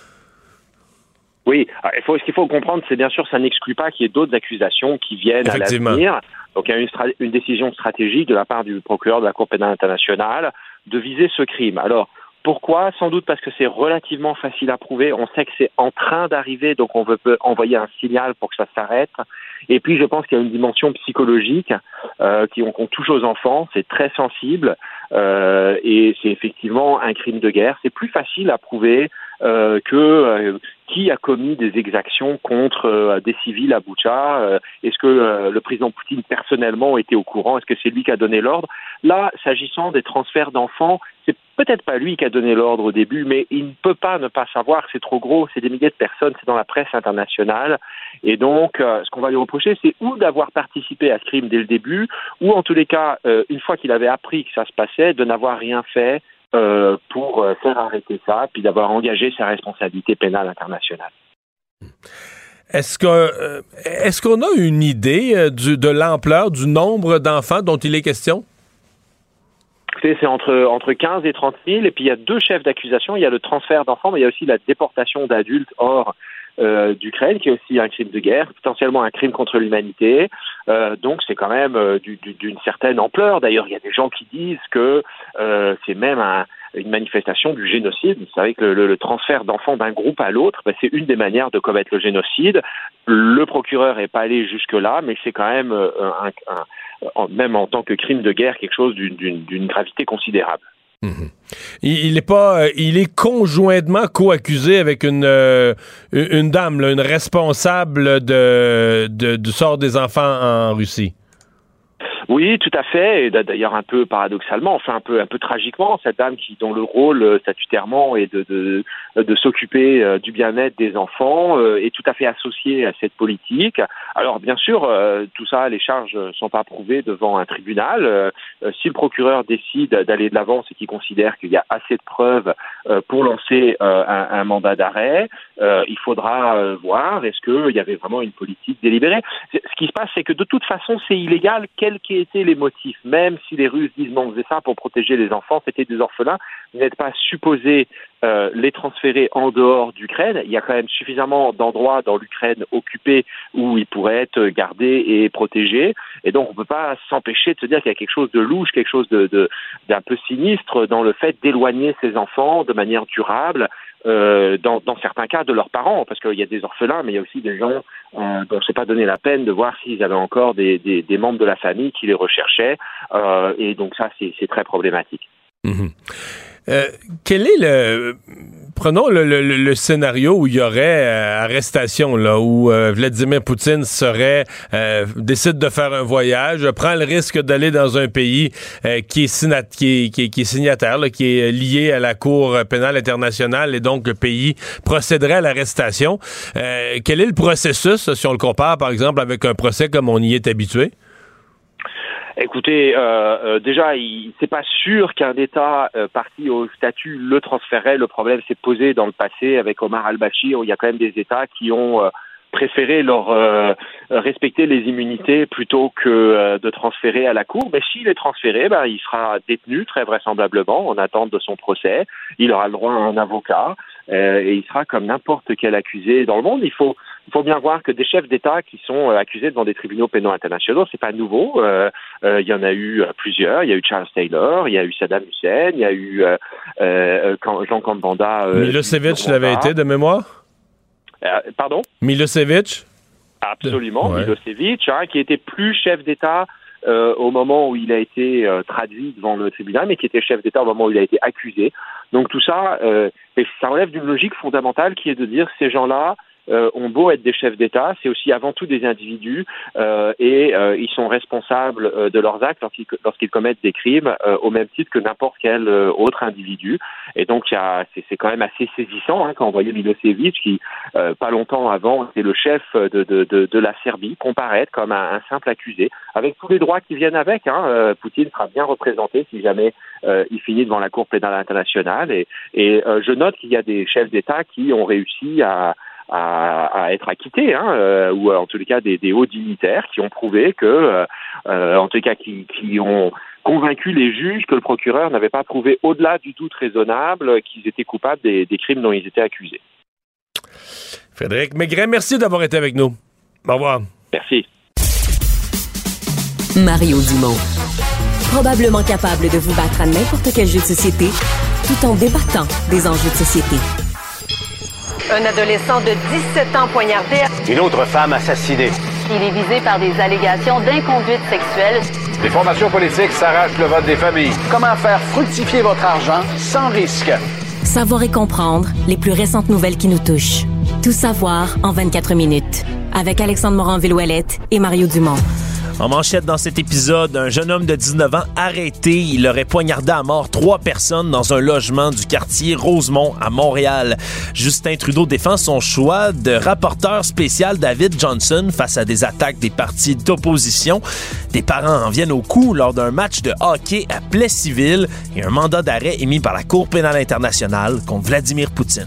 Oui, il faut, ce qu'il faut comprendre, c'est bien sûr, ça n'exclut pas qu'il y ait d'autres accusations qui viennent à l'avenir. Donc, il y a une, stra- une décision stratégique de la part du procureur de la Cour pénale internationale de viser ce crime. Alors, pourquoi? Sans doute parce que c'est relativement facile à prouver. On sait que c'est en train d'arriver, donc on veut peut envoyer un signal pour que ça s'arrête. Et puis, je pense qu'il y a une dimension psychologique euh, qui on, on touche aux enfants. C'est très sensible euh, et c'est effectivement un crime de guerre. C'est plus facile à prouver euh, que euh, qui a commis des exactions contre euh, des civils à Boutcha. Euh, est-ce que euh, le président Poutine personnellement était au courant? Est-ce que c'est lui qui a donné l'ordre? Là, s'agissant des transferts d'enfants, c'est peut-être pas lui qui a donné l'ordre au début, mais il ne peut pas ne pas savoir, c'est trop gros, c'est des milliers de personnes, c'est dans la presse internationale. Et donc, euh, ce qu'on va lui reprocher, c'est ou d'avoir participé à ce crime dès le début, ou en tous les cas, euh, une fois qu'il avait appris que ça se passait, de n'avoir rien fait euh, pour euh, faire arrêter ça, puis d'avoir engagé sa responsabilité pénale internationale. Est-ce que euh, est-ce qu'on a une idée euh, du, de l'ampleur du nombre d'enfants dont il est question? C'est entre, entre quinze et trente mille, et puis il y a deux chefs d'accusation. Il y a le transfert d'enfants, mais il y a aussi la déportation d'adultes hors euh, d'Ukraine, qui est aussi un crime de guerre, potentiellement un crime contre l'humanité. Euh, donc c'est quand même euh, du, du, d'une certaine ampleur. D'ailleurs, il y a des gens qui disent que euh, c'est même un, une manifestation du génocide. Vous savez que le, le, le transfert d'enfants d'un groupe à l'autre, ben, c'est une des manières de commettre le génocide. Le procureur n'est pas allé jusque-là, mais c'est quand même euh, un, un En, même en tant que crime de guerre, quelque chose d'une, d'une, d'une gravité considérable. Mmh. Il, il est pas, euh, il est conjointement co-accusé avec une euh, une dame, là, une responsable de, de du sort des enfants en Russie. Oui, tout à fait. Et d'ailleurs, un peu paradoxalement, enfin un peu, un peu tragiquement, cette dame qui, dont le rôle statutairement est de, de, de s'occuper euh, du bien-être des enfants, euh, est tout à fait associée à cette politique. Alors, bien sûr, euh, tout ça, les charges sont pas prouvées devant un tribunal. Euh, si le procureur décide d'aller de l'avant, c'est qu'il considère qu'il y a assez de preuves euh, pour lancer euh, un, un mandat d'arrêt. Euh, il faudra euh, voir est-ce qu'il y avait vraiment une politique délibérée. Ce qui se passe, c'est que de toute façon, c'est illégal, quel qu'ait été les motifs. Même si les Russes disent non, on faisait ça pour protéger les enfants, c'était des orphelins, vous n'êtes pas supposé euh, les transférer en dehors d'Ukraine. Il y a quand même suffisamment d'endroits dans l'Ukraine occupés où ils pourraient être gardés et protégés. Et donc, on ne peut pas s'empêcher de se dire qu'il y a quelque chose de louche, quelque chose de, de, d'un peu sinistre dans le fait d'éloigner ces enfants de manière durable. Euh, dans, dans certains cas de leurs parents, parce qu'il y a des orphelins, mais il y a aussi des gens euh, dont c'est pas donné la peine de voir s'ils avaient encore des, des, des membres de la famille qui les recherchaient, euh, et donc ça c'est, c'est très problématique. Mmh. Euh, quel est le... Prenons le, le, le scénario où il y aurait euh, arrestation, là, où euh, Vladimir Poutine serait euh, décide de faire un voyage, prend le risque d'aller dans un pays euh, qui, est signat- qui, est, qui, est, qui est signataire, là, qui est lié à la Cour pénale internationale, et donc le pays procéderait à l'arrestation. Euh, quel est le processus, si on le compare, par exemple, avec un procès comme on y est habitué? Écoutez, euh, euh, déjà, il, c'est pas sûr qu'un État euh, parti au statut le transférerait. Le problème s'est posé dans le passé avec Omar al-Bashir, où il y a quand même des États qui ont euh, préféré leur euh, respecter les immunités plutôt que euh, de transférer à la Cour. Mais s'il est transféré, ben, il sera détenu très vraisemblablement en attente de son procès. Il aura le droit à un avocat euh, et il sera comme n'importe quel accusé dans le monde. Il faut Il faut bien voir que des chefs d'État qui sont euh, accusés devant des tribunaux pénaux internationaux, c'est pas nouveau. Euh, euh, il y en a eu euh, plusieurs. Il y a eu Charles Taylor, il y a eu Saddam Hussein, il y a eu euh, euh, Jean Kambanda. Euh, Milosevic l'avait été de mémoire? Euh, pardon? Milosevic? Absolument, ouais. Milosevic, hein, qui était plus chef d'État euh, au moment où il a été euh, traduit devant le tribunal, mais qui était chef d'État au moment où il a été accusé. Donc tout ça, euh, ça relève d'une logique fondamentale qui est de dire ces gens-là Euh, ont beau être des chefs d'État, c'est aussi avant tout des individus euh, et euh, ils sont responsables euh, de leurs actes lorsqu'ils, lorsqu'ils commettent des crimes euh, au même titre que n'importe quel euh, autre individu. Et donc il y a, c'est, c'est quand même assez saisissant hein, quand on voyait Milosevic qui, euh, pas longtemps avant, était le chef de, de, de, de la Serbie, comparaître comme un, un simple accusé, avec tous les droits qui viennent avec. Hein. Euh, Poutine sera bien représenté si jamais euh, il finit devant la Cour pénale internationale. Et, et euh, je note qu'il y a des chefs d'État qui ont réussi à à, à être acquittés, hein, euh, ou en tous les cas des, des hauts dignitaires qui ont prouvé que, euh, en tous les cas, qui, qui ont convaincu les juges que le procureur n'avait pas prouvé au-delà du doute raisonnable qu'ils étaient coupables des, des crimes dont ils étaient accusés. Frédéric Maigret, merci d'avoir été avec nous. Au revoir. Merci. Mario Dumont. Probablement capable de vous battre à n'importe quel jeu de société tout en débattant des enjeux de société. Un adolescent de dix-sept ans poignardé. Une autre femme assassinée. Il est visé par des allégations d'inconduite sexuelle. Les formations politiques s'arrachent le vote des familles. Comment faire fructifier votre argent sans risque? Savoir et comprendre les plus récentes nouvelles qui nous touchent. Tout savoir en vingt-quatre minutes. Avec Alexandre Morin-Villouellette et Mario Dumont. En manchette dans cet épisode, un jeune homme de dix-neuf ans arrêté. Il aurait poignardé à mort trois personnes dans un logement du quartier Rosemont à Montréal. Justin Trudeau défend son choix de rapporteur spécial David Johnston face à des attaques des partis d'opposition. Des parents en viennent au coup lors d'un match de hockey à Plessisville et un mandat d'arrêt émis par la Cour pénale internationale contre Vladimir Poutine.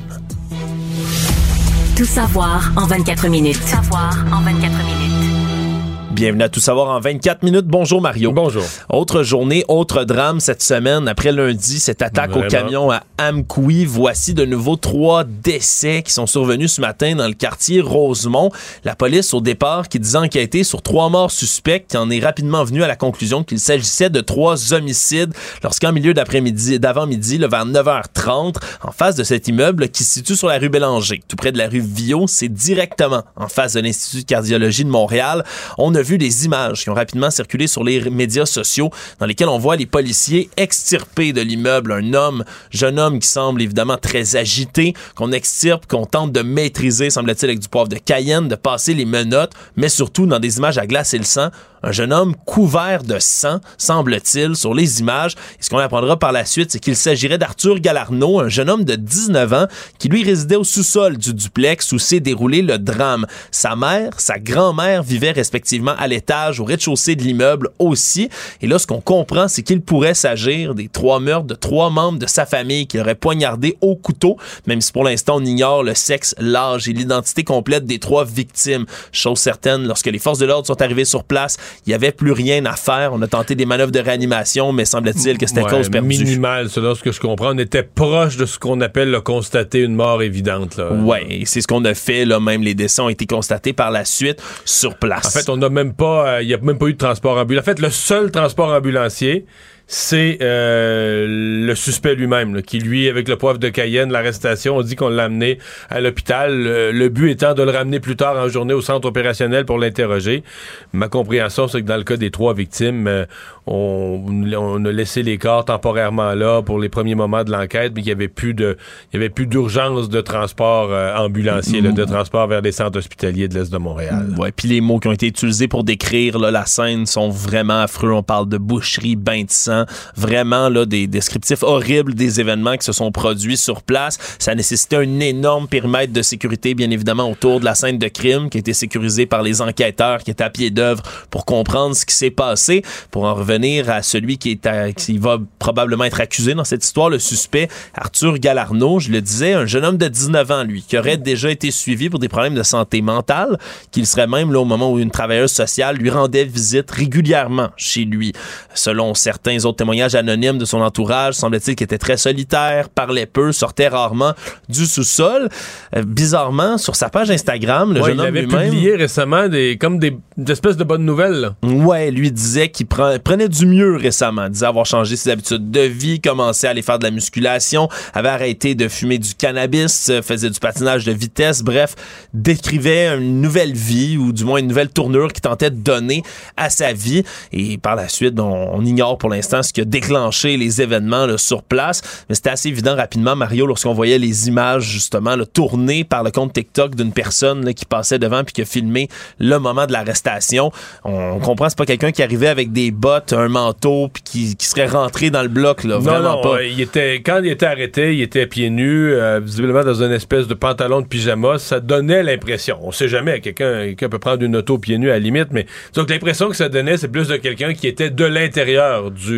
Tout savoir en vingt-quatre minutes. Tout savoir en vingt-quatre minutes. Bienvenue à Tout savoir en vingt-quatre minutes. Bonjour Mario. Bonjour. Autre journée, autre drame cette semaine. Après lundi, cette attaque Vraiment? au camion à Amqui. Voici de nouveau trois décès qui sont survenus ce matin dans le quartier Rosemont. La police, au départ, qui disait enquêter sur trois morts suspects, qui en est rapidement venue à la conclusion qu'il s'agissait de trois homicides lorsqu'en milieu d'après-midi, d'avant-midi, là, vers neuf heures trente, en face de cet immeuble qui se situe sur la rue Bélanger, tout près de la rue Viau, c'est directement en face de l'Institut de cardiologie de Montréal. On a vu des images qui ont rapidement circulé sur les médias sociaux dans lesquelles on voit les policiers extirper de l'immeuble un homme, jeune homme qui semble évidemment très agité, qu'on extirpe, qu'on tente de maîtriser, semble-t-il, avec du poivre de Cayenne, de passer les menottes, mais surtout dans des images à glacer le sang, un jeune homme couvert de sang, semble-t-il, sur les images. Et ce qu'on apprendra par la suite, c'est qu'il s'agirait d'Arthur Galarneau, un jeune homme de dix-neuf ans qui, lui, résidait au sous-sol du duplex où s'est déroulé le drame. Sa mère, sa grand-mère vivaient respectivement à l'étage, au rez-de-chaussée de l'immeuble aussi. Et là, ce qu'on comprend, c'est qu'il pourrait s'agir des trois meurtres de trois membres de sa famille qui auraient poignardé au couteau, même si pour l'instant, on ignore le sexe, l'âge et l'identité complète des trois victimes. Chose certaine, lorsque les forces de l'ordre sont arrivées sur place, il n'y avait plus rien à faire. On a tenté des manœuvres de réanimation, mais semble-t-il que c'était ouais, cause perdue. Minimal, selon ce que je comprends. On était proche de ce qu'on appelle le constater une mort évidente. Oui, c'est ce qu'on a fait. Là, même les décès ont été constatés par la suite sur place. En fait, on n'a même pas, il euh, n'y a même pas eu de transport ambulancier. En fait, le seul transport ambulancier, c'est euh, le suspect lui-même, là, qui, lui, avec le poivre de Cayenne, l'arrestation, on dit qu'on l'a amené à l'hôpital. Le, le but étant de le ramener plus tard en journée au centre opérationnel pour l'interroger. Ma compréhension, c'est que dans le cas des trois victimes, euh, on, on a laissé les corps temporairement là pour les premiers moments de l'enquête, mais qu'il n'y avait plus de, il y avait plus d'urgence de transport euh, ambulancier, mmh. là, de transport vers les centres hospitaliers de l'Est de Montréal. Ouais, puis les mots qui ont été utilisés pour décrire là, la scène sont vraiment affreux. On parle de boucherie, bain de sang, vraiment là, des descriptifs horribles des événements qui se sont produits sur place. Ça a nécessité un énorme périmètre de sécurité, bien évidemment, autour de la scène de crime qui a été sécurisé par les enquêteurs qui étaient à pied d'œuvre pour comprendre ce qui s'est passé. Pour en revenir à celui qui, est à, qui va probablement être accusé dans cette histoire, le suspect Arthur Galarneau, je le disais, un jeune homme de dix-neuf ans, lui, qui aurait déjà été suivi pour des problèmes de santé mentale, qu'il serait même là au moment où une travailleuse sociale lui rendait visite régulièrement chez lui. Selon certains autres témoignages anonymes de son entourage, semble-t-il qu'il était très solitaire, parlait peu, sortait rarement du sous-sol. Euh, bizarrement, sur sa page Instagram, le ouais, jeune homme lui-même... Il avait publié récemment des, comme des, des espèces de bonnes nouvelles. Là. Ouais, lui disait qu'il pre- prenait du mieux récemment, disait avoir changé ses habitudes de vie, commençait à aller faire de la musculation, avait arrêté de fumer du cannabis, faisait du patinage de vitesse, bref, décrivait une nouvelle vie, ou du moins une nouvelle tournure qu'il tentait de donner à sa vie. Et par la suite, on, on ignore pour l'instant ce qui a déclenché les événements là, sur place, mais c'était assez évident rapidement, Mario, lorsqu'on voyait les images justement là, tournées par le compte TikTok d'une personne là, qui passait devant puis qui a filmé le moment de l'arrestation. On, on comprend que c'est pas quelqu'un qui arrivait avec des bottes, un manteau puis qui, qui serait rentré dans le bloc là, vraiment non, non, pas. Euh, il était, quand il était arrêté, il était pieds nus, euh, visiblement dans une espèce de pantalon de pyjama. Ça donnait l'impression, on sait jamais, quelqu'un, quelqu'un peut prendre une auto pieds nus à la limite, mais donc l'impression que ça donnait, c'est plus de quelqu'un qui était de l'intérieur du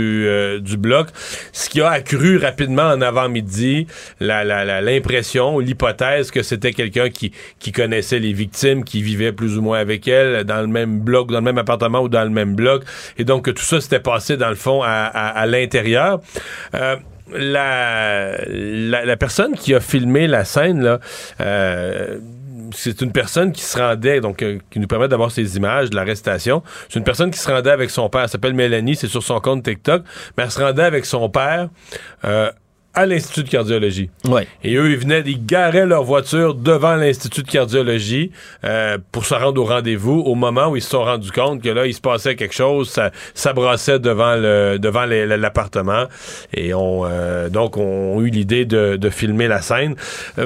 du, euh, du Bloc, ce qui a accru rapidement en avant-midi la, la, la, l'impression, l'hypothèse que c'était quelqu'un qui, qui connaissait les victimes, qui vivait plus ou moins avec elles dans le même bloc, dans le même appartement ou dans le même bloc, et donc que tout ça s'était passé dans le fond à, à, à l'intérieur. Euh, la, la, la personne qui a filmé la scène, là, euh, c'est une personne qui se rendait, donc euh, qui nous permet d'avoir ces images de l'arrestation. C'est une personne qui se rendait avec son père. Elle s'appelle Mélanie, c'est sur son compte TikTok, mais elle se rendait avec son père euh, à l'Institut de cardiologie. Ouais. Et eux, ils venaient, ils garaient leur voiture devant l'Institut de cardiologie euh, pour se rendre au rendez-vous au moment où ils se sont rendus compte que là, il se passait quelque chose, ça, ça brassait devant le devant les, l'appartement. Et on euh, donc, on a eu l'idée de, de filmer la scène. Euh,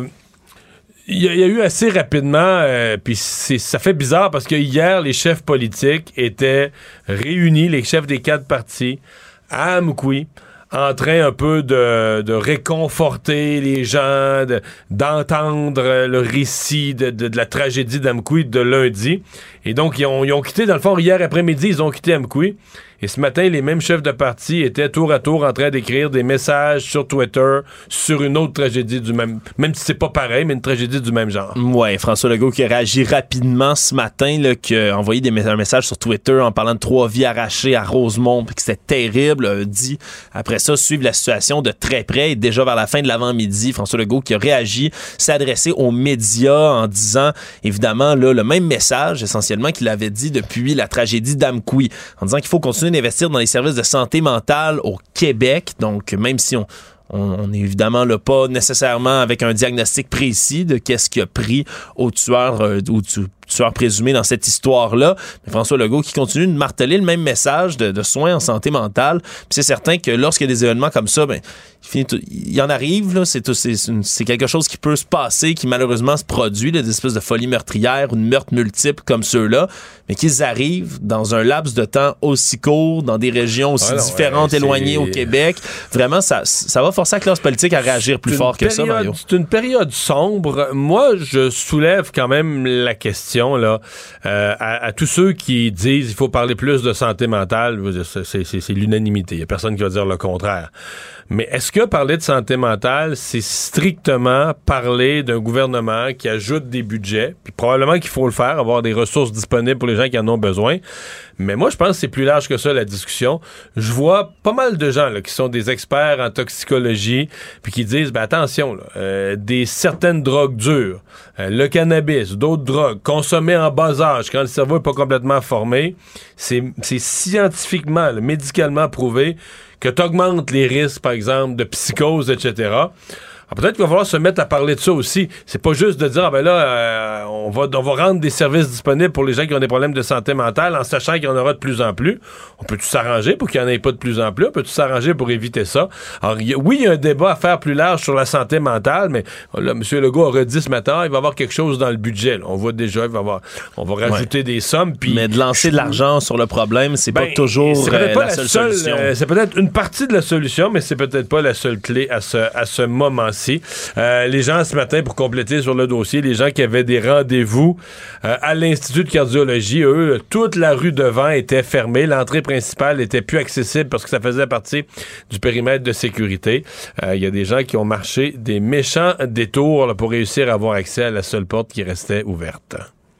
Il y, y a eu assez rapidement, euh, puis ça fait bizarre parce que hier, les chefs politiques étaient réunis, les chefs des quatre partis, à Amqui, en train un peu de, de réconforter les gens, de, d'entendre le récit de, de, de la tragédie d'Amqui de lundi. Et donc, ils ont, ils ont quitté, dans le fond, hier après-midi, ils ont quitté Amqui. Et ce matin, les mêmes chefs de parti étaient tour à tour en train d'écrire des messages sur Twitter sur une autre tragédie du même... Même si c'est pas pareil, mais une tragédie du même genre. Ouais, François Legault qui a réagi rapidement ce matin, là, qui a envoyé des, un message sur Twitter en parlant de trois vies arrachées à Rosemont, puis que c'était terrible, a dit après ça, suivre la situation de très près. Et déjà vers la fin de l'avant-midi, François Legault qui a réagi, s'est adressé aux médias en disant, évidemment, là, le même message, essentiellement, qu'il avait dit depuis la tragédie d'Amqui, en disant qu'il faut continuer d'investir dans les services de santé mentale au Québec. Donc, même si on on n'est évidemment là, pas nécessairement avec un diagnostic précis de qu'est-ce qui a pris au tueur euh, ou tu tueur présumé dans cette histoire-là. Mais François Legault qui continue de marteler le même message de, de soins en santé mentale. Puis c'est certain que lorsqu'il y a des événements comme ça, ben, il, finit tout, il y en arrive, là, c'est, tout, c'est, c'est quelque chose qui peut se passer, qui malheureusement se produit, là, des espèces de folies meurtrières ou de meurtres multiples comme ceux-là, mais qu'ils arrivent dans un laps de temps aussi court, dans des régions aussi ah non, différentes, ouais, éloignées au Québec. Vraiment, ça, ça va forcer la classe politique à réagir plus fort que période, ça, Mario. C'est une période sombre. Moi, je soulève quand même la question Là, euh, à, à tous ceux qui disent qu'il faut parler plus de santé mentale, c'est, c'est, c'est, c'est l'unanimité. Il n'y a personne qui va dire le contraire. Mais est-ce que parler de santé mentale, c'est strictement parler d'un gouvernement qui ajoute des budgets, puis probablement qu'il faut le faire, avoir des ressources disponibles pour les gens qui en ont besoin. Mais moi, je pense que c'est plus large que ça, la discussion. Je vois pas mal de gens là, qui sont des experts en toxicologie, puis qui disent, ben attention, là, euh, des certaines drogues dures, euh, le cannabis, d'autres drogues, consommées en bas âge, quand le cerveau n'est pas complètement formé, c'est, c'est scientifiquement, là, médicalement prouvé que tu augmentes les risques, par exemple, de psychose, et cetera. Alors, peut-être qu'il va falloir se mettre à parler de ça aussi. C'est pas juste de dire, ah ben là, euh, on, va, on va rendre des services disponibles pour les gens qui ont des problèmes de santé mentale en sachant qu'il y en aura de plus en plus. On peut-tu s'arranger pour qu'il n'y en ait pas de plus en plus? On peut-tu s'arranger pour éviter ça? Alors, y a, oui, il y a un débat à faire plus large sur la santé mentale, mais là, M. Legault a redit ce matin, il va y avoir quelque chose dans le budget. Là. On voit déjà, il va avoir, on va rajouter ouais. des sommes. Pis mais de lancer de l'argent sur le problème, c'est ben, pas toujours c'est peut-être euh, pas la, la seule, seule solution. Euh, c'est peut-être une partie de la solution, mais c'est peut-être pas la seule clé à ce, à ce moment-ci. Euh, les gens, ce matin, pour compléter sur le dossier, les gens qui avaient des rendez-vous euh, à l'Institut de cardiologie, eux, toute la rue devant était fermée. L'entrée principale était plus accessible parce que ça faisait partie du périmètre de sécurité. Il euh, y a des gens qui ont marché des méchants détours là, pour réussir à avoir accès à la seule porte qui restait ouverte.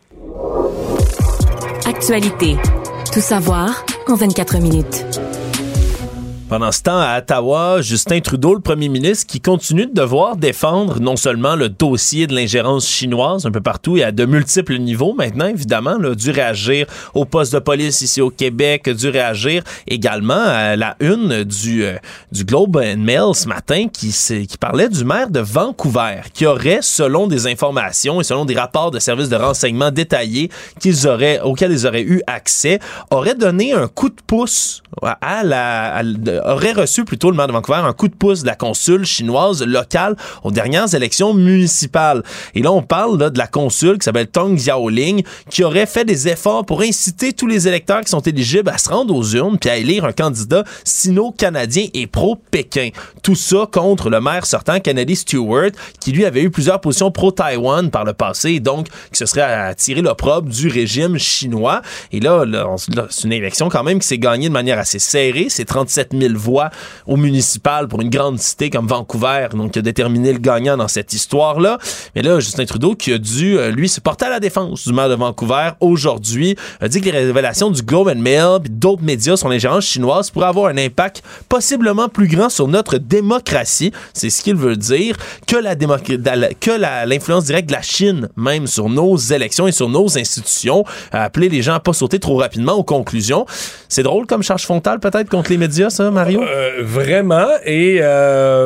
Actualité. Tout savoir en vingt-quatre minutes. Pendant ce temps, à Ottawa, Justin Trudeau, le premier ministre, qui continue de devoir défendre non seulement le dossier de l'ingérence chinoise un peu partout et à de multiples niveaux maintenant, évidemment, là, dû réagir au poste de police ici au Québec, dû réagir également à la une du, euh, du Globe and Mail ce matin qui, qui parlait du maire de Vancouver qui aurait, selon des informations et selon des rapports de services de renseignement détaillés qu'ils auraient, auxquels ils auraient eu accès, aurait donné un coup de pouce à la... À, aurait reçu plutôt le maire de Vancouver un coup de pouce de la consule chinoise locale aux dernières élections municipales. Et là, on parle là, de la consule qui s'appelle Tong Xiaoling, qui aurait fait des efforts pour inciter tous les électeurs qui sont éligibles à se rendre aux urnes puis à élire un candidat sino-canadien et pro-Pékin. Tout ça contre le maire sortant, Kennedy Stewart, qui lui avait eu plusieurs positions pro-Taïwan par le passé, et donc qui se serait attiré l'opprobre du régime chinois. Et là, là, on, là c'est une élection quand même qui s'est gagnée de manière assez serré. C'est trente-sept mille voix au municipal pour une grande cité comme Vancouver, donc qui a déterminé le gagnant dans cette histoire-là. Mais là, Justin Trudeau, qui a dû, lui, se porter à la défense du maire de Vancouver aujourd'hui, a dit que les révélations du Globe and Mail et d'autres médias sur l'ingérence chinoise pourraient avoir un impact possiblement plus grand sur notre démocratie. C'est ce qu'il veut dire, que la démocratie, que la, l'influence directe de la Chine, même sur nos élections et sur nos institutions, a appelé les gens à pas sauter trop rapidement aux conclusions. C'est drôle comme charge frontale peut-être contre les médias, ça, Mario? Euh, vraiment, et euh,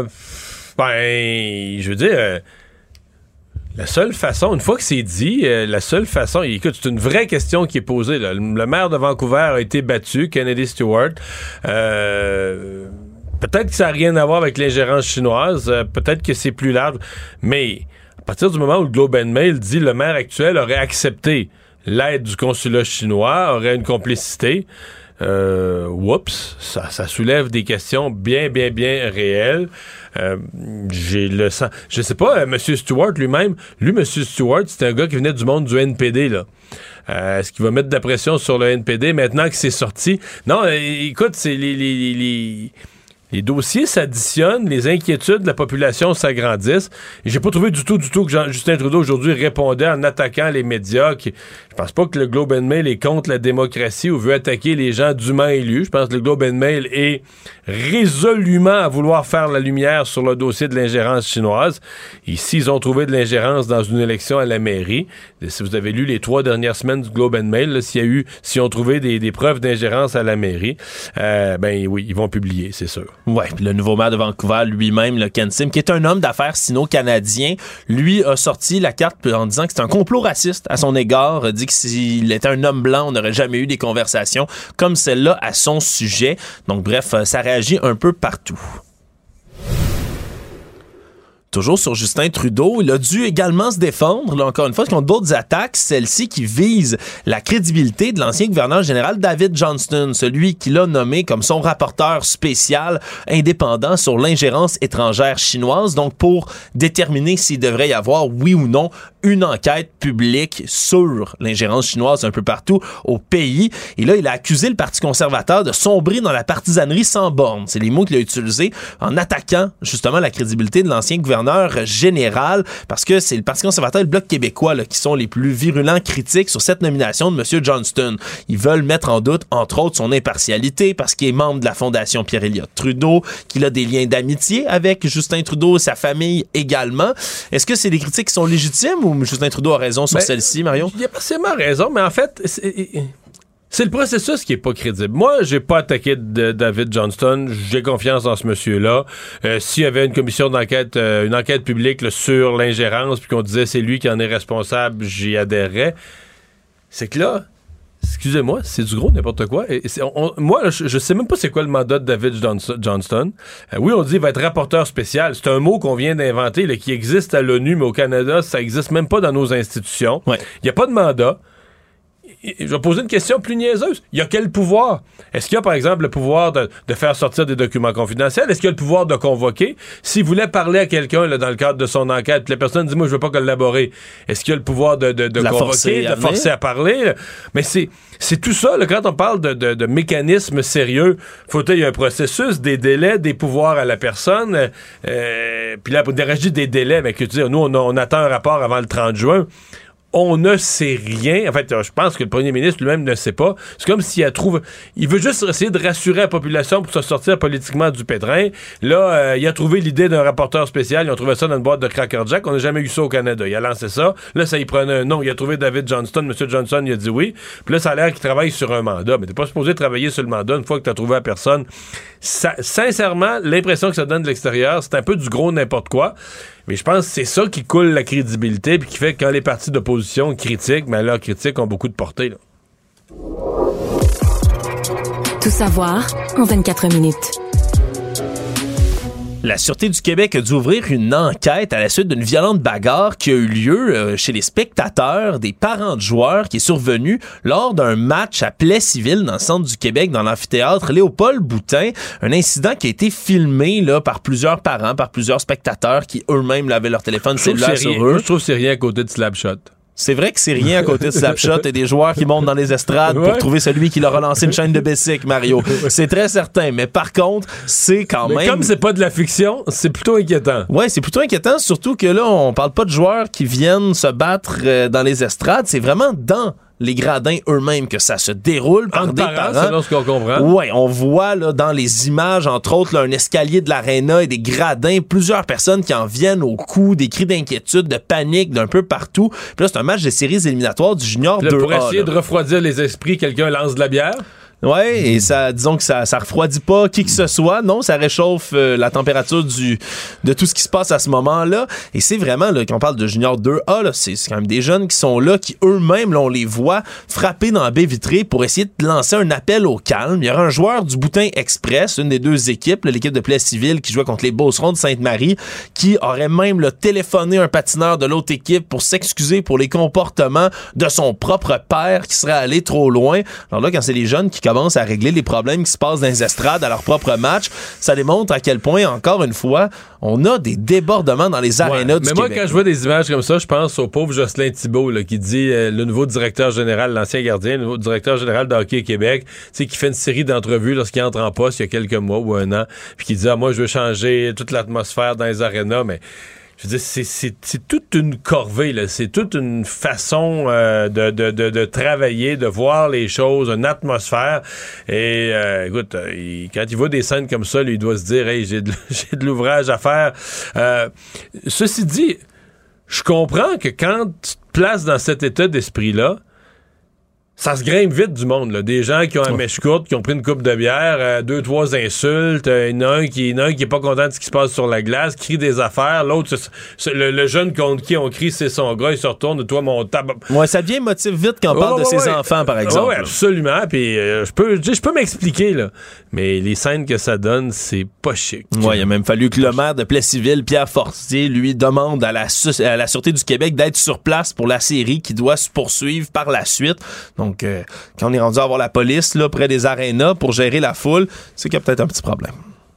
ben, je veux dire, euh, la seule façon, une fois que c'est dit, euh, la seule façon, écoute, c'est une vraie question qui est posée, là. Le, le maire de Vancouver a été battu, Kennedy Stewart. Euh, peut-être que ça n'a rien à voir avec l'ingérence chinoise, euh, peut-être que c'est plus large, mais à partir du moment où le Globe and Mail dit le maire actuel aurait accepté l'aide du consulat chinois, aurait une complicité, Euh, oups, ça, ça soulève des questions bien, bien, bien réelles. Euh, j'ai le sens. Je sais pas, euh, M. Stewart lui-même, lui, M. Stewart, c'était un gars qui venait du monde du N P D, là. Euh, est-ce qu'il va mettre de la pression sur le N P D maintenant que c'est sorti? Non, euh, écoute, c'est les, les, les, les dossiers s'additionnent, les inquiétudes de la population s'agrandissent. Et j'ai pas trouvé du tout, du tout que Jean, Justin Trudeau aujourd'hui répondait en attaquant les médias. Qui, je pense pas que le Globe and Mail est contre la démocratie ou veut attaquer les gens dûment élus. Je pense que le Globe and Mail est résolument à vouloir faire la lumière sur le dossier de l'ingérence chinoise. Ici, ils ont trouvé de l'ingérence dans une élection à la mairie. Et si vous avez lu les trois dernières semaines du Globe and Mail, là, s'il y a eu, s'ils ont trouvé des, des preuves d'ingérence à la mairie, euh, ben oui, ils vont publier, c'est sûr. Ouais, puis le nouveau maire de Vancouver lui-même, le Ken Sim, qui est un homme d'affaires sino-canadien, lui a sorti la carte en disant que c'est un complot raciste à son égard, a dit que s'il était un homme blanc, on n'aurait jamais eu des conversations comme celle-là à son sujet. Donc bref, ça réagit un peu partout. Toujours sur Justin Trudeau, il a dû également se défendre, là, encore une fois, contre d'autres attaques, celles-ci qui visent la crédibilité de l'ancien gouverneur général David Johnston, celui qu'il a nommé comme son rapporteur spécial indépendant sur l'ingérence étrangère chinoise, donc pour déterminer s'il devrait y avoir, oui ou non, une enquête publique sur l'ingérence chinoise un peu partout au pays. Et là, il a accusé le Parti conservateur de sombrer dans la partisanerie sans borne. C'est les mots qu'il a utilisés en attaquant justement la crédibilité de l'ancien gouverneur général, parce que c'est le Parti conservateur et le Bloc québécois là, qui sont les plus virulents critiques sur cette nomination de M. Johnston. Ils veulent mettre en doute, entre autres, son impartialité, parce qu'il est membre de la Fondation Pierre-Éliott Trudeau, qu'il a des liens d'amitié avec Justin Trudeau et sa famille également. Est-ce que c'est des critiques qui sont légitimes ou Justin Trudeau a raison sur ben, celle-ci, Mario? Il a partiellement raison, mais en fait, c'est, c'est le processus qui est pas crédible. Moi, j'ai pas attaqué de David Johnston. J'ai confiance dans ce monsieur-là. Euh, s'il y avait une commission d'enquête, euh, une enquête publique là, sur l'ingérence, puis qu'on disait c'est lui qui en est responsable, j'y adhérerais. C'est que là, excusez-moi, c'est du gros n'importe quoi. Et c'est, on, moi, là, je, je sais même pas c'est quoi le mandat de David Johnston. Euh, oui, on dit qu'il va être rapporteur spécial. C'est un mot qu'on vient d'inventer, là, qui existe à l'ONU, mais au Canada, ça existe même pas dans nos institutions. Il ouais. n'y a pas de mandat. Je vais poser une question plus niaiseuse. Il y a quel pouvoir? Est-ce qu'il y a, par exemple, le pouvoir de, de faire sortir des documents confidentiels? Est-ce qu'il y a le pouvoir de convoquer? S'il voulait parler à quelqu'un là, dans le cadre de son enquête, puis la personne dit « Moi, je veux pas collaborer », est-ce qu'il y a le pouvoir de, de, de convoquer, forcer de forcer à parler? Là? Mais c'est, c'est tout ça, là, quand on parle de, de, de mécanismes sérieux, faut qu'il y ait un processus, des délais, des pouvoirs à la personne. Euh, puis là, pour dérager des délais, mais que tu dis, nous, on, on attend un rapport avant le trente juin. On ne sait rien. En fait, je pense que le premier ministre lui-même ne sait pas. C'est comme s'il a trouvé... Il veut juste essayer de rassurer la population pour se sortir politiquement du pétrin. Là, euh, il a trouvé l'idée d'un rapporteur spécial. Ils ont trouvé ça dans une boîte de Cracker Jack. On n'a jamais eu ça au Canada. Il a lancé ça. Là, ça y prenait un nom. Il a trouvé David Johnston. M. Johnson, il a dit oui. Puis là, ça a l'air qu'il travaille sur un mandat. Mais t'es pas supposé travailler sur le mandat une fois que t'as trouvé la personne. Ça, sincèrement, l'impression que ça donne de l'extérieur, c'est un peu du gros n'importe quoi. Mais je pense que c'est ça qui coule la crédibilité puis qui fait que quand les partis d'opposition critiquent, mais leurs critiques ont beaucoup de portée. Là. Tout savoir en vingt-quatre minutes. La Sûreté du Québec a dû ouvrir une enquête à la suite d'une violente bagarre qui a eu lieu euh, chez les spectateurs des parents de joueurs qui est survenue lors d'un match à Plessisville dans le centre du Québec dans l'amphithéâtre Léopold Boutin. Un incident qui a été filmé là, par plusieurs parents, par plusieurs spectateurs qui eux-mêmes avaient leur téléphone cellulaire sur eux. Je trouve que c'est rien à côté de Slapshot. C'est vrai que c'est rien à côté de Slapshot et des joueurs qui montent dans les estrades ouais. pour trouver celui qui leur a lancé une chaîne de bicycle, Mario. C'est très certain. Mais par contre, c'est quand mais même... comme c'est pas de la fiction, c'est plutôt inquiétant. Ouais, c'est plutôt inquiétant, surtout que là, on parle pas de joueurs qui viennent se battre euh, dans les estrades. C'est vraiment dans les gradins eux-mêmes que ça se déroule par Entre des parents, parents. selon ce qu'on comprend. Ouais, on voit là dans les images, entre autres, là, un escalier de l'aréna et des gradins, plusieurs personnes qui en viennent au cou, des cris d'inquiétude, de panique d'un peu partout. Puis là, c'est un match des séries éliminatoires du Junior Là, deux A. pour essayer là. de refroidir les esprits, quelqu'un lance de la bière. Ouais, et ça, disons que ça, ça refroidit pas qui que ce soit. Non, ça réchauffe euh, la température du, de tout ce qui se passe à ce moment-là. Et c'est vraiment, là, quand on parle de Junior deux A, là, c'est, c'est quand même des jeunes qui sont là, qui eux-mêmes, là, on les voit frapper dans la baie vitrée pour essayer de lancer un appel au calme. Il y aura un joueur du Boutin Express, une des deux équipes, là, l'équipe de Plessisville qui jouait contre les Beaucerons de Sainte-Marie, qui aurait même là, téléphoné un patineur de l'autre équipe pour s'excuser pour les comportements de son propre père qui serait allé trop loin. Alors là, quand c'est les jeunes qui commencent à régler les problèmes qui se passent dans les estrades à leur propre match, ça démontre à quel point, encore une fois, on a des débordements dans les arénas ouais, du mais moi, Québec. quand je vois des images comme ça, je pense au pauvre Jocelyn Thibault là, qui dit, euh, le nouveau directeur général, l'ancien gardien, le nouveau directeur général de Hockey Québec, tu sais, qui fait une série d'entrevues lorsqu'il entre en poste il y a quelques mois ou un an, puis qui dit, ah, moi, je veux changer toute l'atmosphère dans les arénas, mais je veux dire, c'est, c'est, c'est toute une corvée, là. C'est toute une façon euh, de, de, de, de travailler, de voir les choses, une atmosphère. Et euh, écoute, euh, il, quand il voit des scènes comme ça, lui, il doit se dire, hey, j'ai de, j'ai de l'ouvrage à faire. Euh, ceci dit, je comprends que quand tu te places dans cet état d'esprit-là, ça se grimpe vite du monde, là. Des gens qui ont une mèche courte, qui ont pris une coupe de bière, euh, deux, trois insultes, euh, il y en a un qui, il y en a un qui est pas content de ce qui se passe sur la glace, crie des affaires, l'autre, c'est, c'est, le, le jeune contre qui on crie, c'est son gars, il se retourne, toi, mon tabac. Ouais, ça devient émotif vite quand on oh, parle ouais, de ses ouais. enfants, par exemple. Oui, ouais, absolument, puis euh, je peux, je peux m'expliquer, là, mais les scènes que ça donne, c'est pas chic. Ouais, il a même fallu que le maire de Plessisville, Pierre Fortier, lui demande à la, à la Sûreté du Québec d'être sur place pour la série qui doit se poursuivre par la suite. Donc, euh, quand on est rendu à avoir la police là, près des arénas pour gérer la foule, c'est qu'il y a peut-être un petit problème.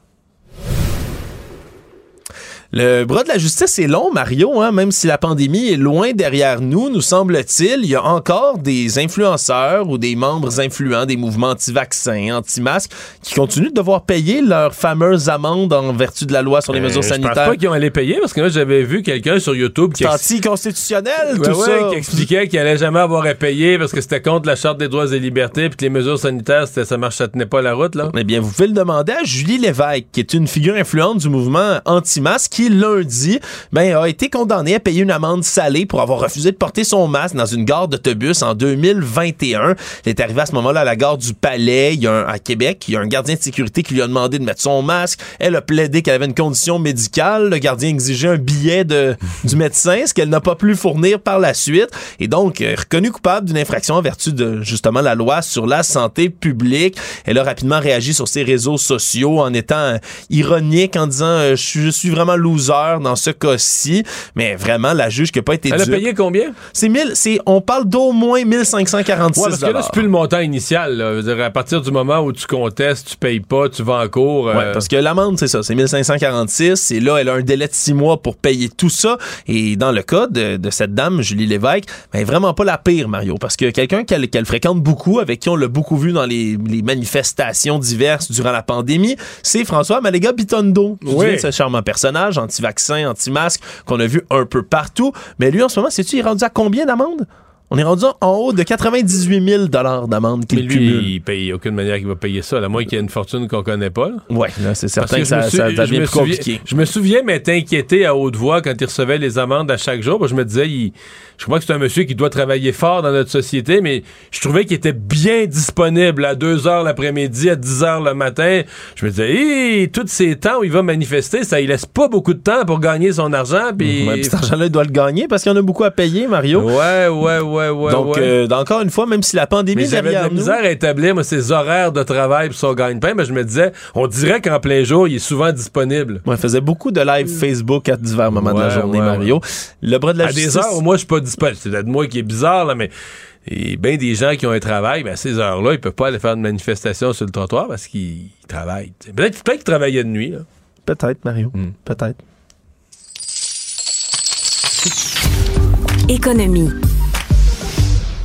Le bras de la justice est long, Mario, hein? Même si la pandémie est loin derrière nous, nous semble-t-il, il y a encore des influenceurs ou des membres influents des mouvements anti-vaccins, anti-masques, qui continuent de devoir payer leurs fameuses amendes en vertu de la loi sur les euh, mesures je sanitaires. Je pense pas qu'ils ont allé payer, parce que moi, j'avais vu quelqu'un sur YouTube qui... C'est anti-constitutionnel, ouais, tout ouais, ça. qui expliquait qu'il allait jamais avoir à payer parce que c'était contre la Charte des droits et libertés puis que les mesures sanitaires, c'était, ça marche, ça tenait pas la route, là. Eh bien, vous pouvez le demander à Julie Lévesque, qui est une figure influente du mouvement anti-masque, qui, lundi, ben, a été condamnée à payer une amende salée pour avoir refusé de porter son masque dans une gare d'autobus en deux mille vingt et un. Elle est arrivée à ce moment-là à la gare du Palais, il y a un, à Québec. Il y a un gardien de sécurité qui lui a demandé de mettre son masque. Elle a plaidé qu'elle avait une condition médicale. Le gardien exigeait un billet de, du médecin, ce qu'elle n'a pas pu fournir par la suite. Et donc, euh, reconnue coupable d'une infraction en vertu de, justement, la loi sur la santé publique. Elle a rapidement réagi sur ses réseaux sociaux en étant euh, ironique, en disant euh, je, suis, je suis vraiment loser dans ce cas-ci. Mais vraiment, la juge qui n'a pas été Elle dupe. a payé combien? C'est mille, c'est, on parle d'au moins mille cinq cent quarante-six dollars. Ouais, parce que là, c'est plus le montant initial, là. Je veux dire, à partir du moment où tu contestes, tu payes pas, tu vas en cours. Euh... Ouais, parce que l'amende, c'est ça, c'est mille cinq cent quarante-six. Et là, elle a un délai de six mois pour payer tout ça. Et dans le cas de, de cette dame, Julie Lévesque, ben, vraiment pas la pire, Mario. Parce que quelqu'un qu'elle, qu'elle fréquente beaucoup, avec qui on l'a beaucoup vu dans les, les manifestations diverses durant la pandémie, c'est François Maléga Bitondo. Tu oui. de ce charmant personnage, anti-vaccin, anti-masque, qu'on a vu un peu partout. Mais lui, en ce moment, sais-tu, il est rendu à combien d'amende? On est rendu en haut de quatre-vingt-dix-huit mille dollars d'amende qu'il Mais lui, cumule. il paye. Il n'y a aucune manière qu'il va payer ça, à moins qu'il y ait une fortune qu'on connaît pas. Là. Ouais, là, c'est certain que, que ça, suis, ça devient plus souviens, compliqué. Je me souviens m'être inquiété à haute voix quand il recevait les amendes à chaque jour. Je me disais, il, je crois que c'est un monsieur qui doit travailler fort dans notre société, mais je trouvais qu'il était bien disponible à deux heures l'après-midi, à dix heures le matin. Je me disais, hey, tous ces temps où il va manifester, ça il laisse pas beaucoup de temps pour gagner son argent. Puis ouais, cet argent-là, il doit le gagner parce qu'il y en a beaucoup à payer, Mario. Ouais, ouais, ouais, ouais. Donc, ouais. Euh, encore une fois, même si la pandémie mais est j'avais de la derrière nous... misère à établir moi, ses horaires de travail pour son gagne-pain, mais je me disais, on dirait qu'en plein jour, il est souvent disponible. Ouais, il faisait beaucoup de live Facebook à divers moments ouais, de la journée, ouais, Mario. Ouais. Le bras de la à justice... À des heures où moi, je suis pas disponible. C'est peut-être moi qui est bizarre, là, mais et bien des gens qui ont un travail, ben, à ces heures-là, ils peuvent pas aller faire une manifestation sur le trottoir parce qu'ils travaillent. T'sais. Peut-être, peut-être qu'ils travaillaient de nuit. Là. Peut-être, Mario. Mm. Peut-être. Économie.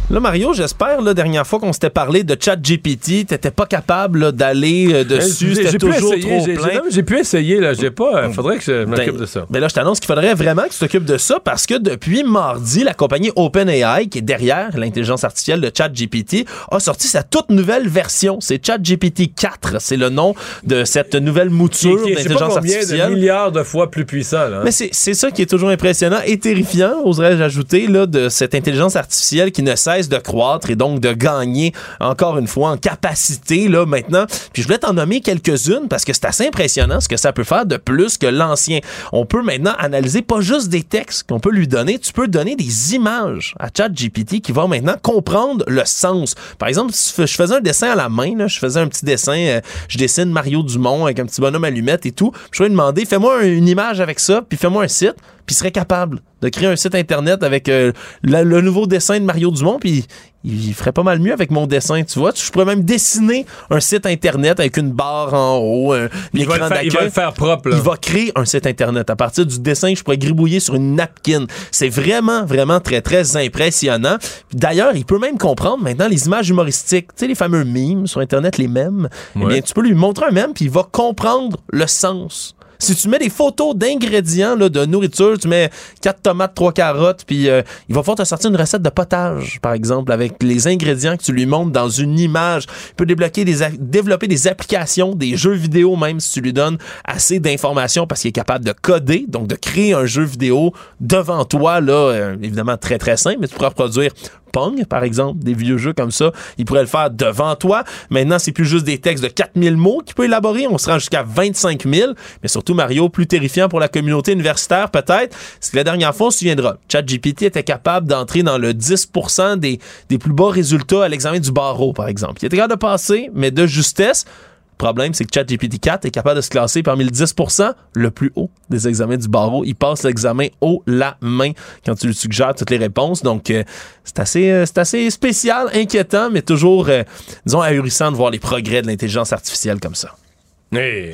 Là, Mario, j'espère, la dernière fois qu'on s'était parlé de ChatGPT, t'étais pas capable là, d'aller euh, dessus, j'ai, c'était j'ai toujours essayer, trop j'ai, plein. J'ai, j'ai pu essayer, là, j'ai pas, faudrait que je m'occupe ben, de ça. Ben là, je t'annonce qu'il faudrait vraiment que tu t'occupes de ça parce que depuis mardi, la compagnie OpenAI, qui est derrière l'intelligence artificielle de ChatGPT, a sorti sa toute nouvelle version. C'est ChatGPT quatre, c'est le nom de cette nouvelle mouture qui, qui, d'intelligence artificielle. De milliards de fois plus puissant, là. Hein? Mais c'est, c'est ça qui est toujours impressionnant et terrifiant, oserais-je ajouter, là, de cette intelligence artificielle qui ne cesse de croître et donc de gagner encore une fois en capacité là maintenant. Puis je voulais t'en nommer quelques-unes parce que c'est assez impressionnant ce que ça peut faire de plus que l'ancien. On peut maintenant analyser pas juste des textes qu'on peut lui donner, tu peux donner des images à ChatGPT qui va maintenant comprendre le sens. Par exemple, si je faisais un dessin à la main, là, je faisais un petit dessin, euh, je dessine Mario Dumont avec un petit bonhomme allumette et tout, je pourrais lui demander, fais-moi une image avec ça, puis fais-moi un site, puis il serait capable de créer un site internet avec euh, la, le nouveau dessin de Mario Dumont, puis il ferait pas mal mieux avec mon dessin, tu vois. Je pourrais même dessiner un site internet avec une barre en haut, un il écran va d'accueil. Il va le faire propre, là. Il va créer un site internet. À partir du dessin, je pourrais gribouiller sur une napkin. C'est vraiment, vraiment très, très impressionnant. D'ailleurs, il peut même comprendre maintenant les images humoristiques. Tu sais, les fameux memes sur internet, les mèmes. Ouais. Eh bien, tu peux lui montrer un mème, puis il va comprendre le sens. Si tu mets des photos d'ingrédients là, de nourriture, tu mets quatre tomates, trois carottes, puis euh, il va pouvoir te sortir une recette de potage, par exemple, avec les ingrédients que tu lui montres dans une image. Il peut débloquer des a- développer des applications, des jeux vidéo même, si tu lui donnes assez d'informations, parce qu'il est capable de coder, donc de créer un jeu vidéo devant toi, là, euh, évidemment très très simple, mais tu pourras produire Pong, par exemple, des vieux jeux comme ça, il pourrait le faire devant toi. Maintenant, c'est plus juste des textes de quatre mille mots qu'il peut élaborer, on se rend jusqu'à vingt-cinq mille, mais surtout, Mario, plus terrifiant pour la communauté universitaire, peut-être, c'est que la dernière fois, on se souviendra, ChatGPT était capable d'entrer dans le dix pour cent des, des plus bas résultats à l'examen du barreau, par exemple. Il était capable de passer, mais de justesse. Le problème, c'est que ChatGPT quatre est capable de se classer parmi le dix pour cent le plus haut des examens du barreau. Il passe l'examen haut la main quand tu lui suggères toutes les réponses. Donc, euh, c'est assez, euh, c'est assez spécial, inquiétant, mais toujours, euh, disons, ahurissant de voir les progrès de l'intelligence artificielle comme ça. Hey.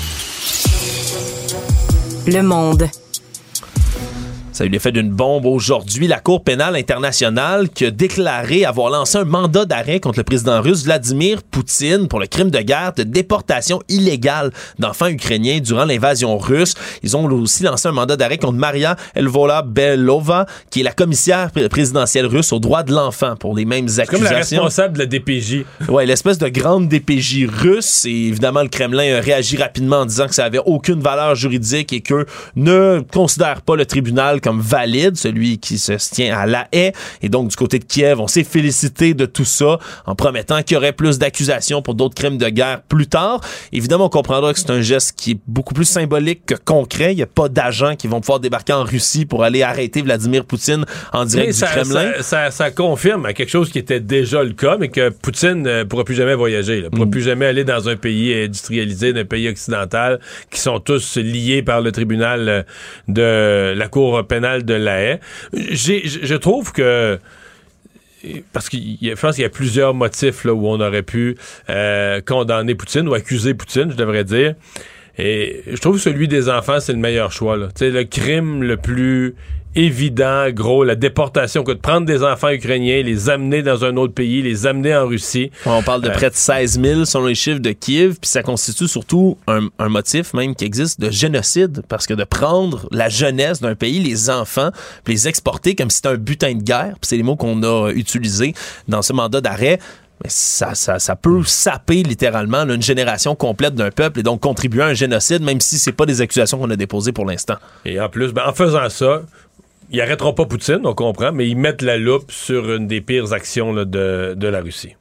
Le Monde. Ça a eu l'effet d'une bombe aujourd'hui. La Cour pénale internationale qui a déclaré avoir lancé un mandat d'arrêt contre le président russe Vladimir Poutine pour le crime de guerre de déportation illégale d'enfants ukrainiens durant l'invasion russe. Ils ont aussi lancé un mandat d'arrêt contre Maria Elvola-Belova, qui est la commissaire présidentielle russe aux droits de l'enfant pour les mêmes accusations. Comme la responsable de la D P J. Ouais, l'espèce de grande D P J russe. Et évidemment, le Kremlin a réagi rapidement en disant que ça avait aucune valeur juridique et qu'eux ne considèrent pas le tribunal comme valide, celui qui se tient à La Haye. Et donc, du côté de Kiev, on s'est félicité de tout ça en promettant qu'il y aurait plus d'accusations pour d'autres crimes de guerre plus tard. Évidemment, on comprendra que c'est un geste qui est beaucoup plus symbolique que concret. Il n'y a pas d'agents qui vont pouvoir débarquer en Russie pour aller arrêter Vladimir Poutine en direct mais du ça, Kremlin. Ça, ça, ça confirme quelque chose qui était déjà le cas, mais que Poutine ne pourra plus jamais voyager. Ne pourra mm. plus jamais aller dans un pays industrialisé, d'un pays occidental, qui sont tous liés par le tribunal de la Cour pénale de La Haye. J'ai, je trouve que parce que je pense qu'il y a plusieurs motifs là, où on aurait pu euh, condamner Poutine ou accuser Poutine, je devrais dire. Et je trouve que celui des enfants, c'est le meilleur choix. Là. Le crime le plus évident, gros, la déportation, que de prendre des enfants ukrainiens, les amener dans un autre pays, les amener en Russie. On parle de près de seize mille selon les chiffres de Kiev, puis ça constitue surtout un, un motif même qui existe de génocide, parce que de prendre la jeunesse d'un pays, les enfants, puis les exporter comme si c'était un butin de guerre, puis c'est les mots qu'on a utilisés dans ce mandat d'arrêt. Mais ça, ça, ça peut saper littéralement là, une génération complète d'un peuple et donc contribuer à un génocide, même si c'est pas des accusations qu'on a déposées pour l'instant. Et en plus, ben, en faisant ça, ils arrêteront pas Poutine, on comprend, mais ils mettent la loupe sur une des pires actions là, de, de la Russie.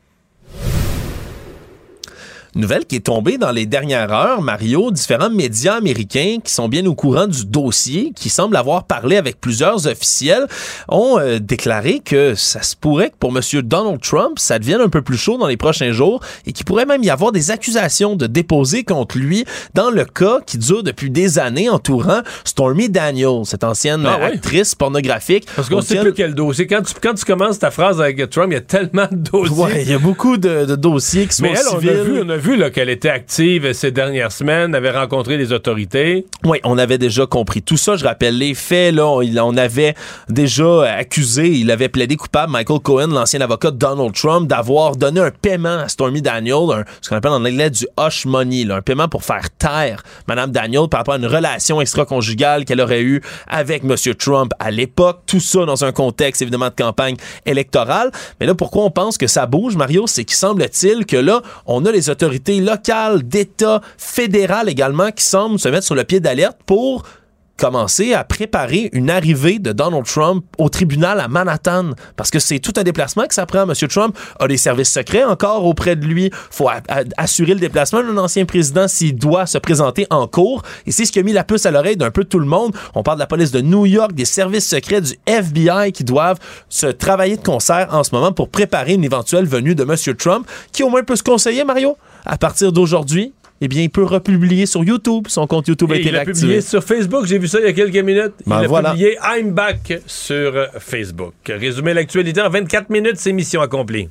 Nouvelle qui est tombée dans les dernières heures, Mario, différents médias américains qui sont bien au courant du dossier, qui semblent avoir parlé avec plusieurs officiels, ont euh, déclaré que ça se pourrait que pour M. Donald Trump, ça devienne un peu plus chaud dans les prochains jours et qu'il pourrait même y avoir des accusations de déposer contre lui dans le cas qui dure depuis des années entourant Stormy Daniels, cette ancienne ah, oui. actrice pornographique. Parce qu'on ne sait plus quel dossier. Quand tu, quand tu commences ta phrase avec Trump, il y a tellement de dossiers. Oui, il y a beaucoup de, de dossiers qui sont Mais elle, civils. On a vu, on a vu vu là, qu'elle était active ces dernières semaines, avait rencontré les autorités. Oui, on avait déjà compris tout ça. Je rappelle les faits. Là, on, on avait déjà accusé, il avait plaidé coupable, Michael Cohen, l'ancien avocat de Donald Trump, d'avoir donné un paiement à Stormy Daniels, un, ce qu'on appelle en anglais du hush money, là, un paiement pour faire taire Mme Daniels par rapport à une relation extra-conjugale qu'elle aurait eue avec M. Trump à l'époque. Tout ça dans un contexte, évidemment, de campagne électorale. Mais là, pourquoi on pense que ça bouge, Mario? C'est qu'il semble-t-il que là, on a les autorités locales, d'État, fédérales également, qui semblent se mettre sur le pied d'alerte pour commencer à préparer une arrivée de Donald Trump au tribunal à Manhattan. Parce que c'est tout un déplacement que ça prend. M. Trump a des services secrets encore auprès de lui. Il faut a- a- assurer le déplacement d'un ancien président s'il doit se présenter en cours. Et c'est ce qui a mis la puce à l'oreille d'un peu tout le monde. On parle de la police de New York, des services secrets du F B I qui doivent se travailler de concert en ce moment pour préparer une éventuelle venue de M. Trump, qui au moins peut se conseiller, Mario, à partir d'aujourd'hui. Eh bien, il peut republier sur YouTube. Son compte YouTube a Et été il a réactivé. publié sur Facebook, j'ai vu ça il y a quelques minutes. Ben il a voilà. publié I'm Back sur Facebook. Résumer l'actualité en vingt-quatre minutes, c'est mission accomplie.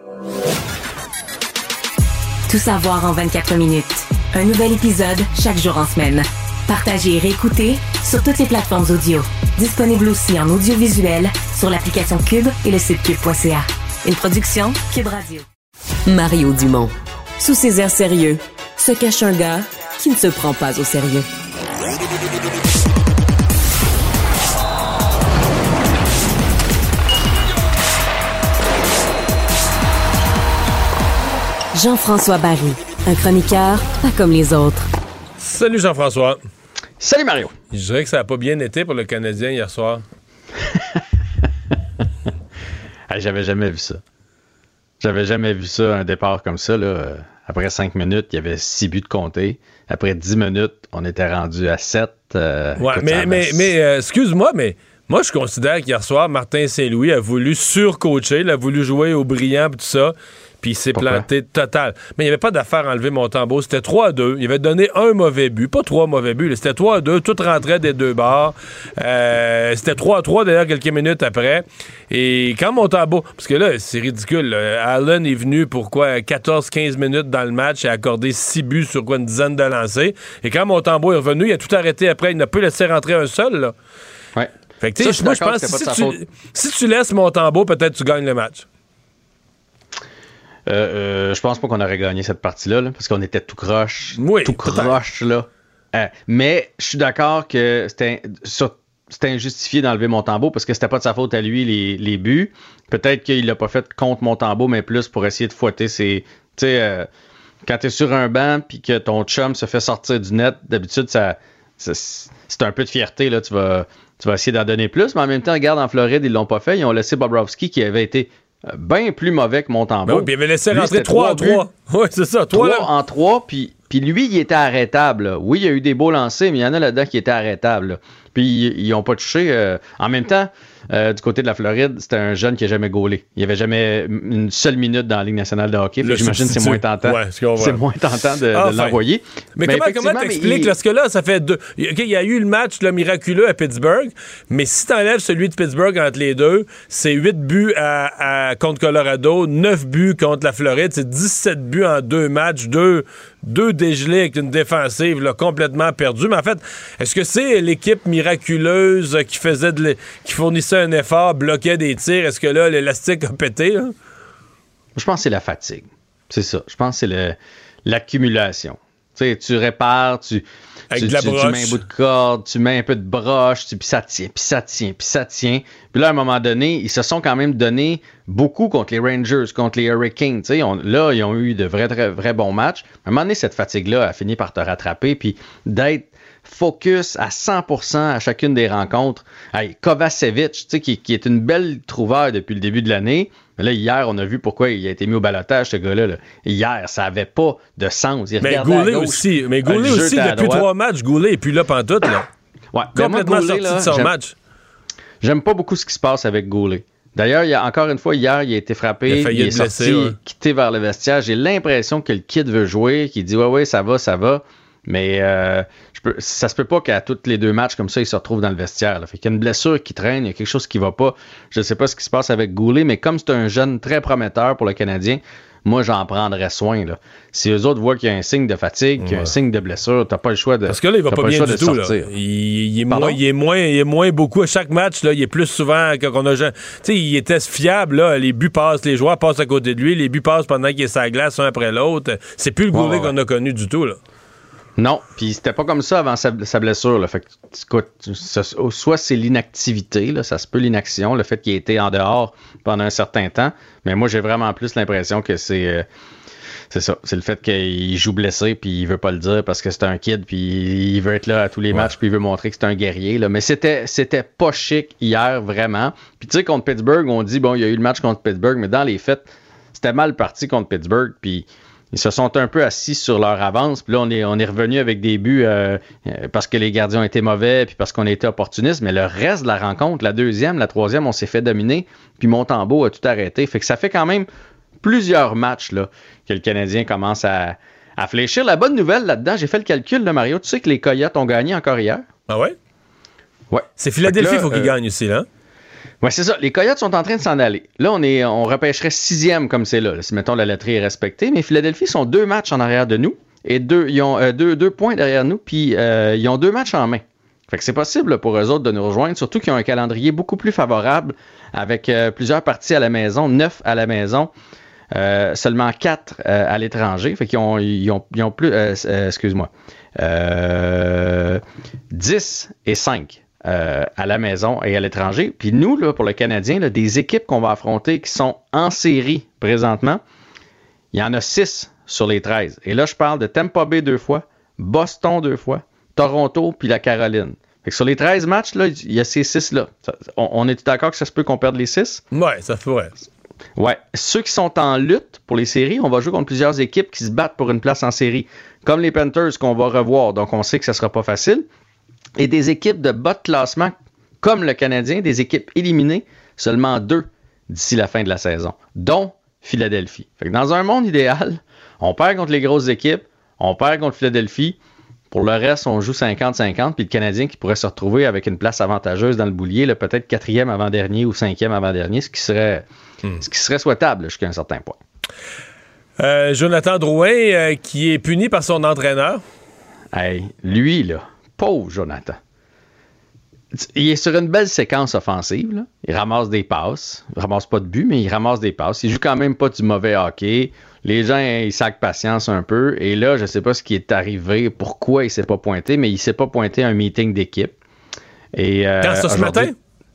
Tout savoir en vingt-quatre minutes. Un nouvel épisode chaque jour en semaine. Partagez et réécoutez sur toutes les plateformes audio. Disponible aussi en audiovisuel sur l'application Cube et le site cube point c a. Une production Cube Radio. Mario Dumont. Sous ses airs sérieux, se cache un gars qui ne se prend pas au sérieux. Jean-François Barry, un chroniqueur pas comme les autres. Salut Jean-François. Salut Mario. Je dirais que ça n'a pas bien été pour le Canadien hier soir. Hey, j'avais jamais vu ça. J'avais jamais vu ça, un départ comme ça. Là. Après cinq minutes, il y avait six buts de compter. Après dix minutes, on était rendu à sept. Euh, ouais, écoute, mais, mais, mais euh, excuse-moi, mais moi, je considère qu'hier soir, Martin Saint-Louis a voulu surcoacher, il a voulu jouer au brillant et tout ça. Puis il s'est Pourquoi? planté total. Mais il n'y avait pas d'affaire à enlever Montembeault. C'était trois à deux. Il avait donné un mauvais but. Pas trois mauvais buts. Là. C'était trois à deux. Tout rentrait des deux bords. Euh, c'était trois à trois d'ailleurs quelques minutes après. Et quand Montembeault... Parce que là, c'est ridicule. Là. Allen est venu pour quoi? quatorze quinze minutes dans le match et a accordé six buts sur quoi? Une dizaine de lancers. Et quand Montembeault est revenu, il a tout arrêté après. Il n'a pas laissé rentrer un seul. Là. Ouais. Fait que, tu sais, moi, je pense que si tu, si tu laisses Montembeault, peut-être tu gagnes le match. Euh, euh, je pense pas qu'on aurait gagné cette partie-là, là, parce qu'on était tout croche. Oui, tout croche, là. Euh, mais je suis d'accord que c'était, sur, c'était injustifié d'enlever Montembeault parce que c'était pas de sa faute à lui, les, les buts. Peut-être qu'il l'a pas fait contre Montembeault, mais plus pour essayer de fouetter ses... Tu sais, euh, quand t'es sur un banc puis que ton chum se fait sortir du net, d'habitude, ça, ça c'est un peu de fierté, là. Tu vas, tu vas essayer d'en donner plus, mais en même temps, regarde, en Floride, ils l'ont pas fait. Ils ont laissé Bobrovsky qui avait été bien plus mauvais que Montembeault. Ben oui, puis il avait laissé lui, rentrer trois en trois. Oui, c'est ça. trois en trois, puis, puis lui, il était arrêtable. Là. Oui, il y a eu des beaux lancers, mais il y en a là-dedans qui étaient arrêtables. Là. Puis ils n'ont pas touché. Euh, en même temps, euh, du côté de la Floride, c'était un jeune qui n'a jamais gaulé. Il n'y avait jamais une seule minute dans la Ligue nationale de hockey. J'imagine que c'est moins tentant. Ouais, c'est moins tentant de, enfin. de l'envoyer. Mais, mais comment comment t'expliques, il... parce que là, ça fait deux... Okay, il y a eu le match là, miraculeux à Pittsburgh, mais si t'enlèves celui de Pittsburgh entre les deux, c'est huit buts à, à, contre Colorado, neuf buts contre la Floride, c'est dix-sept buts en deux matchs, deux, deux dégelés avec une défensive là, complètement perdue. Mais en fait, est-ce que c'est l'équipe miraculeuse qui faisait de qui fournissait un effort, bloquait des tirs? Est-ce que là, l'élastique a pété? Là? Je pense que c'est la fatigue. C'est ça. Je pense que c'est le, l'accumulation. Tu sais, tu répares, tu, Avec tu, de la tu, tu mets un bout de corde, tu mets un peu de broche, puis ça tient, puis ça tient, puis ça tient. Puis là, à un moment donné, ils se sont quand même donné beaucoup contre les Rangers, contre les Hurricanes. Tu sais, on, là, ils ont eu de vrais, vrais, vrais bons matchs. À un moment donné, cette fatigue-là a fini par te rattraper, puis d'être focus à cent pour cent à chacune des rencontres. Hey, Kovacevic, tu sais, qui, qui est une belle trouvaille depuis le début de l'année. Mais là, hier, on a vu pourquoi il a été mis au balotage, ce gars-là. Là. Hier, ça avait pas de sens. Il mais Goulet aussi. Mais Goulet aussi, depuis trois matchs, Goulet et puis là, pantoute, là. Ouais, complètement Goulet, sorti là, de son j'aime, match. J'aime pas beaucoup ce qui se passe avec Goulet. D'ailleurs, il y a, encore une fois, hier, il a été frappé, il, il est blesser, sorti, ouais. quitté vers le vestiaire. J'ai l'impression que le kid veut jouer, qu'il dit « Ouais, ouais, ça va, ça va ». Mais euh, je peux, ça se peut pas qu'à tous les deux matchs comme ça, il se retrouve dans le vestiaire. Là. Fait qu'il y a une blessure qui traîne, il y a quelque chose qui va pas. Je ne sais pas ce qui se passe avec Goulet, mais comme c'est un jeune très prometteur pour le Canadien, moi, j'en prendrais soin. Là. Si eux autres voient qu'il y a un signe de fatigue, qu'il y a un signe de blessure, t'as pas le choix de Parce que là, il va pas, pas bien du tout. Là. Il, il, est moins, il, est moins, il est moins beaucoup. À chaque match, là, il est plus souvent qu'on a... Tu sais, il était fiable. Là. Les buts passent, les joueurs passent à côté de lui. Les buts passent pendant qu'il est sur la glace, un après l'autre. C'est plus le Goulet ouais, ouais. qu'on a connu du tout. Là. Non, puis c'était pas comme ça avant sa, sa blessure. Là. Fait que, écoute, ça, soit c'est l'inactivité, là, ça se peut l'inaction, le fait qu'il ait été en dehors pendant un certain temps, mais moi j'ai vraiment plus l'impression que c'est euh, c'est ça, c'est le fait qu'il joue blessé puis il veut pas le dire parce que c'est un kid puis il veut être là à tous les ouais. matchs puis il veut montrer que c'est un guerrier. Là. Mais c'était c'était pas chic hier vraiment. Puis tu sais contre Pittsburgh, on dit bon il y a eu le match contre Pittsburgh, mais dans les faits c'était mal parti contre Pittsburgh puis ils se sont un peu assis sur leur avance. Puis là, on est, on est revenu avec des buts euh, parce que les gardiens ont été mauvais puis parce qu'on a été opportunistes. Mais le reste de la rencontre, la deuxième, la troisième, on s'est fait dominer. Puis Montembeault a tout arrêté. Fait que ça fait quand même plusieurs matchs là, que le Canadien commence à, à fléchir. La bonne nouvelle là-dedans, j'ai fait le calcul, là, Mario. Tu sais que les Coyotes ont gagné encore hier? Ah ouais? Ouais. C'est Philadelphie, il faut qu'ils euh, gagnent aussi, là. Oui, c'est ça. Les Coyotes sont en train de s'en aller. Là, on est, on repêcherait sixième comme c'est là, là, si, mettons, la loterie est respectée. Mais Philadelphie sont deux matchs en arrière de nous et deux, ils ont euh, deux, deux points derrière nous, puis euh, ils ont deux matchs en main. Fait que c'est possible là, pour eux autres de nous rejoindre, surtout qu'ils ont un calendrier beaucoup plus favorable avec euh, plusieurs parties à la maison, neuf à la maison, euh, seulement quatre euh, à l'étranger. Fait qu'ils ont, ils ont, ils ont plus, euh, euh, excuse-moi, euh, dix et cinq. Euh, à la maison et à l'étranger. Puis nous, là, pour le Canadien, là, des équipes qu'on va affronter qui sont en série présentement, il y en a six sur les treize. Et là, je parle de Tampa Bay deux fois, Boston deux fois, Toronto puis la Caroline. Fait que sur les treize matchs, là, il y a ces six-là. Ça, on, on est d'accord que ça se peut qu'on perde les six? Ouais, ça pourrait. Ouais. Ceux qui sont en lutte pour les séries, on va jouer contre plusieurs équipes qui se battent pour une place en série. Comme les Panthers qu'on va revoir. Donc, on sait que ça sera pas facile. Et des équipes de bas de classement, comme le Canadien, des équipes éliminées, seulement deux d'ici la fin de la saison, dont Philadelphie. Fait que dans un monde idéal, on perd contre les grosses équipes, on perd contre Philadelphie. Pour le reste, on joue cinquante cinquante, puis le Canadien qui pourrait se retrouver avec une place avantageuse dans le boulier, là, peut-être quatrième avant-dernier ou cinquième avant-dernier, ce qui serait, hmm. ce qui serait souhaitable là, jusqu'à un certain point. Euh, Jonathan Drouin, euh, qui est puni par son entraîneur. Hey, lui, là, pauvre Jonathan. Il est sur une belle séquence offensive. Là. Il ramasse des passes. Il ramasse pas de but, mais il ramasse des passes. Il joue quand même pas du mauvais hockey. Les gens, ils sacent patience un peu. Et là, je sais pas ce qui est arrivé, pourquoi il s'est pas pointé, mais il s'est pas pointé à un meeting d'équipe. Et, euh, Quand ça, ce matin?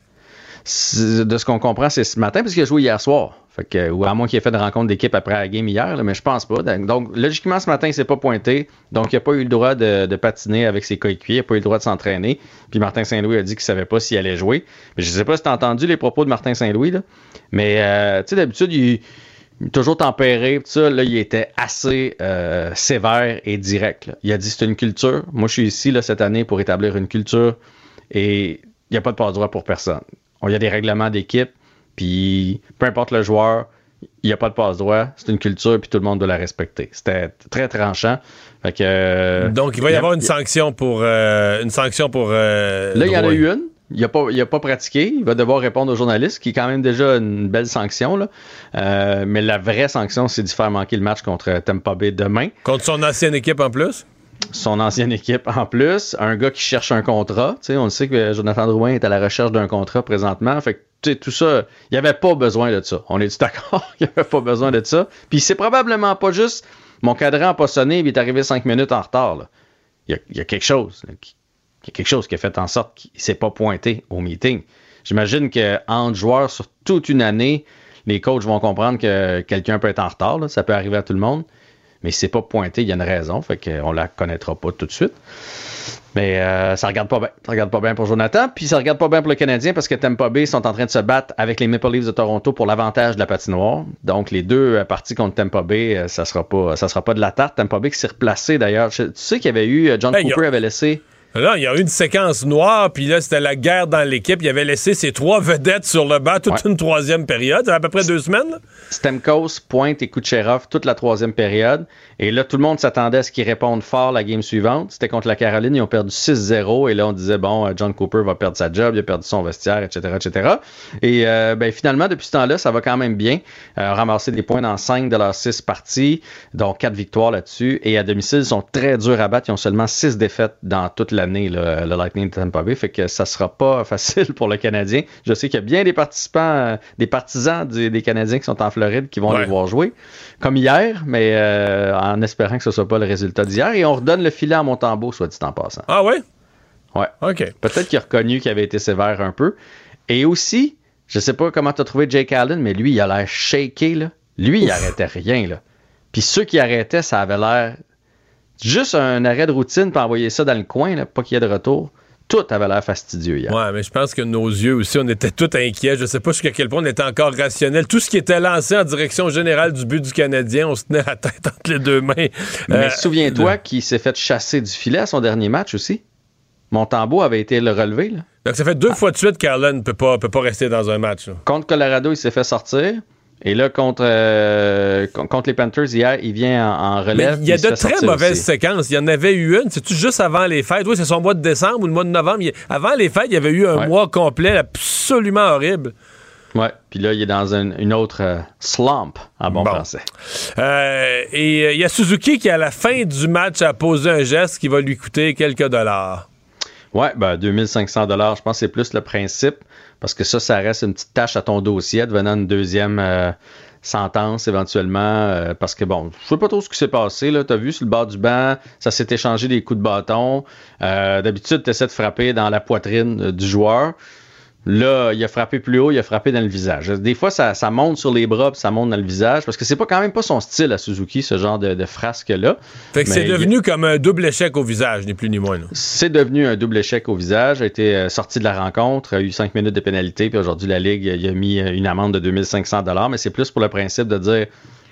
De ce qu'on comprend, c'est ce matin, parce qu'il a joué hier soir. Fait que, ou à moins qu'il ait fait une rencontre d'équipe après la game hier, là, mais je pense pas. Donc, logiquement, ce matin, il s'est pas pointé. Donc, il n'a pas eu le droit de, de patiner avec ses coéquipiers. Il n'a pas eu le droit de s'entraîner. Puis Martin Saint-Louis a dit qu'il savait pas s'il allait jouer. Mais je sais pas si tu as entendu les propos de Martin Saint-Louis, là. Mais, euh, tu sais, d'habitude, il, il est toujours tempéré. Tout ça, là, il était assez euh, sévère et direct. Là. Il a dit c'est une culture. Moi, je suis ici là, cette année pour établir une culture. Et il n'y a pas de passe-droit pour personne. Il y a des règlements d'équipe. Puis, peu importe le joueur, il n'y a pas de passe-droit. C'est une culture, puis tout le monde doit la respecter. C'était très tranchant. Fait que, euh, Donc, il va y, y avoir a, une, sanction pour, euh, une sanction pour... Euh, là, il y en a eu une. Il n'a pas, pas pratiqué. Il va devoir répondre aux journalistes, qui est quand même déjà une belle sanction. Là. Euh, mais la vraie sanction, c'est de faire manquer le match contre Tampa Bay demain. Contre son ancienne équipe en plus? Son ancienne équipe en plus. Un gars qui cherche un contrat. T'sais, on le sait que Jonathan Drouin est à la recherche d'un contrat présentement. Fait que t'sais, tout ça, il n'y avait pas besoin de ça. On est d'accord? Il n'y avait pas besoin de ça. Puis c'est probablement pas juste mon cadran n'a pas sonné et il est arrivé cinq minutes en retard. Là. Il, y a, il y a quelque chose. Là, qui, il y a quelque chose qui a fait en sorte qu'il ne s'est pas pointé au meeting. J'imagine qu'entre joueurs sur toute une année, les coachs vont comprendre que quelqu'un peut être en retard. Là. Ça peut arriver à tout le monde. Mais s'il ne s'est pas pointé, il y a une raison. Fait qu'on ne la connaîtra pas tout de suite. Mais euh, ça ne regarde pas bien. Ça regarde pas bien pour Jonathan. Puis ça ne regarde pas bien pour le Canadien parce que Tampa Bay sont en train de se battre avec les Maple Leafs de Toronto pour l'avantage de la patinoire. Donc les deux parties contre Tampa Bay, ça ne sera pas, ça sera pas de la tarte. Tampa Bay qui s'est replacé d'ailleurs. Tu sais qu'il y avait eu, John hey, Cooper avait laissé... Là, il y a eu une séquence noire, puis là, c'était la guerre dans l'équipe. Il avait laissé ses trois vedettes sur le banc toute ouais. une troisième période. Ça fait à peu près deux semaines. Là. Stamkos, Pointe et Kucherov toute la troisième période. Et là, tout le monde s'attendait à ce qu'ils répondent fort la game suivante. C'était contre la Caroline. Ils ont perdu six zéro. Et là, on disait, bon, John Cooper va perdre sa job. Il a perdu son vestiaire, et cetera, et cetera. Et euh, ben, finalement, depuis ce temps-là, ça va quand même bien. Euh, ramasser des points dans cinq de leurs six parties, dont quatre victoires là-dessus. Et à domicile, ils sont très durs à battre. Ils ont seulement six défaites dans toute l'année, là, le Lightning de Tampa Bay. Fait que ça sera pas facile pour le Canadien. Je sais qu'il y a bien des participants, euh, des partisans du, des Canadiens qui sont en Floride qui vont ouais. les voir jouer, comme hier, mais euh, en espérant que ce soit pas le résultat d'hier. Et on redonne le filet à Montembeault, soit dit en passant. Ah ouais? Ouais. OK. Peut-être qu'il a reconnu qu'il avait été sévère un peu. Et aussi, je sais pas comment tu as trouvé Jake Allen, mais lui, il a l'air shaké, là. Lui, Ouf. il arrêtait rien, là. Puis ceux qui arrêtaient, ça avait l'air juste un arrêt de routine pour envoyer ça dans le coin, là, pas qu'il y ait de retour. Tout avait l'air fastidieux hier. Ouais, mais je pense que nos yeux aussi, on était tous inquiets. Je sais pas jusqu'à quel point on était encore rationnel. Tout ce qui était lancé en direction générale du but du Canadien, on se tenait la tête entre les deux mains. Mais euh, souviens-toi le... qu'il s'est fait chasser du filet à son dernier match aussi. Montembeault avait été le relevé, là. Donc ça fait deux ah. fois de suite qu'Allen ne peut pas, peut pas rester dans un match. Là. Contre Colorado, il s'est fait sortir. Et là, contre, euh, contre les Panthers, hier, il vient en, en relève. Mais il y a de très mauvaises aussi. séquences. Il y en avait eu une. C'est-tu juste avant les fêtes? Oui, c'est son mois de décembre ou le mois de novembre. Il... Avant les fêtes, il y avait eu un ouais. mois complet absolument horrible. Ouais. Puis là, il est dans une, une autre euh, slump, en bon, bon. français. Euh, et il euh, y a Suzuki qui, à la fin du match, a posé un geste qui va lui coûter quelques dollars. Ouais, ben deux mille cinq cents dollars, je pense que c'est plus le principe. Parce que ça, ça reste une petite tâche à ton dossier, devenant une deuxième euh, sentence éventuellement. Euh, parce que bon, je sais pas trop ce qui s'est passé. Là. T'as vu sur le bord du banc, ça s'est échangé des coups de bâton. Euh, d'habitude, t'essaies de frapper dans la poitrine euh, du joueur. Là, il a frappé plus haut, il a frappé dans le visage. Des fois, ça, ça monte sur les bras puis ça monte dans le visage parce que c'est pas quand même pas son style à Suzuki, ce genre de, de frasque-là. Fait que mais c'est devenu a... comme un double échec au visage, ni plus ni moins. Là. C'est devenu un double échec au visage. A été euh, sorti de la rencontre, a eu cinq minutes de pénalité, puis aujourd'hui, la Ligue il a mis une amende de deux mille cinq cents dollars, mais c'est plus pour le principe de dire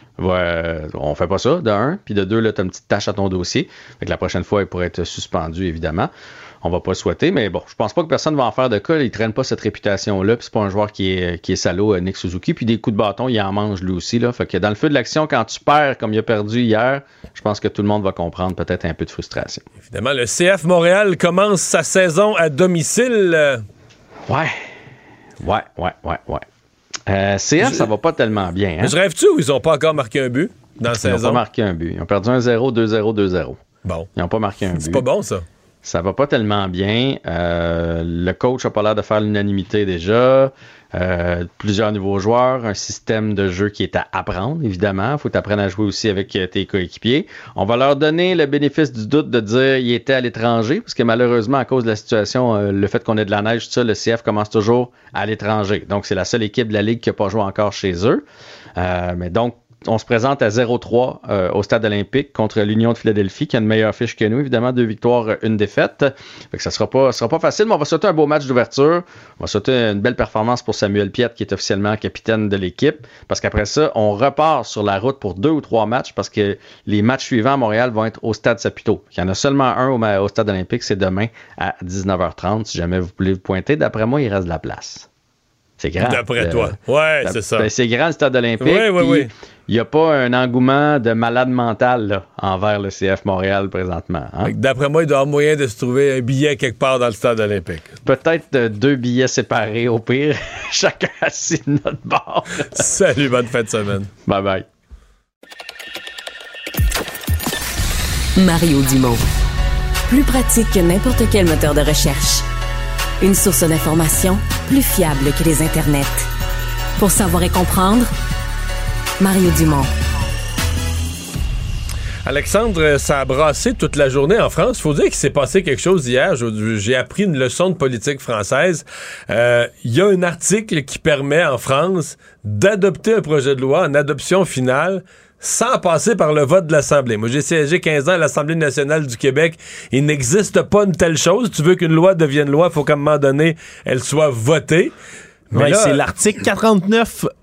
ouais, on fait pas ça, de un, puis de deux, là, t'as une petite tâche à ton dossier. Fait que la prochaine fois, il pourrait être suspendu, évidemment. On va pas le souhaiter, mais bon, je pense pas que personne va en faire de cas. Il traîne pas cette réputation-là, puis c'est pas un joueur qui est, qui est salaud, Nick Suzuki. Puis des coups de bâton, il en mange lui aussi, là. Fait que dans le feu de l'action, quand tu perds comme il a perdu hier, je pense que tout le monde va comprendre peut-être un peu de frustration. Évidemment, le C F Montréal commence sa saison à domicile. Ouais. Ouais, ouais, ouais, ouais. Euh, C F, je... ça va pas tellement bien, hein? Je rêve-tu ou ils ont pas encore marqué un but dans la saison? Ils n'ont pas marqué un but. Ils ont perdu un zéro, deux zéro, deux zéro. Bon. Ils n'ont pas marqué un but. C'est pas bon, ça. Ça va pas tellement bien. Euh, le coach a pas l'air de faire l'unanimité déjà. Euh, plusieurs nouveaux joueurs, un système de jeu qui est à apprendre, évidemment. Il faut t'apprendre à jouer aussi avec tes coéquipiers. On va leur donner le bénéfice du doute de dire qu'il était à l'étranger, parce que malheureusement, à cause de la situation, euh, le fait qu'on ait de la neige, tout ça, le C F commence toujours à l'étranger. Donc, c'est la seule équipe de la Ligue qui n'a pas joué encore chez eux. Euh, mais donc, on se présente à zéro trois euh, au Stade olympique contre l'Union de Philadelphie, qui a une meilleure fiche que nous, évidemment, deux victoires, une défaite. Fait que ça sera pas, sera pas facile, mais on va souhaiter un beau match d'ouverture. On va souhaiter une belle performance pour Samuel Piette, qui est officiellement capitaine de l'équipe, parce qu'après ça, on repart sur la route pour deux ou trois matchs, parce que les matchs suivants à Montréal vont être au Stade Saputo. Il y en a seulement un au, au Stade olympique, c'est demain à dix-neuf heures trente, si jamais vous voulez vous pointer. D'après moi, il reste de la place. C'est grand. D'après euh, toi. Ouais, c'est ça. Ben, c'est grand le Stade olympique. Oui, oui, oui. Il n'y a pas un engouement de malade mental là, envers le C F Montréal présentement. Hein? D'après moi, il doit y avoir moyen de se trouver un billet quelque part dans le Stade olympique. Peut-être euh, deux billets séparés au pire. Chacun assis de notre bord. Salut, bonne fin de semaine. Bye bye. Mario Dumont. Plus pratique que n'importe quel moteur de recherche. Une source d'information plus fiable que les internets. Pour savoir et comprendre, Mario Dumont. Alexandre, ça a brassé toute la journée en France. Il faut dire qu'il s'est passé quelque chose hier. J'ai appris une leçon de politique française. Il euh, y a un article qui permet en France d'adopter un projet de loi en adoption finale sans passer par le vote de l'Assemblée. Moi, j'ai siégé quinze ans à l'Assemblée nationale du Québec. Il n'existe pas une telle chose. Tu veux qu'une loi devienne loi, il faut qu'à un moment donné, elle soit votée. Mais ouais, là, c'est l'article quarante-neuf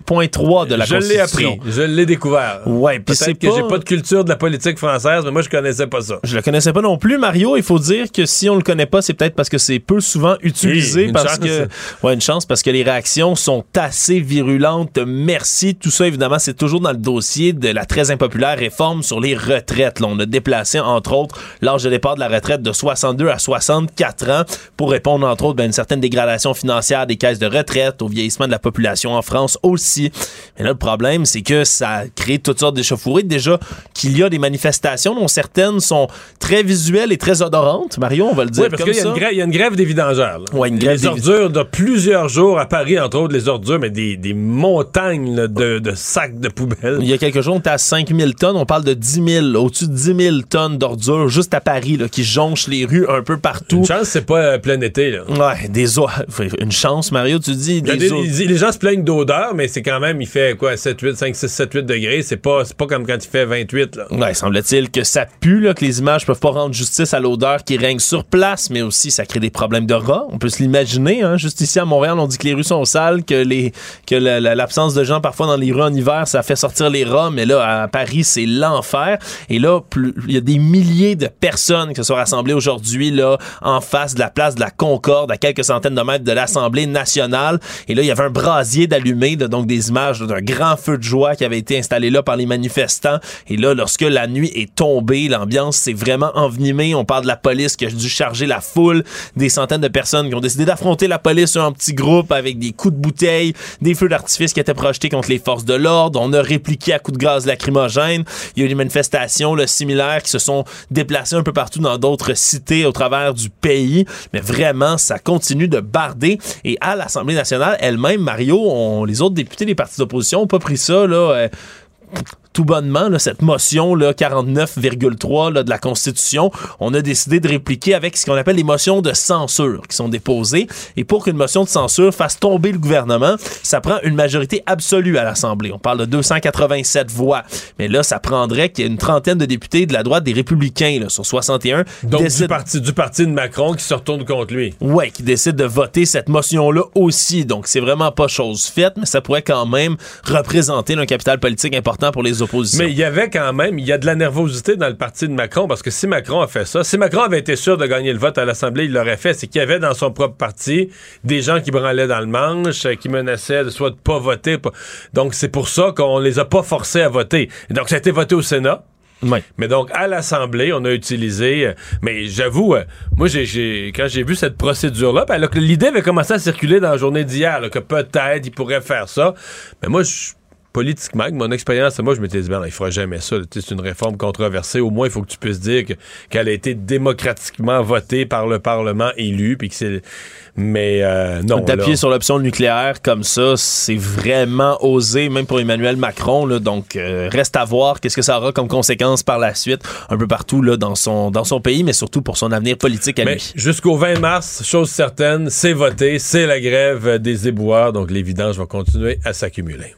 point trois de la je Constitution. Je l'ai appris, je l'ai découvert. Ouais, Peut-être c'est que pas... j'ai pas de culture de la politique française, mais moi, je connaissais pas ça. Je le connaissais pas non plus, Mario. Il faut dire que si on le connaît pas, c'est peut-être parce que c'est peu souvent utilisé. Oui, parce chance. que ouais, une chance parce que les réactions sont assez virulentes. Merci. Tout ça, évidemment, c'est toujours dans le dossier de la très impopulaire réforme sur les retraites. Là, on a déplacé, entre autres, l'âge de départ de la retraite de soixante-deux à soixante-quatre ans pour répondre, entre autres, ben, à une certaine dégradation financière des caisses de retraite, au vieillissement de la population en France aussi. Mais là, le problème, c'est que ça crée toutes sortes d'échauffourées. Déjà qu'il y a des manifestations dont certaines sont très visuelles et très odorantes. Mario, on va le dire oui, parce comme qu'il y, ça. il y a une grève des vidangeurs. Là. Ouais, une grève les des ordures de plusieurs jours à Paris, entre autres, les ordures, mais des, des montagnes là, de, de sacs de poubelles. Il y a quelques jours, on était à cinq mille tonnes. On parle de dix mille, au-dessus de dix mille tonnes d'ordures juste à Paris, là, qui jonchent les rues un peu partout. Une chance, c'est pas euh, plein été. Là. Ouais, des o... Une chance, Mario, tu dis. Des des, o... Les gens se plaignent d'odeur, mais c'est quand même, il fait quoi, sept, huit, cinq, six, sept, huit degrés. C'est pas, c'est pas comme quand il fait vingt-huit. Là. Ouais, semble-t-il que ça pue, là, que les images peuvent pas rendre justice à l'odeur qui règne sur place, mais aussi ça crée des problèmes de rats. On peut se l'imaginer, hein. Juste ici à Montréal, on dit que les rues sont sales, que les que la, la, l'absence de gens parfois dans les rues en hiver, ça fait sortir les rats, mais là, à Paris, c'est l'enfer. Et là, il y a des milliers de personnes qui se sont rassemblées aujourd'hui, là, en face de la place de la Concorde, à quelques centaines de mètres de l'Assemblée nationale. Et là, il y avait un brasier d'allumé, là, donc des images là, d'un grand feu de joie qui avait été installé là par les manifestants. Et là, lorsque la nuit est tombée, l'ambiance s'est vraiment envenimée. On parle de la police qui a dû charger la foule, des centaines de personnes qui ont décidé d'affronter la police en petits groupes avec des coups de bouteille, des feux d'artifice qui étaient projetés contre les forces de l'ordre. On a répliqué à coups de gaz lacrymogène. Il y a eu des manifestations là, similaires qui se sont déplacées un peu partout dans d'autres cités au travers du pays. Mais vraiment, ça continue de barder. Et à l'Assemblée nationale elle-même, Mario, on, les autres députés des partis d'opposition n'ont pas pris ça, là... Euh, tout bonnement, là, cette motion là, quarante-neuf virgule trois là, de la Constitution, on a décidé de répliquer avec ce qu'on appelle les motions de censure qui sont déposées. Et pour qu'une motion de censure fasse tomber le gouvernement, ça prend une majorité absolue à l'Assemblée. On parle de deux cent quatre-vingt-sept voix. Mais là, ça prendrait qu'il y ait une trentaine de députés de la droite des Républicains là, sur soixante et un. Donc décident... du, parti, du parti de Macron qui se retourne contre lui. Oui, qui décide de voter cette motion-là aussi. Donc c'est vraiment pas chose faite, mais ça pourrait quand même représenter un capital politique important pour les oppositions. Mais il y avait quand même, il y a de la nervosité dans le parti de Macron, parce que si Macron a fait ça, si Macron avait été sûr de gagner le vote à l'Assemblée, il l'aurait fait. C'est qu'il y avait dans son propre parti des gens qui branlaient dans le manche, qui menaçaient de soit de pas voter. Pas... Donc c'est pour ça qu'on les a pas forcés à voter. Et donc ça a été voté au Sénat. Oui. Mais donc, à l'Assemblée, on a utilisé... Euh, mais j'avoue, euh, moi, j'ai, j'ai, quand j'ai vu cette procédure-là, ben, là, que l'idée avait commencé à circuler dans la journée d'hier, là, que peut-être il pourrait faire ça. Mais moi, je... Politiquement, avec mon expérience, moi, je m'étais dit, ben, non, il ne fera jamais ça. C'est une réforme controversée. Au moins, il faut que tu puisses dire que, qu'elle a été démocratiquement votée par le Parlement élu. Puis que c'est... Mais euh, non. D'appuyer là... sur l'option nucléaire comme ça, c'est vraiment osé, même pour Emmanuel Macron. Là, donc, euh, reste à voir qu'est-ce que ça aura comme conséquence par la suite, un peu partout là, dans, son, dans son pays, mais surtout pour son avenir politique à mais lui. Jusqu'au vingt mars, chose certaine, c'est voté. C'est la grève des éboueurs. Donc, les vidanges vont continuer à s'accumuler.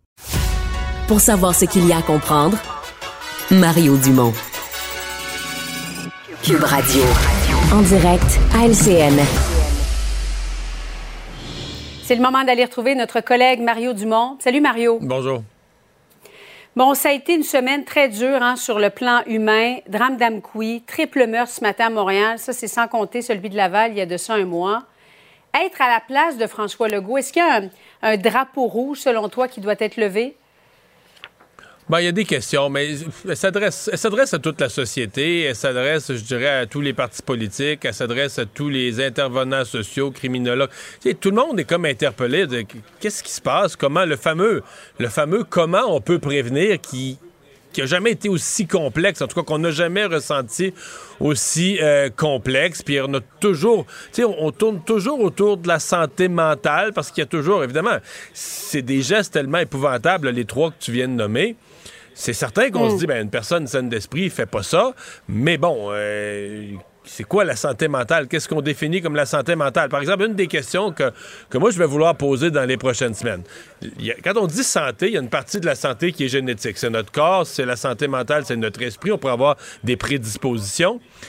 Pour savoir ce qu'il y a à comprendre, Mario Dumont. Cube Radio. En direct à L C N. C'est le moment d'aller retrouver notre collègue Mario Dumont. Salut Mario. Bonjour. Bon, ça a été une semaine très dure hein, sur le plan humain. Drame d'Amqui, triple meurtre ce matin à Montréal. Ça, c'est sans compter celui de Laval il y a de ça un mois. Être à la place de François Legault, est-ce qu'il y a un, un drapeau rouge, selon toi, qui doit être levé? Ben, il y a des questions, mais elle s'adresse, elle s'adresse à toute la société, elle s'adresse, je dirais, à tous les partis politiques, elle s'adresse à tous les intervenants sociaux, criminologues. Tu sais, tout le monde est comme interpellé de qu'est-ce qui se passe, comment le fameux, le fameux comment on peut prévenir qui qui n'a jamais été aussi complexe, en tout cas qu'on n'a jamais ressenti aussi euh, complexe. Puis on a toujours, tu sais, on, on tourne toujours autour de la santé mentale parce qu'il y a toujours, évidemment, c'est des gestes tellement épouvantables, les trois que tu viens de nommer. C'est certain qu'on mmh. se dit, ben une personne saine d'esprit fait pas ça, mais bon, euh, c'est quoi la santé mentale? Qu'est-ce qu'on définit comme la santé mentale? Par exemple, une des questions que, que moi, je vais vouloir poser dans les prochaines semaines. Y a, quand on dit santé, il y a une partie de la santé qui est génétique. C'est notre corps, c'est la santé mentale, c'est notre esprit. On pourrait avoir des prédispositions.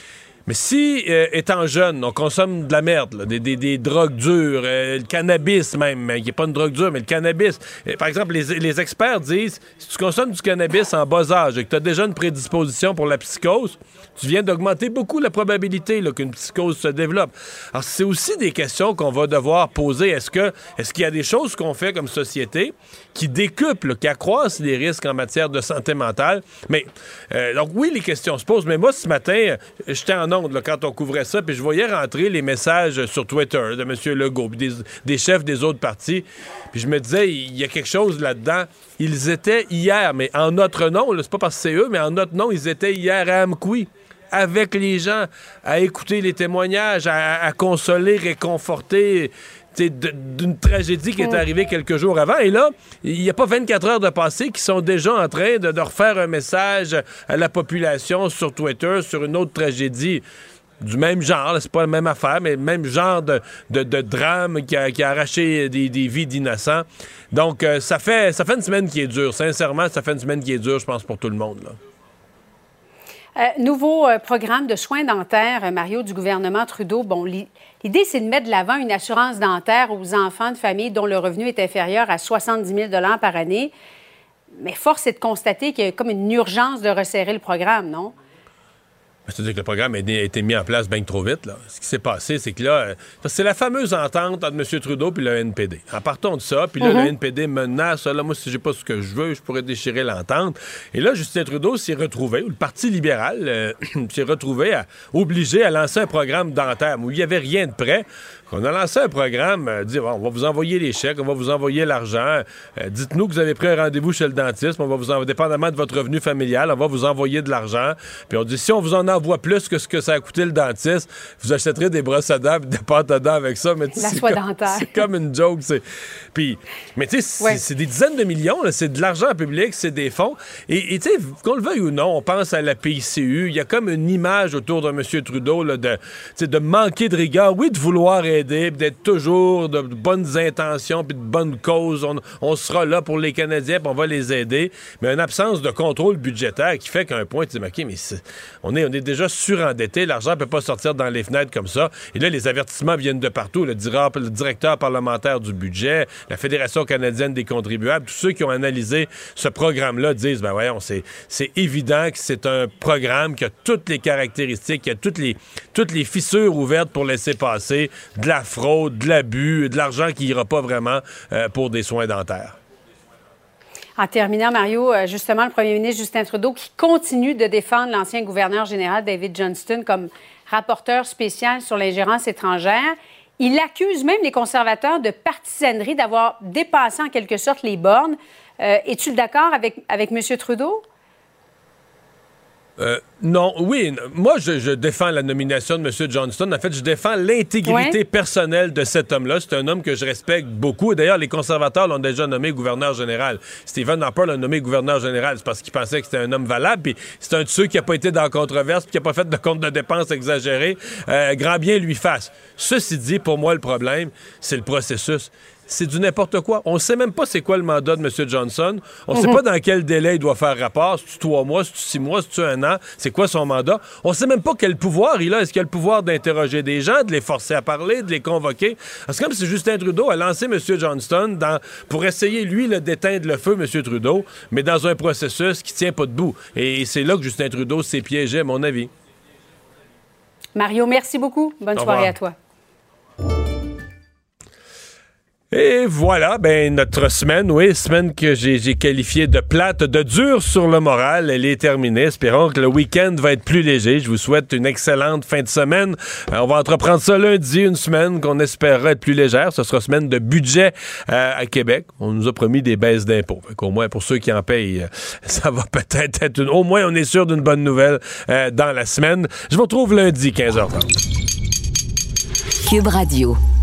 Mais si, euh, étant jeune, on consomme de la merde, là, des, des, des drogues dures, euh, le cannabis même, qui n'est pas une drogue dure, mais le cannabis. Et, par exemple, les, les experts disent, si tu consommes du cannabis en bas âge et que tu as déjà une prédisposition pour la psychose, tu viens d'augmenter beaucoup la probabilité là, qu'une psychose se développe. Alors, c'est aussi des questions qu'on va devoir poser. Est-ce que, est-ce qu'il y a des choses qu'on fait comme société qui décuplent, qui accroissent les risques en matière de santé mentale? Mais, euh, donc oui, les questions se posent, mais moi, ce matin, j'étais en onde là, quand on couvrait ça, puis je voyais rentrer les messages sur Twitter de M. Legault, puis des, des chefs des autres partis, puis je me disais, il y a quelque chose là-dedans. Ils étaient hier, mais en notre nom, là, c'est pas parce que c'est eux, mais en notre nom, ils étaient hier à Amqui, avec les gens, à écouter les témoignages, à, à consoler, réconforter d'une tragédie qui est arrivée quelques jours avant. Et là, il n'y a pas vingt-quatre heures de passé qu'ils sont déjà en train de, de refaire un message à la population sur Twitter sur une autre tragédie du même genre. C'est pas la même affaire, mais le même genre de, de, de drame qui a, qui a arraché des, des vies d'innocents. Donc, euh, ça fait, ça fait une semaine qui est dure. Sincèrement, ça fait une semaine qui est dure, je pense, pour tout le monde, là. Euh, nouveau euh, programme de soins dentaires, euh, Mario, du gouvernement Trudeau. Bon, l'idée, c'est de mettre de l'avant une assurance dentaire aux enfants de familles dont le revenu est inférieur à soixante-dix mille dollars par année. Mais force est de constater qu'il y a comme une urgence de resserrer le programme, non? C'est-à-dire que le programme a été mis en place bien trop vite, là. Ce qui s'est passé, c'est que là, euh, c'est la fameuse entente entre M. Trudeau et le N P D. En partant de ça, puis là, mm-hmm. le N P D menace, là, moi, si j'ai pas ce que je veux, je pourrais déchirer l'entente. Et là, Justin Trudeau s'est retrouvé, ou le Parti libéral euh, s'est retrouvé à, obligé à lancer un programme dentaire où il n'y avait rien de prêt. On a lancé un programme, euh, dire, bon, on va vous envoyer les chèques, on va vous envoyer l'argent, euh, dites-nous que vous avez pris un rendez-vous chez le dentiste, on va vous envoyer, dépendamment de votre revenu familial, on va vous envoyer de l'argent. Puis on dit, si on vous en envoie plus que ce que ça a coûté le dentiste, vous achèterez des brosses à dents et des pâtes à dents avec ça. Mais la soie dentaire. C'est comme une joke. C'est... Puis, mais tu sais, ouais. c'est des dizaines de millions, là, c'est de l'argent public, c'est des fonds. Et tu sais, qu'on le veuille ou non, on pense à la P I C U, il y a comme une image autour de M. Trudeau là, de, de manquer de rigueur, oui, de vouloir aider, d'être toujours de bonnes intentions puis de bonnes causes. On, on sera là pour les Canadiens puis on va les aider. Mais une absence de contrôle budgétaire qui fait qu'à un point, tu dis, OK, mais c'est, on, est, on est déjà surendetté. L'argent ne peut pas sortir dans les fenêtres comme ça. Et là, les avertissements viennent de partout. Le, dira, le directeur parlementaire du budget, la Fédération canadienne des contribuables, tous ceux qui ont analysé ce programme-là disent, ben voyons, c'est, c'est évident que c'est un programme qui a toutes les caractéristiques, qui a toutes les, toutes les fissures ouvertes pour laisser passer de la fraude, de l'abus, de l'argent qui n'ira pas vraiment euh, pour des soins dentaires. En terminant, Mario, justement, le premier ministre Justin Trudeau qui continue de défendre l'ancien gouverneur général David Johnston comme rapporteur spécial sur l'ingérence étrangère. Il accuse même les conservateurs de partisanerie, d'avoir dépassé en quelque sorte les bornes. Euh, es-tu d'accord avec, avec M. Trudeau? Euh, non, oui. Moi, je, je défends la nomination de M. Johnston. En fait, je défends l'intégrité ouais. personnelle de cet homme-là. C'est un homme que je respecte beaucoup. Et d'ailleurs, les conservateurs l'ont déjà nommé gouverneur général. Stephen Harper l'a nommé gouverneur général. C'est parce qu'il pensait que c'était un homme valable. Puis c'est un de ceux qui n'a pas été dans la controverse puis qui n'a pas fait de compte de dépenses exagéré. Euh, grand bien lui fasse. Ceci dit, pour moi, le problème, c'est le processus. C'est du n'importe quoi. On ne sait même pas c'est quoi le mandat de M. Johnson. On ne mm-hmm. sait pas dans quel délai il doit faire rapport. C'est-tu trois mois, c'est-tu six mois, c'est-tu un an? C'est quoi son mandat? On ne sait même pas quel pouvoir il a. Est-ce qu'il a le pouvoir d'interroger des gens, de les forcer à parler, de les convoquer? C'est comme si Justin Trudeau a lancé M. Johnston dans, pour essayer, lui, là, d'éteindre le feu, M. Trudeau, mais dans un processus qui ne tient pas debout. Et c'est là que Justin Trudeau s'est piégé, à mon avis. Mario, merci beaucoup. Bonne Au soirée revoir. À toi. Et voilà, ben notre semaine, oui, semaine que j'ai, j'ai qualifiée de plate, de dure sur le moral, elle est terminée. Espérons que le week-end va être plus léger. Je vous souhaite une excellente fin de semaine. Euh, on va entreprendre ça lundi, une semaine qu'on espérera être plus légère. Ce sera semaine de budget euh, à Québec. On nous a promis des baisses d'impôts. Fait qu'au moins, pour ceux qui en payent, euh, ça va peut-être être une... Au moins, on est sûr d'une bonne nouvelle euh, dans la semaine. Je vous retrouve lundi, quinze heures trente. Cube Radio.